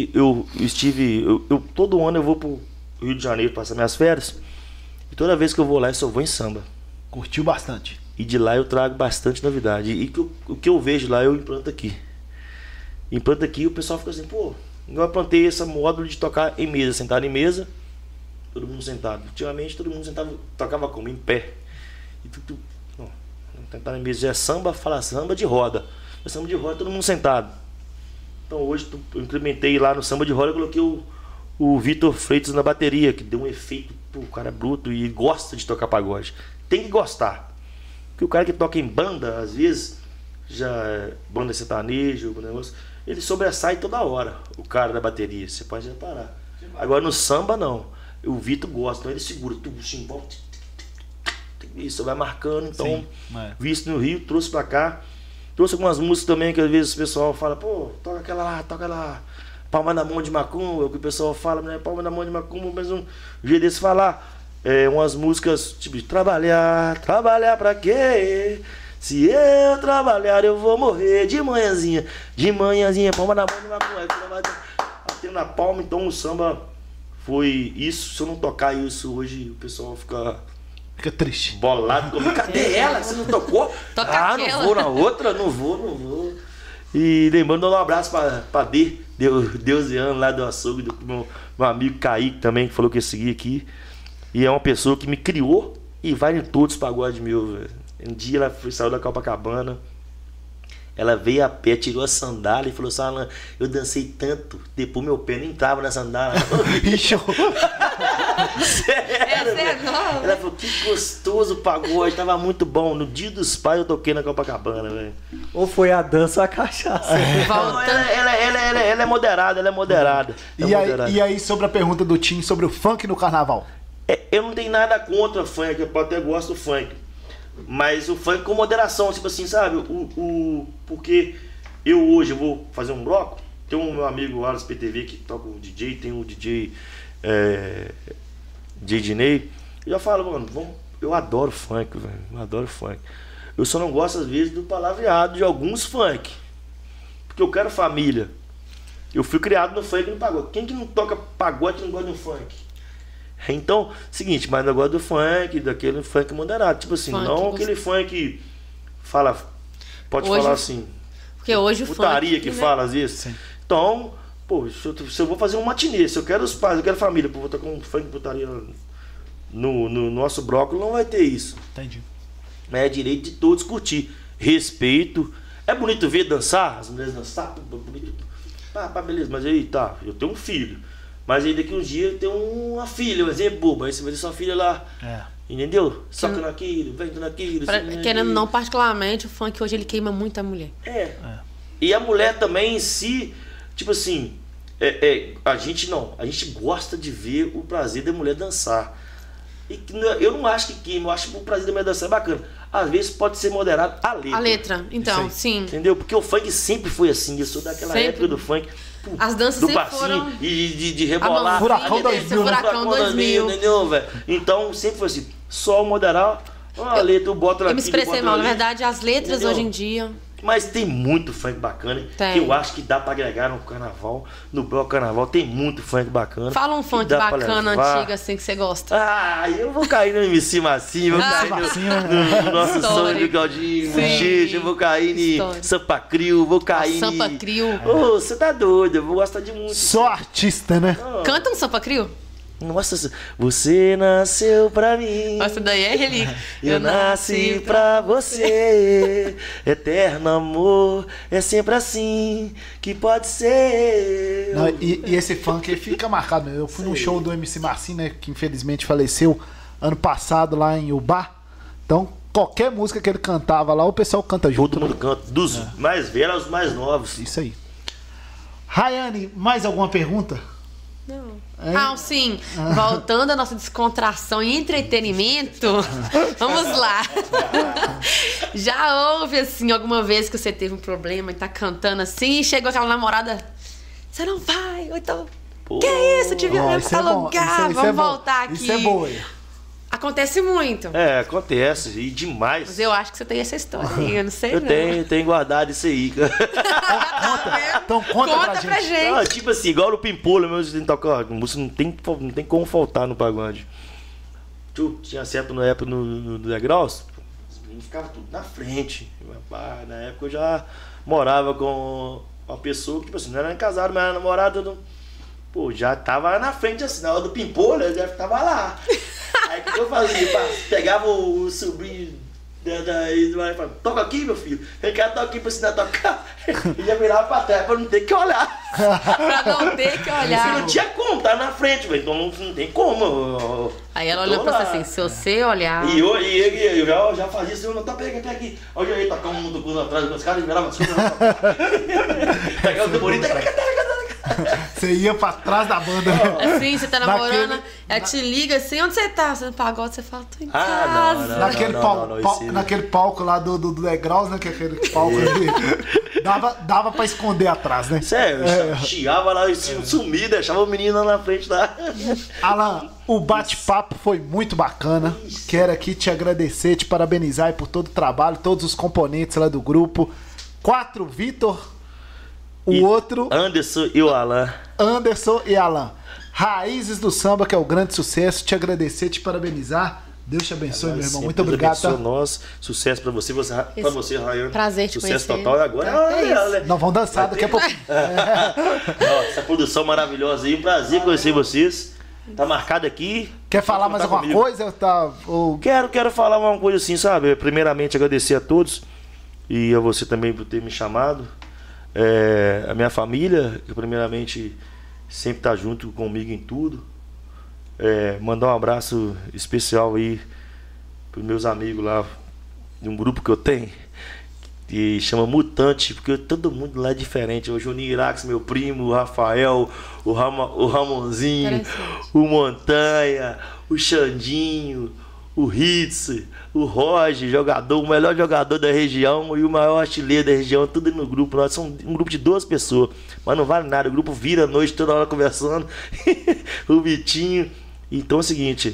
Speaker 3: todo ano eu vou pro Rio de Janeiro passar minhas férias, e toda vez que eu vou lá eu só vou em samba.
Speaker 1: Curtiu bastante.
Speaker 3: E de lá eu trago bastante novidade. E o que eu vejo lá eu implanto aqui. Implanto aqui e o pessoal fica assim, pô, eu implantei esse módulo de tocar em mesa, sentado em mesa, todo mundo sentado. Ultimamente todo mundo tocava como? Em pé. E tentar na mesa é samba, fala samba de roda. No samba de roda, todo mundo sentado. Então hoje eu implementei lá no samba de roda, eu coloquei o Vitor Freitas na bateria, que deu um efeito, o cara é bruto e gosta de tocar pagode. Tem que gostar. Porque o cara que toca em banda, às vezes, banda sertanejo, negócio, ele sobressai toda hora, o cara da bateria, você pode reparar. Agora no samba, não. O Vitor gosta, então ele segura tudo, o chimbal. Isso, vai marcando. Então, visto no Rio, trouxe pra cá. Trouxe algumas músicas também que às vezes o pessoal fala, pô, toca aquela lá. Palma na mão de macumba, é o que o pessoal fala, né? Palma na mão de macumba, mas um jeito desse falar. Umas músicas tipo de trabalhar pra quê? Se eu trabalhar eu vou morrer de manhãzinha, palma na mão de macumba. Batendo na palma, então o samba foi isso. Se eu não tocar isso hoje, o pessoal fica
Speaker 1: triste.
Speaker 3: Bolado comigo. Cadê ela? Você não tocou? Não vou na outra, não vou. E lembrando, dando um abraço pra Deusiano lá do açougue, do meu amigo Kaique também, que falou que ia seguir aqui. E é uma pessoa que me criou e vai em todos os pagodes meus, velho. Um dia ela saiu da Copacabana, ela veio a pé, tirou a sandália e falou assim, Alan, eu dancei tanto, depois meu pé não entrava na sandália. Sério, ela falou, que gostoso o pagode, tava muito bom. No Dia dos Pais eu toquei na Copacabana, velho.
Speaker 4: Ou foi a dança ou a cachaça?
Speaker 3: Não, ela é moderada,
Speaker 1: E aí, sobre a pergunta do Tim sobre o funk no carnaval?
Speaker 3: Eu não tenho nada contra funk, eu até gosto do funk. Mas o funk com moderação, tipo assim, sabe? Porque eu vou fazer um bloco. Tem um meu amigo Alas PTV que toca o DJ, tem o DJ Dinei. Eu já falo, mano, eu adoro funk, velho. Eu adoro funk. Eu só não gosto, às vezes, do palavreado de alguns funk. Porque eu quero família. Eu fui criado no funk e no pagode. Quem que não toca pagode não gosta de um funk? Então, seguinte, mas eu gosto do funk, daquele funk moderado. Tipo assim, funk, não aquele funk fala. Pode hoje, falar assim.
Speaker 2: Porque hoje o
Speaker 3: putaria
Speaker 2: funk,
Speaker 3: que
Speaker 2: né?
Speaker 3: fala às vezes. Sim. Então, pô, se eu vou fazer um matinê, se eu quero os pais, eu quero família, pô, vou tocar um funk putaria no nosso bloco, não vai ter isso.
Speaker 1: Entendi.
Speaker 3: Mas é direito de todos curtir. Respeito. É bonito ver dançar, as mulheres dançar, bonito. Beleza, mas aí tá, eu tenho um filho. Mas aí daqui uns dias eu tenho uma filha, mas é boba. Aí você vai ter sua filha lá. Entendeu? Soca naquilo, vem naquilo.
Speaker 2: Querendo não, particularmente, o funk hoje ele queima muito a mulher.
Speaker 3: E a mulher também em si, tipo assim, a gente gosta de ver o prazer da mulher dançar. E eu não acho que queima, eu acho que o prazer da mulher dançar é bacana. Às vezes pode ser moderado a letra.
Speaker 2: A letra, então, sim.
Speaker 3: Entendeu? Porque o funk sempre foi assim, eu sou daquela época do funk.
Speaker 2: As danças
Speaker 3: do
Speaker 2: sempre
Speaker 3: passinho
Speaker 2: foram...
Speaker 3: e de rebolar.
Speaker 1: Furacão 2000,
Speaker 2: Furacão 2000,
Speaker 3: entendeu, velho? Então sempre foi assim, só moderar a letra, eu boto aqui.
Speaker 2: Eu me expressei mal, na verdade, as letras entendeu? Hoje em dia...
Speaker 3: Mas tem muito funk bacana, que eu acho que dá pra agregar no carnaval, no bloco carnaval, tem muito funk bacana.
Speaker 2: Fala um funk bacana, antigo, assim, que você gosta.
Speaker 3: Eu vou cair no MC Massinho, vou cair no nosso som de Galdinho, Bochecha, eu vou cair em Sampa Crio, vou cair
Speaker 2: Sampa Crio.
Speaker 3: Você tá doido, eu vou gostar de muito.
Speaker 1: Só artista, né?
Speaker 2: Canta um Sampa Crio.
Speaker 3: Nossa, você nasceu pra mim.
Speaker 2: Nossa, daí é relíquia.
Speaker 3: Eu nasci pra você. Eterno amor, é sempre assim que pode ser.
Speaker 1: Não, e esse funk fica marcado. Eu fui num show do MC Marcinho, né, que infelizmente faleceu ano passado lá em Ubá. Então, qualquer música que ele cantava lá, o pessoal canta junto.
Speaker 3: Todo mundo canta, dos mais velhos aos mais novos.
Speaker 1: Isso aí. Rayane, mais alguma pergunta?
Speaker 2: Não. Sim. Voltando à nossa descontração e entretenimento, vamos lá. Já houve, assim, alguma vez que você teve um problema e tá cantando assim e chegou aquela namorada, você não vai, ou então, que isso, te vi pra tal lugar, vamos voltar aqui.
Speaker 1: Isso é boa.
Speaker 2: Acontece muito.
Speaker 3: Acontece, e demais.
Speaker 2: Mas eu acho que você tem essa história aí, eu não sei
Speaker 3: eu tenho guardado isso aí.
Speaker 1: Então conta pra gente.
Speaker 3: Não, tipo assim, igual no Pimpolho, mesmo, tocar música não tem como faltar no pagode. Tinha certo na época no degraus, os meninos ficavam tudo na frente. Na época eu já morava com uma pessoa que, tipo assim, não era casado, mas era namorado. Pô, já tava na frente assim, na hora do Pimpolho, eu já tava lá. Aí o que eu fazia? Pegava o sobrinho da ex-mulher e falava, toca aqui, meu filho. Vem cá, toca aqui pra ensinar a tocar. E já virava pra trás pra não ter que olhar.
Speaker 2: Pra não ter que olhar.
Speaker 3: Você não tinha como, tá na frente, velho. Então não tem como.
Speaker 2: Aí ela olhou pra você assim, se você olhar.
Speaker 3: E eu já fazia assim, não tá, pega aqui. Olha aí, tocar um mundo atrás dos meus caras e virava as coisas. Pegava o tamborim.
Speaker 1: Você ia pra trás da banda.
Speaker 2: Assim, você tá namorando, ela te liga assim, onde você tá? Você no pagode, você fala, tô em casa.
Speaker 1: Naquele palco lá do Degraus, né? Que é aquele palco ali. Dava pra esconder atrás, né?
Speaker 3: Sério, chiava lá e sumia, deixava o menino lá na frente lá.
Speaker 1: Alan, o bate-papo foi muito bacana. Quero aqui te agradecer, te parabenizar aí por todo o trabalho, todos os componentes lá do grupo. 4, Vitor, o outro...
Speaker 3: Anderson e o Alan.
Speaker 1: Anderson e Alan. Raízes do Samba, que é o grande sucesso. Te agradecer, te parabenizar. Deus te abençoe, meu irmão. Muito obrigado.
Speaker 3: Deus abençoe nós. Sucesso pra você, pra você, Rayane.
Speaker 2: Prazer te
Speaker 3: sucesso
Speaker 2: conhecer.
Speaker 3: Total. E agora...
Speaker 1: Nós vamos dançar daqui a pouquinho.
Speaker 3: Essa produção maravilhosa aí. Prazer conhecer vocês. Tá marcado aqui.
Speaker 1: Quer falar mais alguma coisa?
Speaker 3: Quero falar uma coisa assim, sabe? Primeiramente, agradecer a todos. E a você também por ter me chamado. A minha família, que primeiramente sempre tá junto comigo em tudo. Mandar um abraço especial aí pros meus amigos lá, de um grupo que eu tenho, que chama Mutante, porque todo mundo lá é diferente. O Juninho Irax, meu primo, o Rafael, o Ramonzinho, o Montanha, o Xandinho, o Ritz, o Roger, o melhor jogador da região e o maior artilheiro da região, tudo no grupo. Nós somos um grupo de 2 pessoas, mas não vale nada. O grupo vira a noite toda hora conversando. O Vitinho. Então é o seguinte,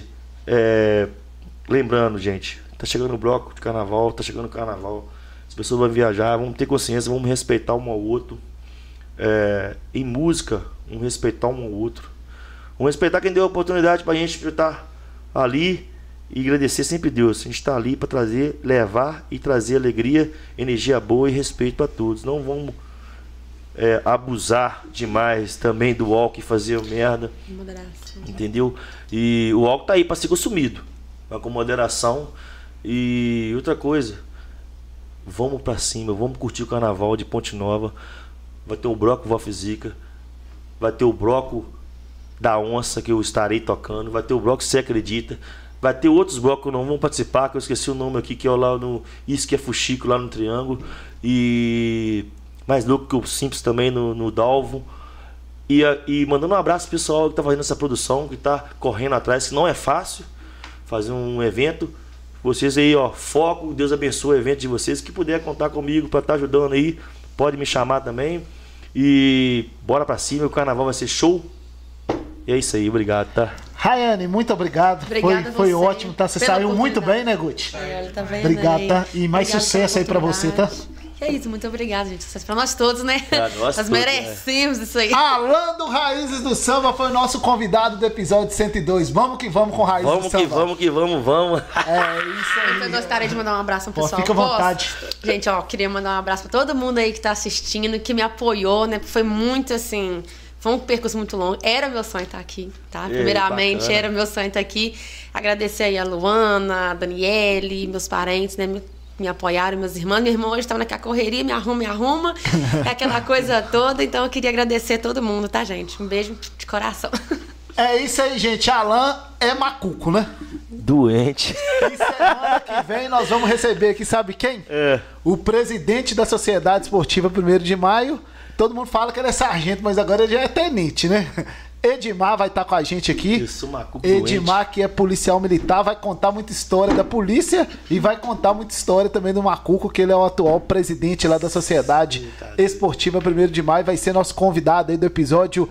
Speaker 3: lembrando, gente, tá chegando o bloco de carnaval, tá chegando o carnaval. As pessoas vão viajar, vamos ter consciência, vamos respeitar um ao outro. Em música, vamos respeitar um ao outro. Vamos respeitar quem deu a oportunidade pra gente estar ali. E agradecer sempre Deus. A gente está ali para levar e trazer alegria, energia boa e respeito para todos. Não vamos abusar demais também do álcool e fazer merda.
Speaker 2: Moderação.
Speaker 3: Entendeu? E o álcool tá aí para ser consumido, mas com moderação. E outra coisa, vamos para cima, vamos curtir o carnaval de Ponte Nova. Vai ter o bloco Vó Fisica, vai ter o bloco da Onça que eu estarei tocando, vai ter o bloco Você Acredita. Vai ter outros blocos que não vão participar, que eu esqueci o nome aqui, que é lá no Isso que é Fuxico, lá no Triângulo. E mais louco que o Simples também no Dalvo. E mandando um abraço pro pessoal que tá fazendo essa produção, que tá correndo atrás, que não é fácil fazer um evento. Vocês aí, foco, Deus abençoe o evento de vocês. Que puder contar comigo para estar ajudando aí, pode me chamar também. E bora pra cima, o carnaval vai ser show. E é isso aí, obrigado, tá?
Speaker 1: Rayane, muito obrigado.
Speaker 2: Obrigada
Speaker 1: foi ótimo, tá? Você saiu muito bem, né, Guti?
Speaker 2: Tá vendo
Speaker 1: obrigado,
Speaker 2: aí.
Speaker 1: tá? E mais sucesso aí pra você, tá?
Speaker 2: É isso, muito obrigada, gente. Sucesso pra nós todos, né?
Speaker 3: Nós
Speaker 2: merecemos isso aí.
Speaker 1: Alan do Raízes do Samba foi o nosso convidado do episódio 102. Vamos que vamos com Raízes do Samba.
Speaker 3: Vamos que vamos.
Speaker 1: É isso aí.
Speaker 2: Eu gostaria de mandar um abraço pro pessoal.
Speaker 1: Fica à vontade.
Speaker 2: Gente, queria mandar um abraço pra todo mundo aí que tá assistindo, que me apoiou, né? Foi muito assim... Foi um percurso muito longo. Era meu sonho estar aqui, tá? Primeiramente,
Speaker 3: bacana.
Speaker 2: Era meu sonho estar aqui. Agradecer aí a Luana, a Daniele, meus parentes, né? Me apoiaram, meus irmãos. Meu irmão hoje estava naquela correria, me arruma. É aquela coisa toda. Então, eu queria agradecer a todo mundo, tá, gente? Um beijo de coração.
Speaker 1: É isso aí, gente. Alan é macuco, né?
Speaker 3: Doente.
Speaker 1: E semana que vem nós vamos receber aqui, sabe quem? O presidente da Sociedade Esportiva 1º de Maio. Todo mundo fala que ele é sargento, mas agora ele já é tenente, né? Edmar vai estar com a gente aqui.
Speaker 3: Isso, macuco
Speaker 1: Edmar,
Speaker 3: doente.
Speaker 1: que é policial militar, vai contar muita história da polícia e vai contar muita história também do Macuco, que ele é o atual presidente lá da Sociedade Esportiva 1º de Maio. Vai ser nosso convidado aí do episódio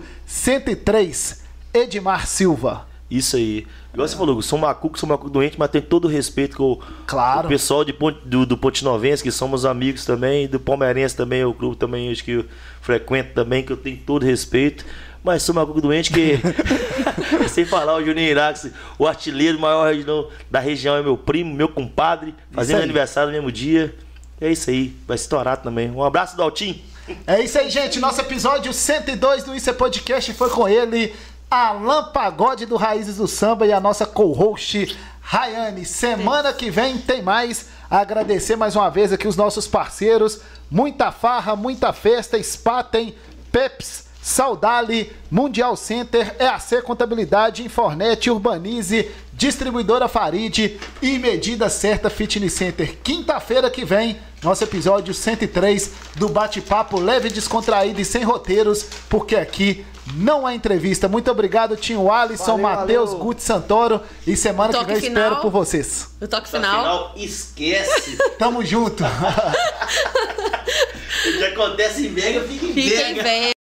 Speaker 1: 103, Edmar Silva.
Speaker 3: Isso aí. Igual você falou, sou macuco doente, mas tenho todo o respeito com o pessoal do Pontinovense, que somos amigos também, do Palmeirense também, o clube também, acho que eu frequento também, que eu tenho todo o respeito. Mas sou macuco doente que, sem falar, o Juninho Irax, o artilheiro maior da região é meu primo, meu compadre, fazendo aniversário no mesmo dia. É isso aí, vai estourar também. Um abraço do Altim.
Speaker 1: É isso aí, gente. Nosso episódio 102 do Isso é Podcast foi com ele, Alan Pagode do Raízes do Samba, e a nossa co-host Rayane. Semana que vem tem mais. Agradecer mais uma vez aqui os nossos parceiros. Muita farra, muita festa, Spaten, Peps, Saudale, Mundial Center, EAC Contabilidade, Infornet, Urbanize, Distribuidora Farid e Medida Certa Fitness Center. Quinta-feira que vem nosso episódio 103 do Bate-Papo leve, descontraído e sem roteiros, porque aqui não é entrevista. Muito obrigado, Tinho Alisson, Matheus, Guti Santoro, e semana que vem
Speaker 2: final,
Speaker 1: espero por vocês.
Speaker 2: O toque final.
Speaker 3: Esquece.
Speaker 1: Tamo junto.
Speaker 3: O que acontece em Vega, fica em Vega.